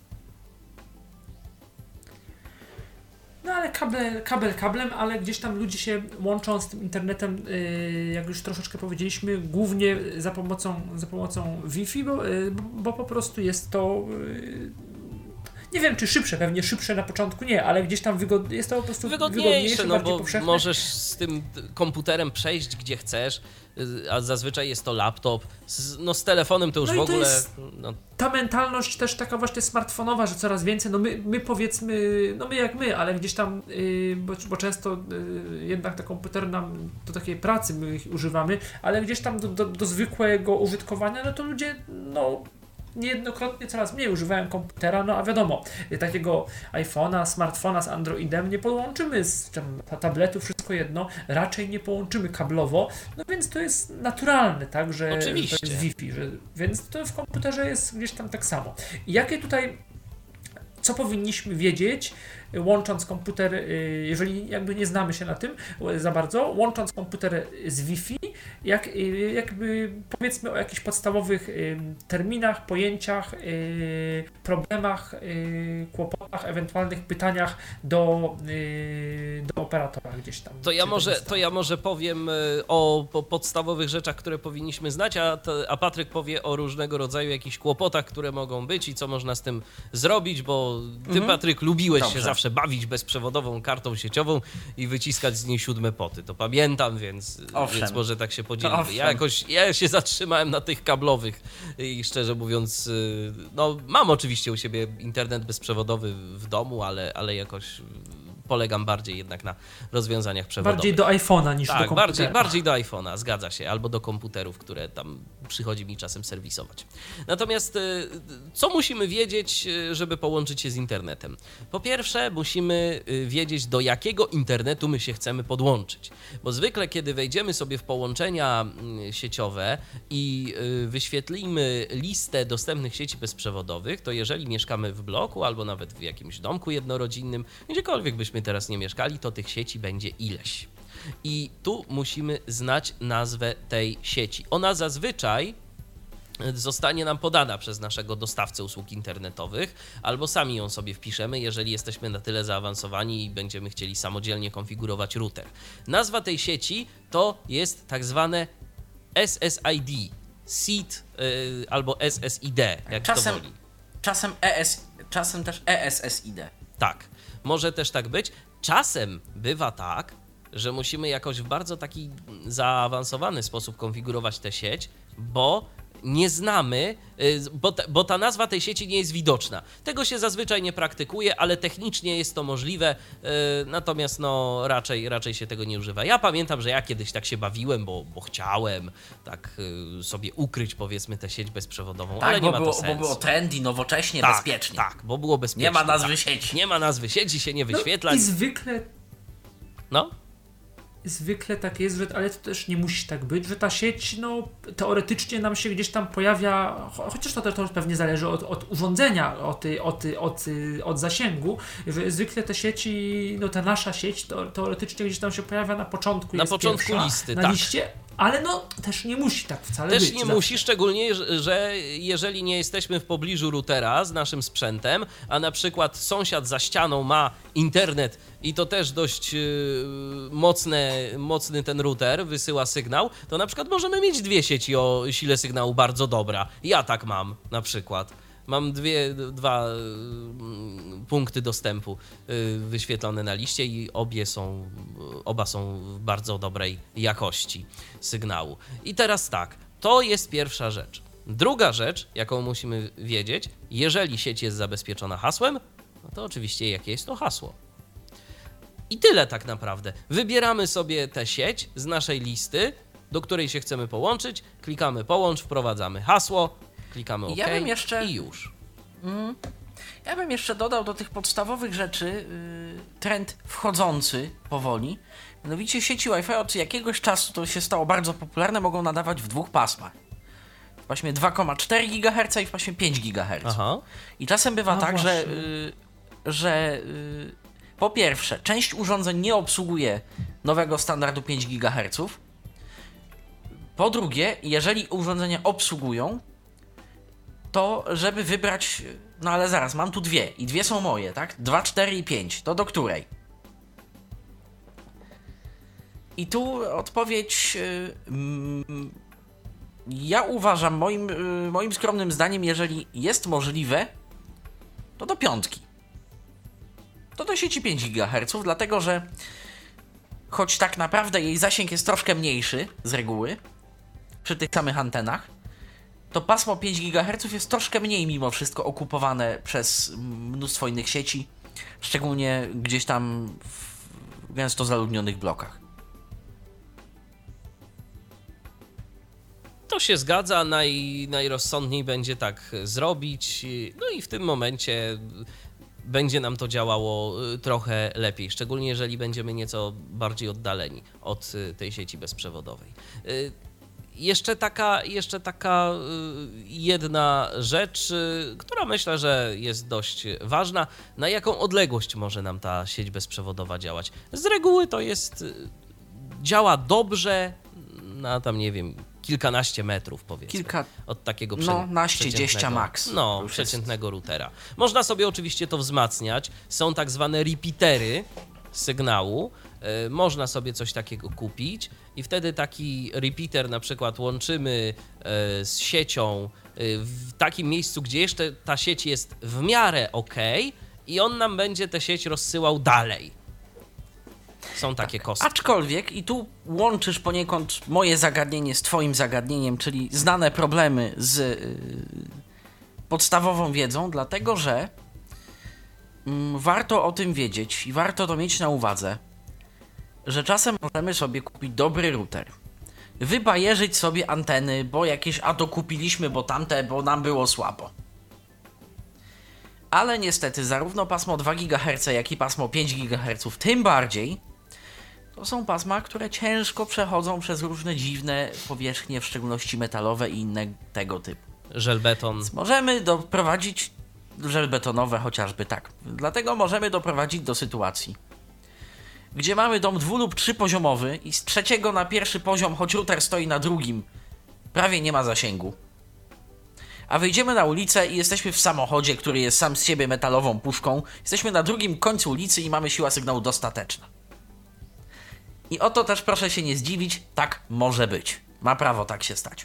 No ale kabel, kabel kablem, ale gdzieś tam ludzie się łączą z tym internetem, yy, jak już troszeczkę powiedzieliśmy, głównie za pomocą, za pomocą Wi-Fi, bo, yy, bo po prostu jest to yy, nie wiem czy szybsze, pewnie szybsze na początku nie, ale gdzieś tam wygod... jest to po prostu wygodniejsze, wygodniejsze, no bardziej bo powszechne. możesz z tym komputerem przejść gdzie chcesz, a zazwyczaj jest to laptop, z, no z telefonem to już No w i to ogóle... jest- No, Ta mentalność też taka właśnie smartfonowa, że coraz więcej, no my, my powiedzmy, no my jak my, ale gdzieś tam, yy, bo, bo często yy, jednak te komputery nam do takiej pracy my ich używamy, ale gdzieś tam do, do, do zwykłego użytkowania, no to ludzie, no niejednokrotnie coraz mniej używają komputera, no a wiadomo, takiego iPhone'a, smartfona z Androidem nie połączymy z czym, tabletu, wszystko jedno, raczej nie połączymy kablowo, no więc to jest naturalne, tak, że, że to Oczywiście. jest Wi-Fi, że, więc to w komputerze jest gdzieś tam tak samo. I jakie tutaj, co powinniśmy wiedzieć, łącząc komputer, y, jeżeli jakby nie znamy się na tym y, za bardzo, łącząc komputer z Wi-Fi, jak, y, jakby powiedzmy o jakichś podstawowych y, terminach, pojęciach, y, problemach, y, kłopotach, ewentualnych pytaniach do, y, do operatora gdzieś tam. To ja, czy może, do to ja może powiem y, o, o podstawowych rzeczach, które powinniśmy znać, a, to, a Patryk powie o różnego rodzaju jakichś kłopotach, które mogą być i co można z tym zrobić, bo ty, Mhm. Patryk, lubiłeś Dobrze. się zawsze bawić bezprzewodową kartą sieciową i wyciskać z niej siódme poty. To pamiętam, więc, Owszem. więc może tak się podzielimy. Owszem. Ja jakoś ja się zatrzymałem na tych kablowych i szczerze mówiąc, y, no mam oczywiście u siebie internet bezprzewodowy w domu, ale, ale jakoś polegam bardziej jednak na rozwiązaniach przewodowych. Bardziej do iPhone'a niż do Tak, komputera. bardziej, bardziej do iPhone'a, zgadza się, albo do komputerów, które tam przychodzi mi czasem serwisować. Natomiast y, co musimy wiedzieć, y, żeby połączyć się z internetem? Po pierwsze, musimy y, wiedzieć, do jakiego internetu my się chcemy podłączyć. Bo zwykle, kiedy wejdziemy sobie w połączenia y, sieciowe i y, wyświetlimy listę dostępnych sieci bezprzewodowych, to jeżeli mieszkamy w bloku albo nawet w jakimś domku jednorodzinnym, gdziekolwiek byśmy teraz nie mieszkali, to tych sieci będzie ileś. I tu musimy znać nazwę tej sieci. Ona zazwyczaj zostanie nam podana przez naszego dostawcę usług internetowych, albo sami ją sobie wpiszemy, jeżeli jesteśmy na tyle zaawansowani i będziemy chcieli samodzielnie konfigurować router. Nazwa tej sieci to jest tak zwane S S I D, S I D yy, albo S S I D, jak Czasem, to woli. czasem, E S, czasem też E S S I D. Tak, może też tak być. Czasem bywa tak, że musimy jakoś w bardzo taki zaawansowany sposób konfigurować tę sieć, bo nie znamy, bo ta, bo ta nazwa tej sieci nie jest widoczna. Tego się zazwyczaj nie praktykuje, ale technicznie jest to możliwe, natomiast no raczej, raczej się tego nie używa. Ja pamiętam, że ja kiedyś tak się bawiłem, bo, bo chciałem tak sobie ukryć, powiedzmy, tę sieć bezprzewodową, Tak, ale nie bo, ma było, to bo sensu. było trendy, nowocześnie, tak, bezpiecznie. Tak, bo było bezpiecznie. Nie ma nazwy tak. sieci. Nie ma nazwy sieci, się nie No, wyświetla. i zwykle No, Zwykle tak jest, że, ale to też nie musi tak być, że ta sieć, no, teoretycznie nam się gdzieś tam pojawia, cho- chociaż to, to pewnie zależy od, od urządzenia, od, od, od, od zasięgu, że zwykle te sieci, no ta nasza sieć to, teoretycznie gdzieś tam się pojawia na początku, Na jest początku pierwsza, listy, na tak. liście, ale no też nie musi tak wcale też być. nie zawsze. musi, szczególnie, że- że jeżeli nie jesteśmy w pobliżu routera z naszym sprzętem, a na przykład sąsiad za ścianą ma internet i to też dość yy, mocne, mocny ten router wysyła sygnał, to na przykład możemy mieć dwie sieci o sile sygnału bardzo dobra. Ja tak mam na przykład. Mam dwie, dwa y, punkty dostępu y, wyświetlone na liście i obie są, oba są w bardzo dobrej jakości sygnału. I teraz tak, to jest pierwsza rzecz. Druga rzecz, jaką musimy wiedzieć, jeżeli sieć jest zabezpieczona hasłem, no to oczywiście jakie jest to hasło. I tyle tak naprawdę. Wybieramy sobie tę sieć z naszej listy, do której się chcemy połączyć, klikamy połącz, wprowadzamy hasło, klikamy OK Ja bym jeszcze- i już. Ja bym jeszcze dodał do tych podstawowych rzeczy yy, trend wchodzący powoli. Mianowicie sieci Wi-Fi od jakiegoś czasu to się stało bardzo popularne, mogą nadawać w dwóch pasmach. W paśmie dwa przecinek cztery gigaherca i w paśmie pięć gigaherców. Aha. I czasem bywa No tak, że, właśnie. yy, że yy, po pierwsze, część urządzeń nie obsługuje nowego standardu pięć gigaherców. Po drugie, jeżeli urządzenia obsługują, to żeby wybrać, no ale zaraz, mam tu dwie i dwie są moje, tak? dwa, cztery i pięć, to do której? I tu odpowiedź, yy, mm, ja uważam, moim, yy, moim skromnym zdaniem, jeżeli jest możliwe, to do piątki. To do sieci pięć gigaherców, dlatego że choć tak naprawdę jej zasięg jest troszkę mniejszy z reguły przy tych samych antenach, to pasmo pięć gigaherców jest troszkę mniej mimo wszystko okupowane przez mnóstwo innych sieci, szczególnie gdzieś tam w gęsto zaludnionych blokach. To się zgadza, naj, najrozsądniej będzie tak zrobić, no i w tym momencie będzie nam to działało trochę lepiej, szczególnie jeżeli będziemy nieco bardziej oddaleni od tej sieci bezprzewodowej. Jeszcze taka, jeszcze taka jedna rzecz, która myślę, że jest dość ważna. Na jaką odległość może nam ta sieć bezprzewodowa działać? Z reguły to jest, działa dobrze na tam, nie wiem, kilkanaście metrów, powiedzmy. Kilka, od takiego prze, no, naście, dziesięć max. No, przeciętnego jest... routera. Można sobie oczywiście to wzmacniać. Są tak zwane repeatery sygnału. Yy, można sobie coś takiego kupić i wtedy taki repeater na przykład łączymy yy, z siecią yy, w takim miejscu, gdzie jeszcze ta sieć jest w miarę ok i on nam będzie tę sieć rozsyłał dalej. Są takie tak. kostki. Aczkolwiek i tu łączysz poniekąd moje zagadnienie z twoim zagadnieniem, czyli znane problemy z yy, podstawową wiedzą, dlatego że yy, warto o tym wiedzieć i warto to mieć na uwadze, że czasem możemy sobie kupić dobry router, wybajerzyć sobie anteny, bo jakieś a to kupiliśmy, bo tamte, bo nam było słabo. Ale niestety zarówno pasmo dwa gigaherce, jak i pasmo pięć gigaherców, tym bardziej, to są pasma, które ciężko przechodzą przez różne dziwne powierzchnie, w szczególności metalowe i inne tego typu. Żelbeton. Więc możemy doprowadzić, żelbetonowe chociażby, tak. Dlatego możemy doprowadzić do sytuacji, gdzie mamy dom dwu- lub trzypoziomowy i z trzeciego na pierwszy poziom, choć router stoi na drugim, prawie nie ma zasięgu. A wyjdziemy na ulicę i jesteśmy w samochodzie, który jest sam z siebie metalową puszką. Jesteśmy na drugim końcu ulicy i mamy siła sygnału dostateczna. I o to też proszę się nie zdziwić, tak może być. Ma prawo tak się stać.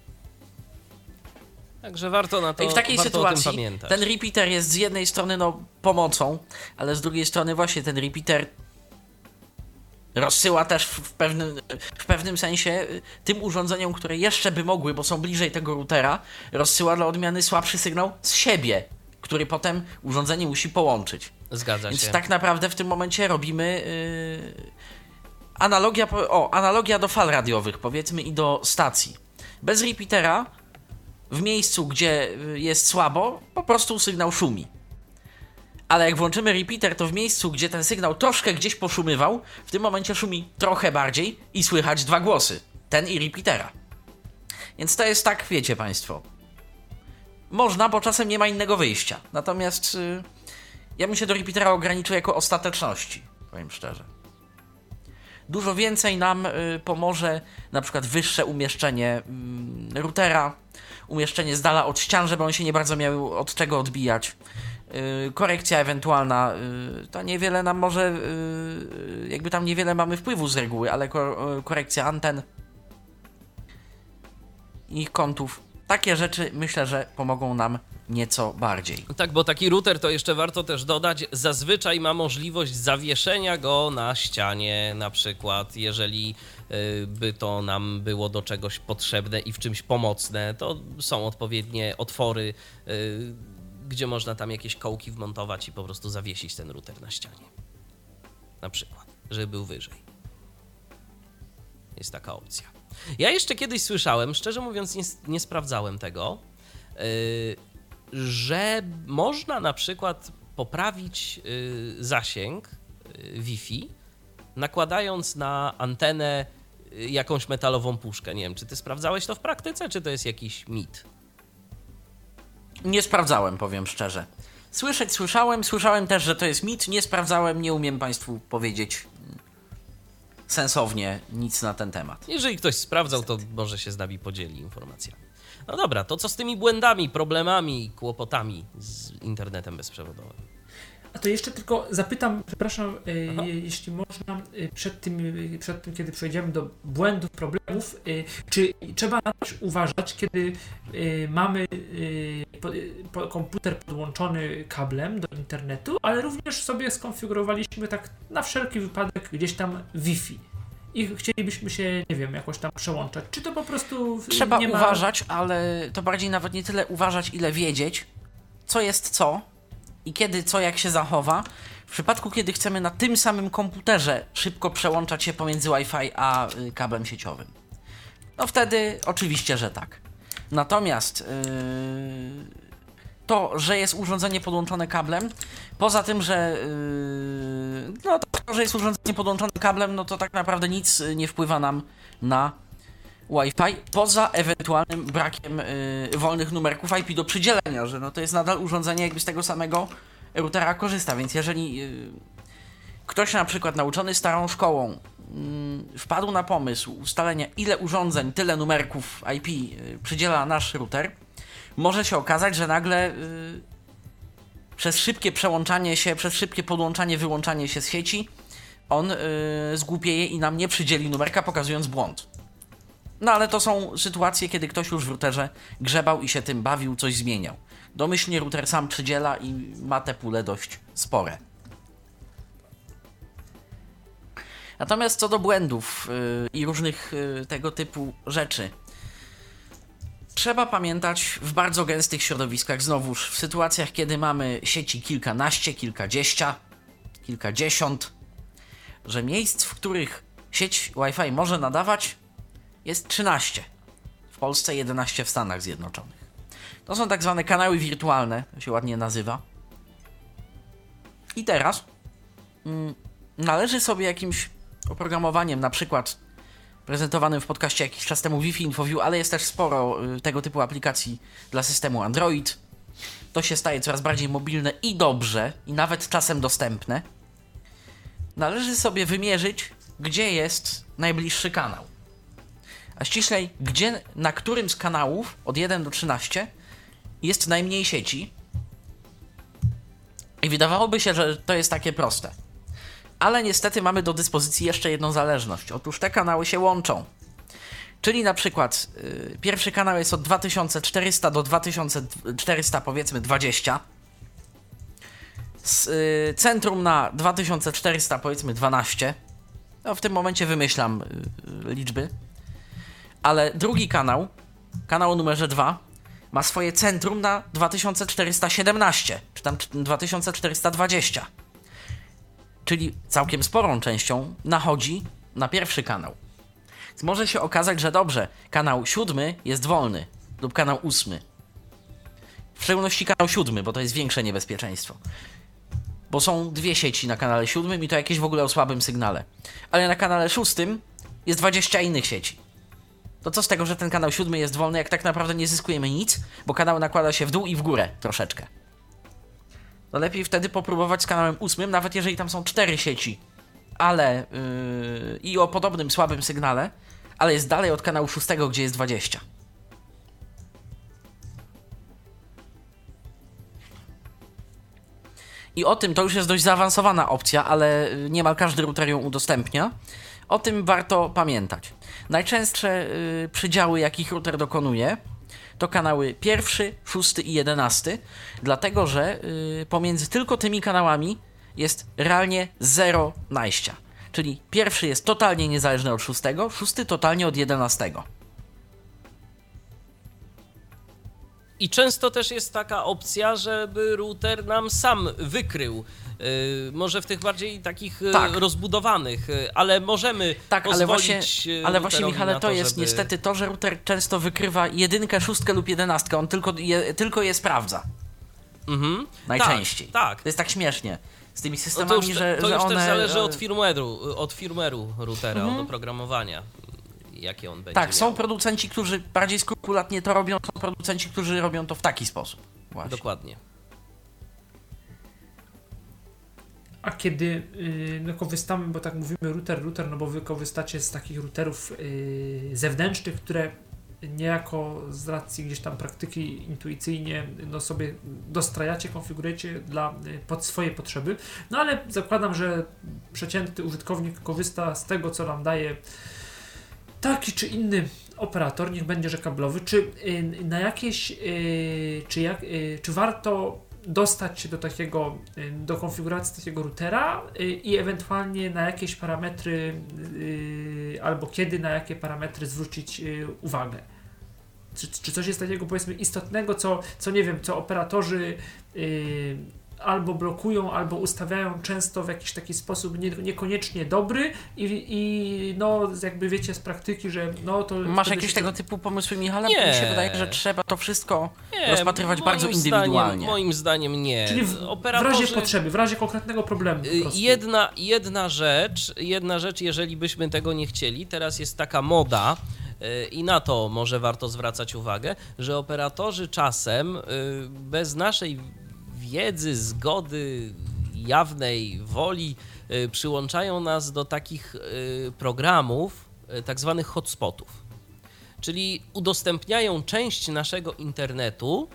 Także warto na to, I w takiej warto sytuacji o tym pamiętać. Ten repeater jest z jednej strony no pomocą, ale z drugiej strony właśnie ten repeater rozsyła też w pewnym, w pewnym sensie tym urządzeniom, które jeszcze by mogły, bo są bliżej tego routera, rozsyła dla odmiany słabszy sygnał z siebie, który potem urządzenie musi połączyć. Zgadza Więc się. tak naprawdę w tym momencie robimy yy, analogia, o, analogia do fal radiowych, powiedzmy, i do stacji. Bez repeatera w miejscu, gdzie jest słabo, po prostu sygnał szumi. Ale jak włączymy repeater, to w miejscu, gdzie ten sygnał troszkę gdzieś poszumywał, w tym momencie szumi trochę bardziej i słychać dwa głosy. Ten i repeatera. Więc to jest tak, wiecie państwo. Można, bo czasem nie ma innego wyjścia. Natomiast yy, ja bym się do repeatera ograniczył jako ostateczności, powiem szczerze. Dużo więcej nam y, pomoże na przykład wyższe umieszczenie y, routera, umieszczenie z dala od ścian, żeby on się nie bardzo miał od czego odbijać. Yy, korekcja ewentualna, yy, to niewiele nam może, yy, jakby tam niewiele mamy wpływu z reguły, ale ko- yy, korekcja anten, ich kątów, takie rzeczy myślę, że pomogą nam nieco bardziej. Tak, bo taki router, to jeszcze warto też dodać, zazwyczaj ma możliwość zawieszenia go na ścianie, na przykład, jeżeli yy, by to nam było do czegoś potrzebne i w czymś pomocne, to są odpowiednie otwory, yy, gdzie można tam jakieś kołki wmontować i po prostu zawiesić ten router na ścianie. Na przykład, żeby był wyżej. Jest taka opcja. Ja jeszcze kiedyś słyszałem, szczerze mówiąc nie, nie sprawdzałem tego, yy, że można na przykład poprawić yy, zasięg yy, Wi-Fi, nakładając na antenę yy, jakąś metalową puszkę. Nie wiem, czy ty sprawdzałeś to w praktyce, czy to jest jakiś mit? Nie sprawdzałem, powiem szczerze. Słyszeć słyszałem, słyszałem też, że to jest mit, nie sprawdzałem, nie umiem państwu powiedzieć sensownie nic na ten temat. Jeżeli ktoś sprawdzał, to może się z nami podzieli informacjami. No dobra, to co z tymi błędami, problemami, kłopotami z internetem bezprzewodowym? A to jeszcze tylko zapytam, przepraszam, y, jeśli można, y, przed tym, y, przed tym, kiedy przejdziemy do błędów, problemów, y, czy trzeba na coś uważać, kiedy y, mamy y, po, po, komputer podłączony kablem do internetu, ale również sobie skonfigurowaliśmy tak na wszelki wypadek gdzieś tam Wi-Fi i chcielibyśmy się, nie wiem, jakoś tam przełączać. Czy to po prostu y, Trzeba nie ma... uważać, ale to bardziej nawet nie tyle uważać, ile wiedzieć, co jest co i kiedy co jak się zachowa. W przypadku, kiedy chcemy na tym samym komputerze szybko przełączać się pomiędzy Wi-Fi a y, kablem sieciowym. No wtedy oczywiście, że tak. Natomiast yy, to, że jest urządzenie podłączone kablem, poza tym, że yy, no to, że jest urządzenie podłączone kablem, no to tak naprawdę nic nie wpływa nam na Wi-Fi, poza ewentualnym brakiem yy, wolnych numerków I P do przydzielenia, że no to jest nadal urządzenie, jakby z tego samego routera korzysta, więc jeżeli yy, ktoś na przykład nauczony starą szkołą yy, wpadł na pomysł ustalenia, ile urządzeń, tyle numerków I P yy, przydziela nasz router, może się okazać, że nagle yy, przez szybkie przełączanie się, przez szybkie podłączanie, wyłączanie się z sieci, on yy, zgłupieje i nam nie przydzieli numerka, pokazując błąd. No ale to są sytuacje, kiedy ktoś już w routerze grzebał i się tym bawił, coś zmieniał. Domyślnie router sam przydziela i ma te pule dość spore. Natomiast co do błędów yy, i różnych yy, tego typu rzeczy, trzeba pamiętać w bardzo gęstych środowiskach, znowuż w sytuacjach, kiedy mamy sieci kilkanaście, kilkadziesiąt, kilkadziesiąt, że miejsc, w których sieć Wi-Fi może nadawać, jest trzynaście. W Polsce jedenaście w Stanach Zjednoczonych. To są tak zwane kanały wirtualne, to się ładnie nazywa. I teraz mm, należy sobie jakimś oprogramowaniem, na przykład prezentowanym w podcaście jakiś czas temu Wi-Fi InfoView, ale jest też sporo y, tego typu aplikacji dla systemu Android. To się staje coraz bardziej mobilne i dobrze, i nawet czasem dostępne. Należy sobie wymierzyć, gdzie jest najbliższy kanał. A ściślej, gdzie, na którym z kanałów od jeden do trzynastu jest najmniej sieci. I wydawałoby się, że to jest takie proste. Ale niestety mamy do dyspozycji jeszcze jedną zależność. Otóż te kanały się łączą. Czyli na przykład yy, pierwszy kanał jest od dwa tysiące czterysta do dwa tysiące czterysta powiedzmy dwadzieścia. Z, yy, centrum na dwa tysiące czterysta powiedzmy dwanaście. No w tym momencie wymyślam yy, liczby. Ale drugi kanał, kanał o numerze dwa, ma swoje centrum na dwa tysiące czterysta siedemnaście, czy tam dwa tysiące czterysta dwadzieścia. Czyli całkiem sporą częścią nachodzi na pierwszy kanał. Więc może się okazać, że dobrze, kanał siódmy jest wolny lub kanał ósmy. W szczególności kanał siódmy, bo to jest większe niebezpieczeństwo. Bo są dwie sieci na kanale siódmym i to jakieś w ogóle o słabym sygnale. Ale na kanale szóstym jest dwadzieścia innych sieci. To co z tego, że ten kanał siódmy jest wolny, jak tak naprawdę nie zyskujemy nic, bo kanał nakłada się w dół i w górę troszeczkę. No lepiej wtedy popróbować z kanałem ósmym, nawet jeżeli tam są cztery sieci, ale yy, i o podobnym słabym sygnale, ale jest dalej od kanału szóstego, gdzie jest dwadzieścia. I o tym, to już jest dość zaawansowana opcja, ale niemal każdy router ją udostępnia. O tym warto pamiętać. Najczęstsze yy, przydziały, jakich router dokonuje, to kanały pierwszy, szósty i jedenasty, dlatego że yy, pomiędzy tylko tymi kanałami jest realnie zero najścia. Czyli pierwszy jest totalnie niezależny od szóstego, szósty totalnie od jedenastego. I często też jest taka opcja, żeby router nam sam wykrył. Yy, może w tych bardziej takich tak. rozbudowanych, ale możemy tak, pozwolić ale właśnie, ale właśnie Michale, to, to jest żeby... niestety to, że router często wykrywa jedynkę, szóstkę lub jedenastkę, on tylko je, tylko je sprawdza. Mhm. Najczęściej. Tak, tak. To jest tak śmiesznie z tymi systemami, no to już, że, to że już one... też zależy od firmware'u, od firmware'u routera, Mhm. od oprogramowania, jakie on będzie Tak, miał. są producenci, którzy bardziej skrupulatnie to robią, są producenci, którzy robią to w taki sposób. Właśnie. Dokładnie. A kiedy yy, no korzystamy, bo tak mówimy router, router, no bo wy korzystacie z takich routerów yy, zewnętrznych, które niejako z racji gdzieś tam praktyki intuicyjnie no sobie dostrajacie, konfigurujecie dla, pod swoje potrzeby. No ale zakładam, że przeciętny użytkownik korzysta z tego, co nam daje taki czy inny operator, niech będzie, że kablowy. Czy na jakieś, czy, jak, czy warto dostać się do takiego, do konfiguracji takiego routera i ewentualnie na jakieś parametry albo kiedy na jakie parametry zwrócić uwagę? Czy, czy coś jest takiego, powiedzmy, istotnego, co, co nie wiem, co operatorzy yy, albo blokują, albo ustawiają często w jakiś taki sposób nie, niekoniecznie dobry i, i no jakby wiecie z praktyki, że no to... Masz jakieś się... tego typu pomysły, Michale? Nie. Mi się wydaje, że trzeba to wszystko nie, rozpatrywać bardzo zdaniem, indywidualnie. Moim zdaniem nie. Czyli w, Operatorzy... w razie potrzeby, w razie konkretnego problemu. Po prostu. Jedna, jedna rzecz, jedna rzecz, jeżeli byśmy tego nie chcieli, teraz jest taka moda, i na to może warto zwracać uwagę, że operatorzy czasem bez naszej wiedzy, zgody, jawnej woli przyłączają nas do takich programów, tak zwanych hotspotów. Czyli udostępniają część naszego internetu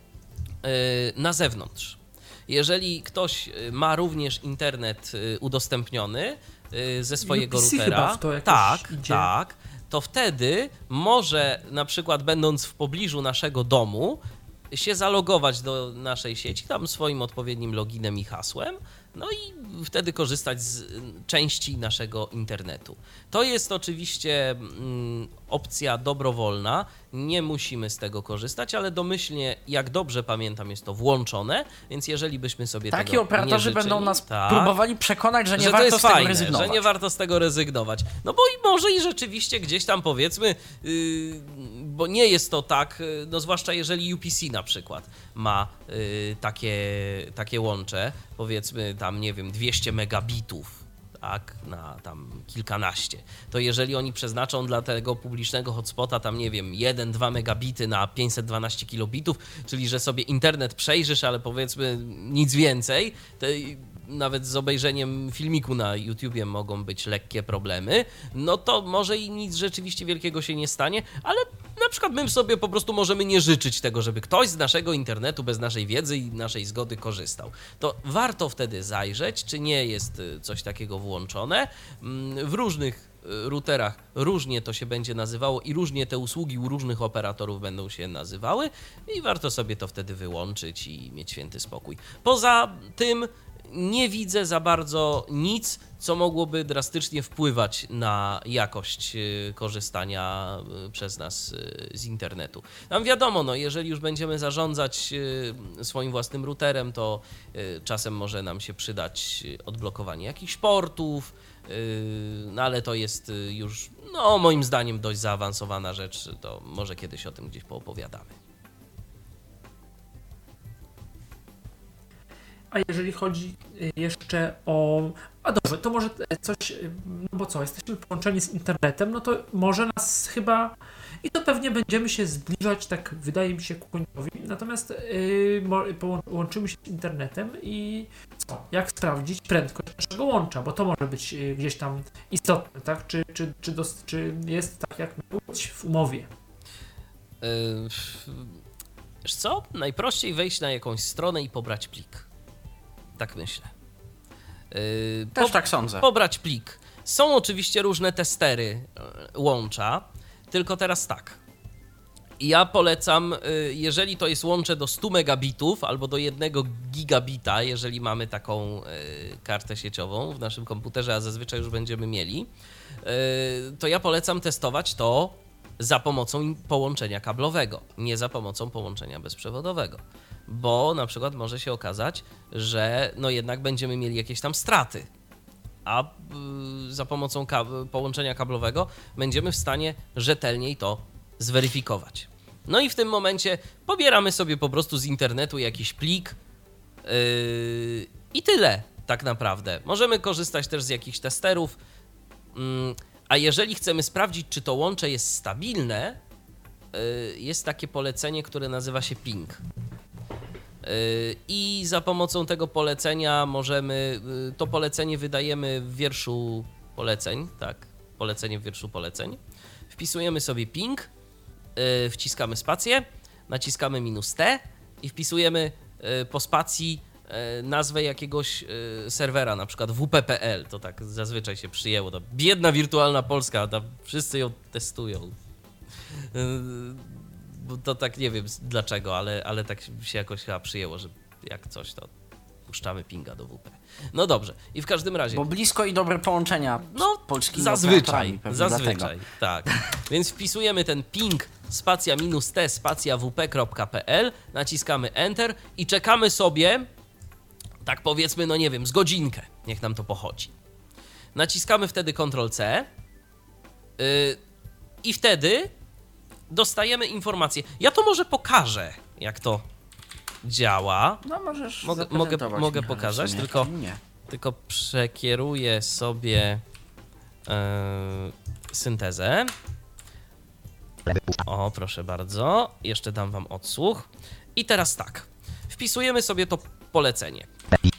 na zewnątrz. Jeżeli ktoś ma również internet udostępniony ze swojego U P C routera, chyba w to jakoś tak, idzie. tak, to wtedy może na przykład będąc w pobliżu naszego domu się zalogować do naszej sieci tam swoim odpowiednim loginem i hasłem, no i wtedy korzystać z części naszego internetu. To jest oczywiście mm, opcja dobrowolna, nie musimy z tego korzystać, ale domyślnie, jak dobrze pamiętam, jest to włączone, więc jeżeli byśmy sobie Taki tego operatorzy nie życzyli, będą nas tak, próbowali przekonać, że nie że warto to jest z tego fajne, rezygnować. że nie warto z tego rezygnować. No bo i może i rzeczywiście gdzieś tam powiedzmy, yy, bo nie jest to tak, no zwłaszcza jeżeli U P C na przykład ma yy, takie, takie łącze, powiedzmy tam, nie wiem, dwieście megabitów, tak, na tam kilkanaście, to jeżeli oni przeznaczą dla tego publicznego hotspota tam, nie wiem, jeden dwa megabity na pięćset dwanaście kilobitów, czyli że sobie internet przejrzysz, ale powiedzmy nic więcej, to nawet z obejrzeniem filmiku na YouTubie mogą być lekkie problemy, no to może i nic rzeczywiście wielkiego się nie stanie, ale na przykład my sobie po prostu możemy nie życzyć tego, żeby ktoś z naszego internetu bez naszej wiedzy i naszej zgody korzystał. To warto wtedy zajrzeć, czy nie jest coś takiego włączone. W różnych routerach różnie to się będzie nazywało i różnie te usługi u różnych operatorów będą się nazywały i warto sobie to wtedy wyłączyć i mieć święty spokój. Poza tym nie widzę za bardzo nic, co mogłoby drastycznie wpływać na jakość korzystania przez nas z internetu. Tam wiadomo, no, jeżeli już będziemy zarządzać swoim własnym routerem, to czasem może nam się przydać odblokowanie jakichś portów, no ale to jest już, no moim zdaniem, dość zaawansowana rzecz, to może kiedyś o tym gdzieś poopowiadamy. A jeżeli chodzi jeszcze o... A dobrze, to może coś... No bo co, jesteśmy połączeni z internetem, no to może nas chyba... I to pewnie będziemy się zbliżać, tak wydaje mi się, ku końcowi. Natomiast yy, połączymy się z internetem i co? Jak sprawdzić prędkość naszego łącza? Bo to może być gdzieś tam istotne, tak? Czy, czy, czy, dos, czy jest tak, jak miało być w umowie? Yy, wiesz co? Najprościej wejść na jakąś stronę i pobrać plik. Tak myślę. Yy, Też po, tak sądzę. Pobrać plik. Są oczywiście różne testery łącza, tylko teraz tak. Ja polecam, jeżeli to jest łącze do stu megabitów albo do jednego gigabita, jeżeli mamy taką kartę sieciową w naszym komputerze, a zazwyczaj już będziemy mieli, to ja polecam testować to za pomocą połączenia kablowego, nie za pomocą połączenia bezprzewodowego. Bo na przykład może się okazać, że no jednak będziemy mieli jakieś tam straty, a y, za pomocą kab- połączenia kablowego będziemy w stanie rzetelniej to zweryfikować. No i w tym momencie pobieramy sobie po prostu z internetu jakiś plik yy, i tyle tak naprawdę. Możemy korzystać też z jakichś testerów, yy, a jeżeli chcemy sprawdzić, czy to łącze jest stabilne, yy, jest takie polecenie, które nazywa się ping. I za pomocą tego polecenia możemy, to polecenie wydajemy w wierszu poleceń, tak, polecenie w wierszu poleceń. Wpisujemy sobie ping yy, wciskamy spację, naciskamy minus T i wpisujemy yy, po spacji yy, nazwę jakiegoś yy, serwera, na przykład w p kropka p l, to tak zazwyczaj się przyjęło, to biedna wirtualna Polska, tam wszyscy ją testują. Yy, bo to tak nie wiem dlaczego, ale, ale tak się jakoś chyba przyjęło, że jak coś to puszczamy pinga do W P. No dobrze, i w każdym razie... Bo blisko i dobre połączenia no, z polskimi zazwyczaj, pewnie zazwyczaj, dlatego. tak. Więc wpisujemy ten ping spacja minus t spacja w p kropka p l, naciskamy Enter i czekamy sobie, tak powiedzmy, no nie wiem, z godzinkę, niech nam to pochodzi. Naciskamy wtedy kontrol C yy, i wtedy dostajemy informację. Ja to może pokażę, jak to działa. No możesz Mogę, mogę, zaprezentować, mogę Michał, pokazać, w sumie. tylko, Nie. tylko przekieruję sobie e, syntezę. O, proszę bardzo. Jeszcze dam wam odsłuch. I teraz tak. Wpisujemy sobie to polecenie.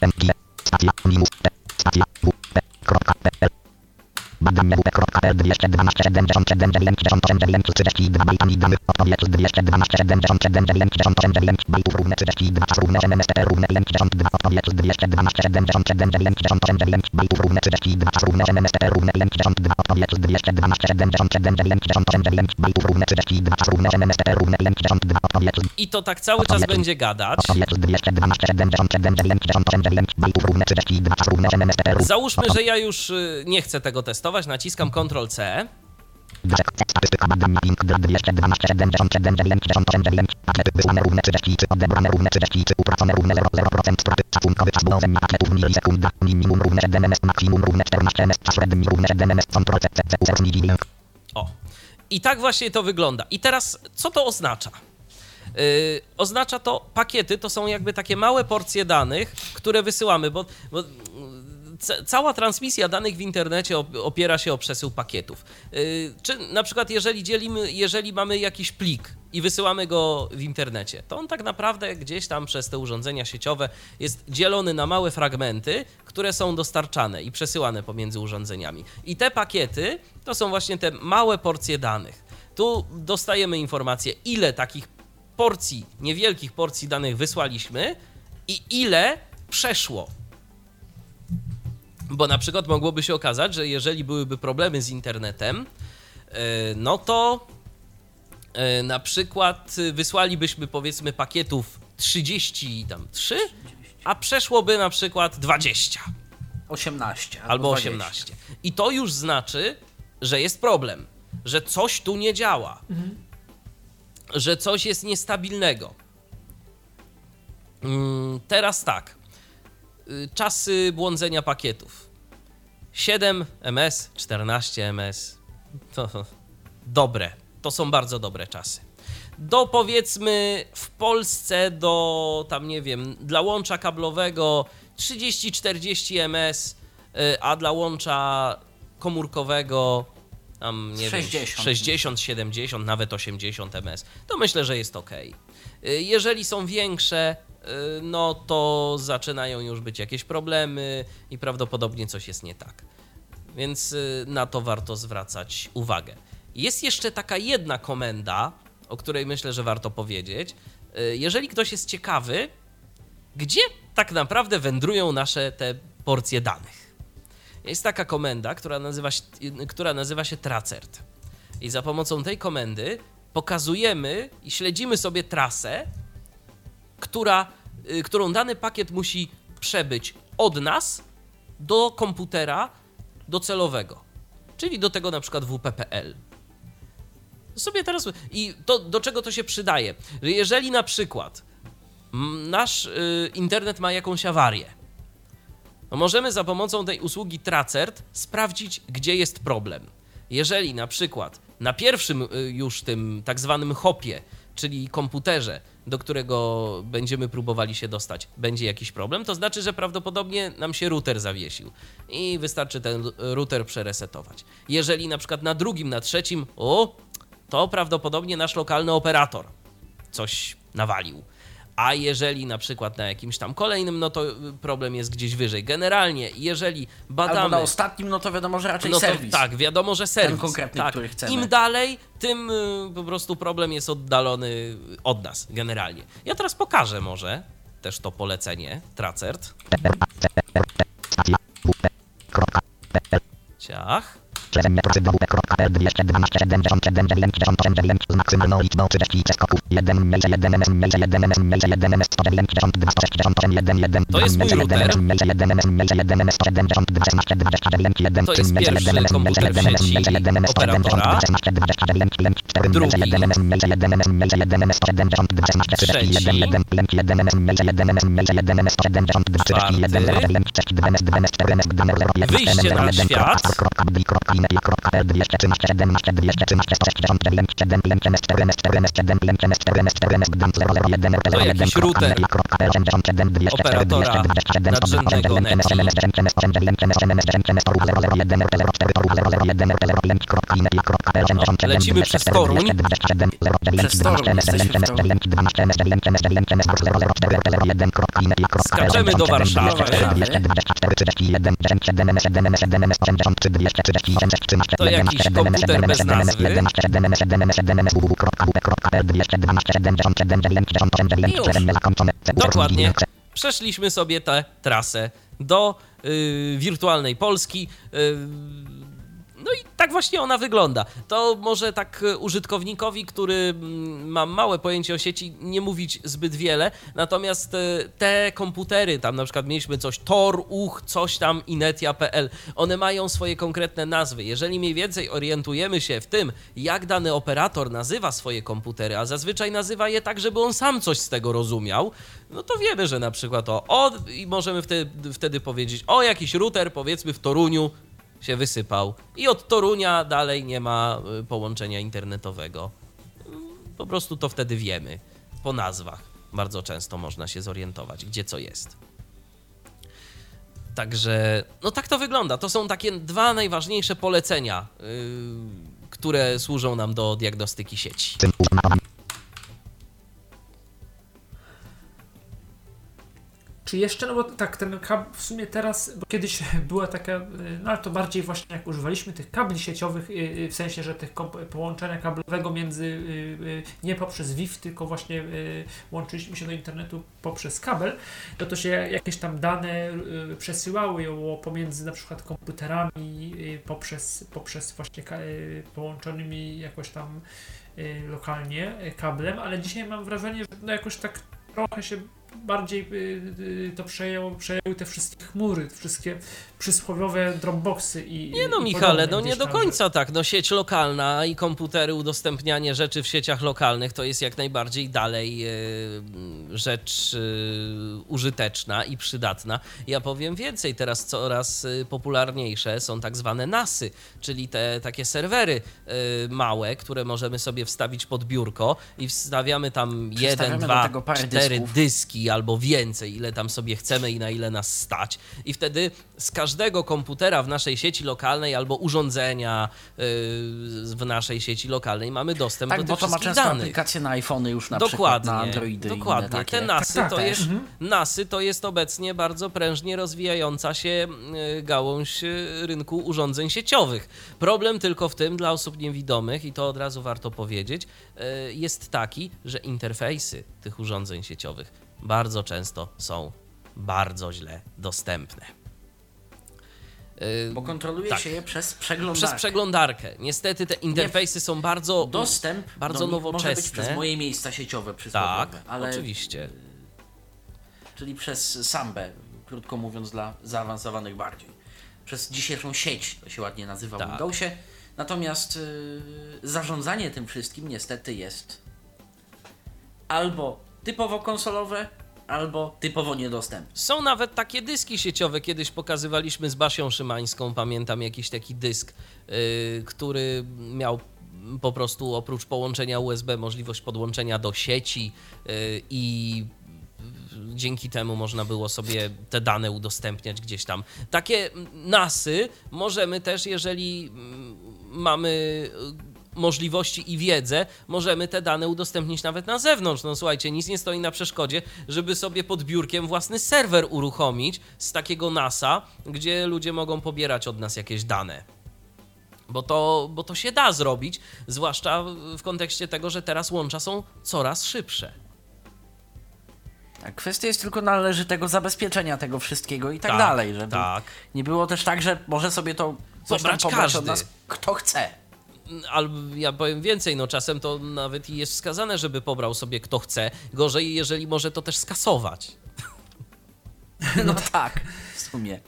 Badanie w p kropka p l dwieście dwanaście siedemdziesiąt siedem dziewięćdziesiąt osiem dziewięć trzydzieści dwa bajtami danych. Odpowiedź dwieście dwanaście siedemdziesiąt siedem dziewięćdziesiąt osiem dziewięć bajtów równe trzydzieści dwa, czas równe osiem, M S T równe pięćdziesiąt dwa. Odpowiedź dwieście dwanaście siedemdziesiąt siedem dziewięćdziesiąt osiem dziewięć bajtów równe trzydzieści dwa, czas równe osiem, M S T równe pięćdziesiąt dwa. Odpowiedź dwieście dwanaście siedemdziesiąt siedem dziewięćdziesiąt osiem dziewięć bajtów równe trzydzieści dwa, czas równe osiem, M S T równe pięćdziesiąt dwa. Odpowiedź. I to tak cały czas będzie gadać. Odpowiedź dwieście dwanaście siedemdziesiąt siedem dziewięćdziesiąt osiem dziewięć bajtów równe trzydzieści dwa, czas równe osiem, M S T równe. Załóżmy, że ja już y, nie chcę tego testować. Naciskam kontrol C. Statystyka badania link dla dwieście dwanaście siedemdziesiąt siedem dziewięćdziesiąt osiem dziewięć. Pakiety wysłane równe trzydzieści trzy, odebrane równe trzydzieści trzy, utracone równe zero przecinek zero procent straty. Szacunkowy czas dołożenia pakietów milisekunda. Minimum równe siedem ms, maksimum równe czternaście ms, czas średni równe siedem ms. Kontrol C, C, C, C, O. I tak właśnie to wygląda. I teraz co to oznacza? Yy, oznacza to, pakiety to są jakby takie małe porcje danych, które wysyłamy, bo, bo c- cała transmisja danych w internecie opiera się o przesył pakietów. Yy, czy na przykład jeżeli dzielimy, jeżeli mamy jakiś plik i wysyłamy go w internecie, to on tak naprawdę gdzieś tam przez te urządzenia sieciowe jest dzielony na małe fragmenty, które są dostarczane i przesyłane pomiędzy urządzeniami. I te pakiety to są właśnie te małe porcje danych. Tu dostajemy informację, ile takich porcji, niewielkich porcji danych wysłaliśmy i ile przeszło. Bo na przykład mogłoby się okazać, że jeżeli byłyby problemy z internetem, no to na przykład wysłalibyśmy powiedzmy pakietów trzydzieści trzy, a przeszłoby na przykład dwadzieścia. osiemnaście. Albo, Albo dwadzieścia. osiemnaście. I to już znaczy, że jest problem, że coś tu nie działa. Mhm. Że coś jest niestabilnego. Teraz tak. Czasy błądzenia pakietów. siedem ms, czternaście ms. To dobre. To są bardzo dobre czasy. Do powiedzmy w Polsce do tam nie wiem, dla łącza kablowego trzydzieści czterdzieści ms, a dla łącza komórkowego tam nie sześćdziesiąt. wiem, sześćdziesiąt, siedemdziesiąt, nawet osiemdziesiąt ms, to myślę, że jest ok. Jeżeli są większe, no to zaczynają już być jakieś problemy i prawdopodobnie coś jest nie tak. Więc na to warto zwracać uwagę. Jest jeszcze taka jedna komenda, o której myślę, że warto powiedzieć. Jeżeli ktoś jest ciekawy, gdzie tak naprawdę wędrują nasze te porcje danych. Jest taka komenda, która nazywa się, która nazywa się tracert. I za pomocą tej komendy pokazujemy i śledzimy sobie trasę, która, którą dany pakiet musi przebyć od nas do komputera docelowego. Czyli do tego na przykład w p kropka p l. Sobie teraz... I to, do czego to się przydaje? Że jeżeli na przykład nasz y, internet ma jakąś awarię, no możemy za pomocą tej usługi Tracert sprawdzić, gdzie jest problem. Jeżeli na przykład na pierwszym już tym tak zwanym hopie, czyli komputerze, do którego będziemy próbowali się dostać, będzie jakiś problem, to znaczy, że prawdopodobnie nam się router zawiesił i wystarczy ten router przeresetować. Jeżeli na przykład na drugim, na trzecim, o, to prawdopodobnie nasz lokalny operator coś nawalił. a jeżeli na przykład na jakimś tam kolejnym, no to problem jest gdzieś wyżej. Generalnie, jeżeli badamy... Albo na ostatnim, no to wiadomo, że raczej no to, serwis. Tak, wiadomo, że serwis. Ten konkretny, tak. który chcemy. Im dalej, tym y, po prostu problem jest oddalony od nas, generalnie. Ja teraz pokażę może też to polecenie, Tracert. Ciach. Przeze procy w w kropka r dwieście dwanaście siedemdziesiąt siedem dziewięćdziesiąt osiem dziewięć z maksymalną liczbą trzydzieści przeskoków jeden miejsce jeden ms miejsce jeden ms miejsce jeden ms sto dziewięćdziesiąt dwa sto sześćdziesiąt osiem jeden jeden To jest mój router. miejsce jeden ms miejsce jeden ms sto siedemdziesiąt dwa szesnaście dwadzieścia dziewięć jeden To jest pierwszy komputer w sieci operatora. Drugi. Wyjście na świat. To jakiś router operatora nadrzędnego Neti. Lecimy przez Toruń. Przez Toruń jesteśmy w Toruń. Skaczemy do Warszawy. To jakiś komputer bez nazwy. Dokładnie. Przeszliśmy sobie tę trasę do y, wirtualnej Polski. Y, No i tak właśnie ona wygląda. To może tak użytkownikowi, który ma małe pojęcie o sieci, nie mówić zbyt wiele, natomiast te komputery, tam na przykład mieliśmy coś Tor, Uch, coś tam, Inetia kropka p l, one mają swoje konkretne nazwy. Jeżeli mniej więcej orientujemy się w tym, jak dany operator nazywa swoje komputery, a zazwyczaj nazywa je tak, żeby on sam coś z tego rozumiał, no to wiemy, że na przykład o, o i możemy wtedy, wtedy powiedzieć, o jakiś router, powiedzmy w Toruniu, się wysypał i od Torunia dalej nie ma połączenia internetowego. Po prostu to wtedy wiemy. Po nazwach bardzo często można się zorientować, gdzie co jest. Także, no tak to wygląda. To są takie dwa najważniejsze polecenia, yy, które służą nam do diagnostyki sieci. Czy jeszcze, no bo tak, ten kabel w sumie teraz, bo kiedyś była taka, no ale to bardziej właśnie jak używaliśmy tych kabli sieciowych, w sensie, że tych połączenia kablowego między, nie poprzez Wi-Fi, tylko właśnie łączyliśmy się do internetu poprzez kabel, no to się jakieś tam dane przesyłały pomiędzy na przykład komputerami poprzez, poprzez właśnie połączonymi jakoś tam lokalnie kablem, ale dzisiaj mam wrażenie, że no jakoś tak trochę się bardziej y, y, to przejęło, przejęły te wszystkie chmury, wszystkie przysłowiowe Dropboxy i Nie no i Michale, no nie do tam, końca że... tak, no sieć lokalna i komputery, udostępnianie rzeczy w sieciach lokalnych to jest jak najbardziej dalej y, rzecz y, użyteczna i przydatna. Ja powiem więcej, teraz coraz y, popularniejsze są tak zwane nasy, czyli te takie serwery y, małe, które możemy sobie wstawić pod biurko i wstawiamy tam jeden, dwa, cztery dyski albo więcej, ile tam sobie chcemy i na ile nas stać. I wtedy z każdego komputera w naszej sieci lokalnej albo urządzenia yy, w naszej sieci lokalnej mamy dostęp tak, do tych wszystkich danych. Tak, bo to ma często aplikacje na iPhony już na dokładnie, przykład, na Androidy. Dokładnie, i inne te nasy, tak, tak, to tak. jest, Mhm. nasy to jest obecnie bardzo prężnie rozwijająca się gałąź rynku urządzeń sieciowych. Problem tylko w tym dla osób niewidomych, i to od razu warto powiedzieć, jest taki, że interfejsy tych urządzeń sieciowych bardzo często są bardzo źle dostępne. Bo kontroluje tak. się je przez przeglądarkę. Przez przeglądarkę. Niestety te interfejsy są bardzo Dostęp bardzo do nich nowoczesne. może być przez moje miejsca sieciowe przysłowiowe. Tak, ale, oczywiście. Czyli przez Sambę, krótko mówiąc, dla zaawansowanych bardziej. Przez dzisiejszą sieć, to się ładnie nazywa tak. w Windowsie. Natomiast yy, zarządzanie tym wszystkim niestety jest albo typowo konsolowe, albo typowo niedostępne. Są nawet takie dyski sieciowe. Kiedyś pokazywaliśmy z Basią Szymańską, pamiętam jakiś taki dysk, yy, który miał po prostu oprócz połączenia U S B możliwość podłączenia do sieci yy, i dzięki temu można było sobie te dane udostępniać gdzieś tam. Takie nasy możemy też, jeżeli mamy możliwości i wiedzę, możemy te dane udostępnić nawet na zewnątrz. No słuchajcie, nic nie stoi na przeszkodzie, żeby sobie pod biurkiem własny serwer uruchomić z takiego nasa, gdzie ludzie mogą pobierać od nas jakieś dane. Bo to, bo to się da zrobić, zwłaszcza w kontekście tego, że teraz łącza są coraz szybsze. Tak, kwestia jest tylko należytego zabezpieczenia tego wszystkiego i tak, Tak, dalej, żeby tak. nie było też tak, że może sobie to coś tam Pobrać pobrać każdy. od nas kto chce. Albo ja powiem więcej, no czasem to nawet jest wskazane, żeby pobrał sobie kto chce. Gorzej, jeżeli może to też skasować. No tak, w sumie.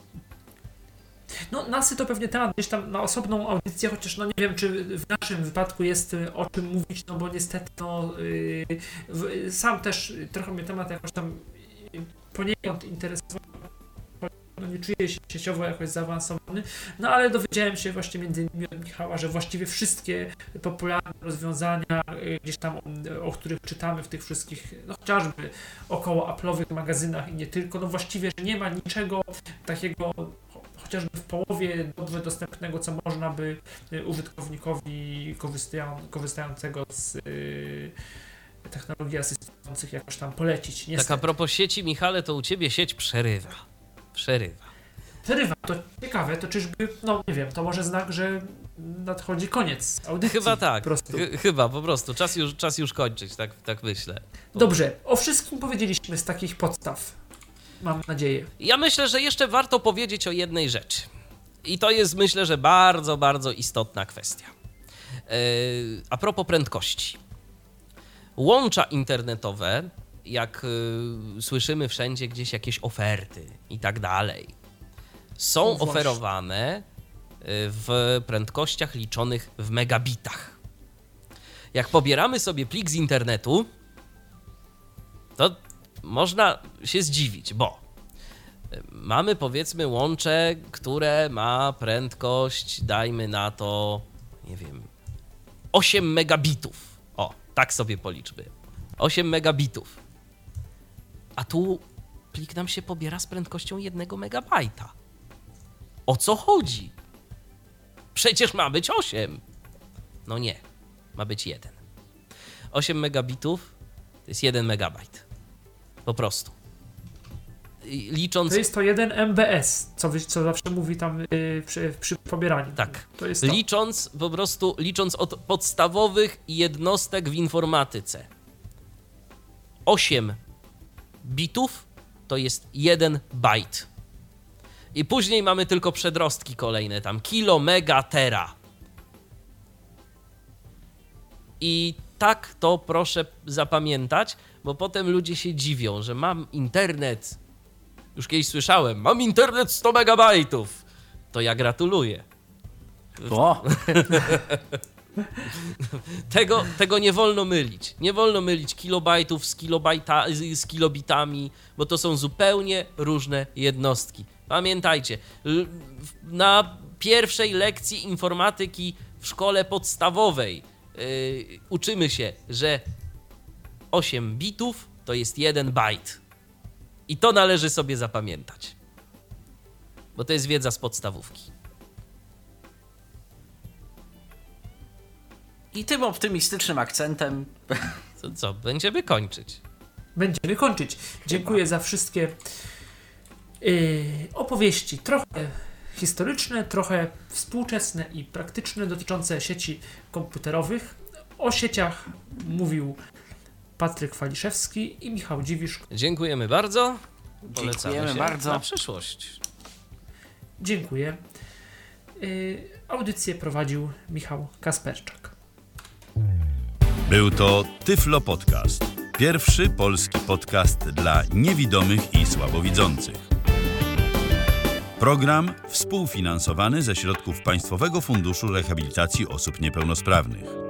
No nasy to pewnie temat gdzieś tam na osobną audycję, chociaż no nie wiem, czy w naszym wypadku jest y, o czym mówić, no bo niestety no y, w, sam też y, trochę mnie temat jakoś tam y, poniekąd interesował, no nie czuję się sieciowo jakoś zaawansowany, no ale dowiedziałem się właśnie między innymi od Michała, że właściwie wszystkie popularne rozwiązania y, gdzieś tam, y, o których czytamy w tych wszystkich, no chociażby około Apple'owych magazynach i nie tylko, no właściwie, że nie ma niczego takiego chociażby w połowie dobrze dostępnego, co można by użytkownikowi korzystają, korzystającego z y, technologii asystujących jakoś tam polecić. Niestety. Tak a propos sieci, Michale, to u ciebie sieć przerywa. Przerywa. Przerywa, to ciekawe, to czyżby, no nie wiem, to może znak, że nadchodzi koniec audycji. Chyba tak, Po prostu. Ch- chyba po prostu. Czas już, czas już kończyć, tak, tak myślę. Dobrze, o wszystkim powiedzieliśmy z takich podstaw. Mam nadzieję. Ja myślę, że jeszcze warto powiedzieć o jednej rzeczy. I to jest, myślę, że bardzo, bardzo istotna kwestia. Yy, a propos prędkości. Łącza internetowe, jak yy, słyszymy wszędzie gdzieś jakieś oferty i tak dalej, są No właśnie. oferowane w prędkościach liczonych w megabitach. Jak pobieramy sobie plik z internetu, to można się zdziwić, bo mamy powiedzmy łącze, które ma prędkość, dajmy na to, nie wiem, osiem megabitów. O, tak sobie policzmy. osiem megabitów. A tu plik nam się pobiera z prędkością jednego megabajta. O co chodzi? Przecież ma być osiem. No nie, ma być jeden. osiem megabitów to jest jeden megabajt. Po prostu. Licząc... To jest to jeden M B S, co, wy, co zawsze mówi tam yy, przy, przy pobieraniu. Tak. To jest to. Licząc po prostu, licząc od podstawowych jednostek w informatyce. osiem bitów to jest jeden bajt. I później mamy tylko przedrostki kolejne, tam kilo, mega, tera. I tak to proszę zapamiętać, bo potem ludzie się dziwią, że mam internet, już kiedyś słyszałem, mam internet sto megabajtów. To ja gratuluję. O, Tego, tego nie wolno mylić. Nie wolno mylić kilobajtów z, kilobajta, z kilobitami, bo to są zupełnie różne jednostki. Pamiętajcie, l- na pierwszej lekcji informatyki w szkole podstawowej yy, uczymy się, że osiem bitów to jest jeden bajt. I to należy sobie zapamiętać. Bo to jest wiedza z podstawówki. i tym optymistycznym akcentem To co, będziemy kończyć. Będziemy kończyć. Dziękuję za wszystkie yy, opowieści, trochę historyczne, trochę współczesne i praktyczne, dotyczące sieci komputerowych. O sieciach mówił Patryk Waliszewski i Michał Dziwisz. Dziękujemy bardzo. Polecamy Dziękujemy się bardzo. na przyszłość. Dziękuję. Yy, audycję prowadził Michał Kasperczak. Był to Tyflo Podcast. Pierwszy polski podcast dla niewidomych i słabowidzących. Program współfinansowany ze środków Państwowego Funduszu Rehabilitacji Osób Niepełnosprawnych.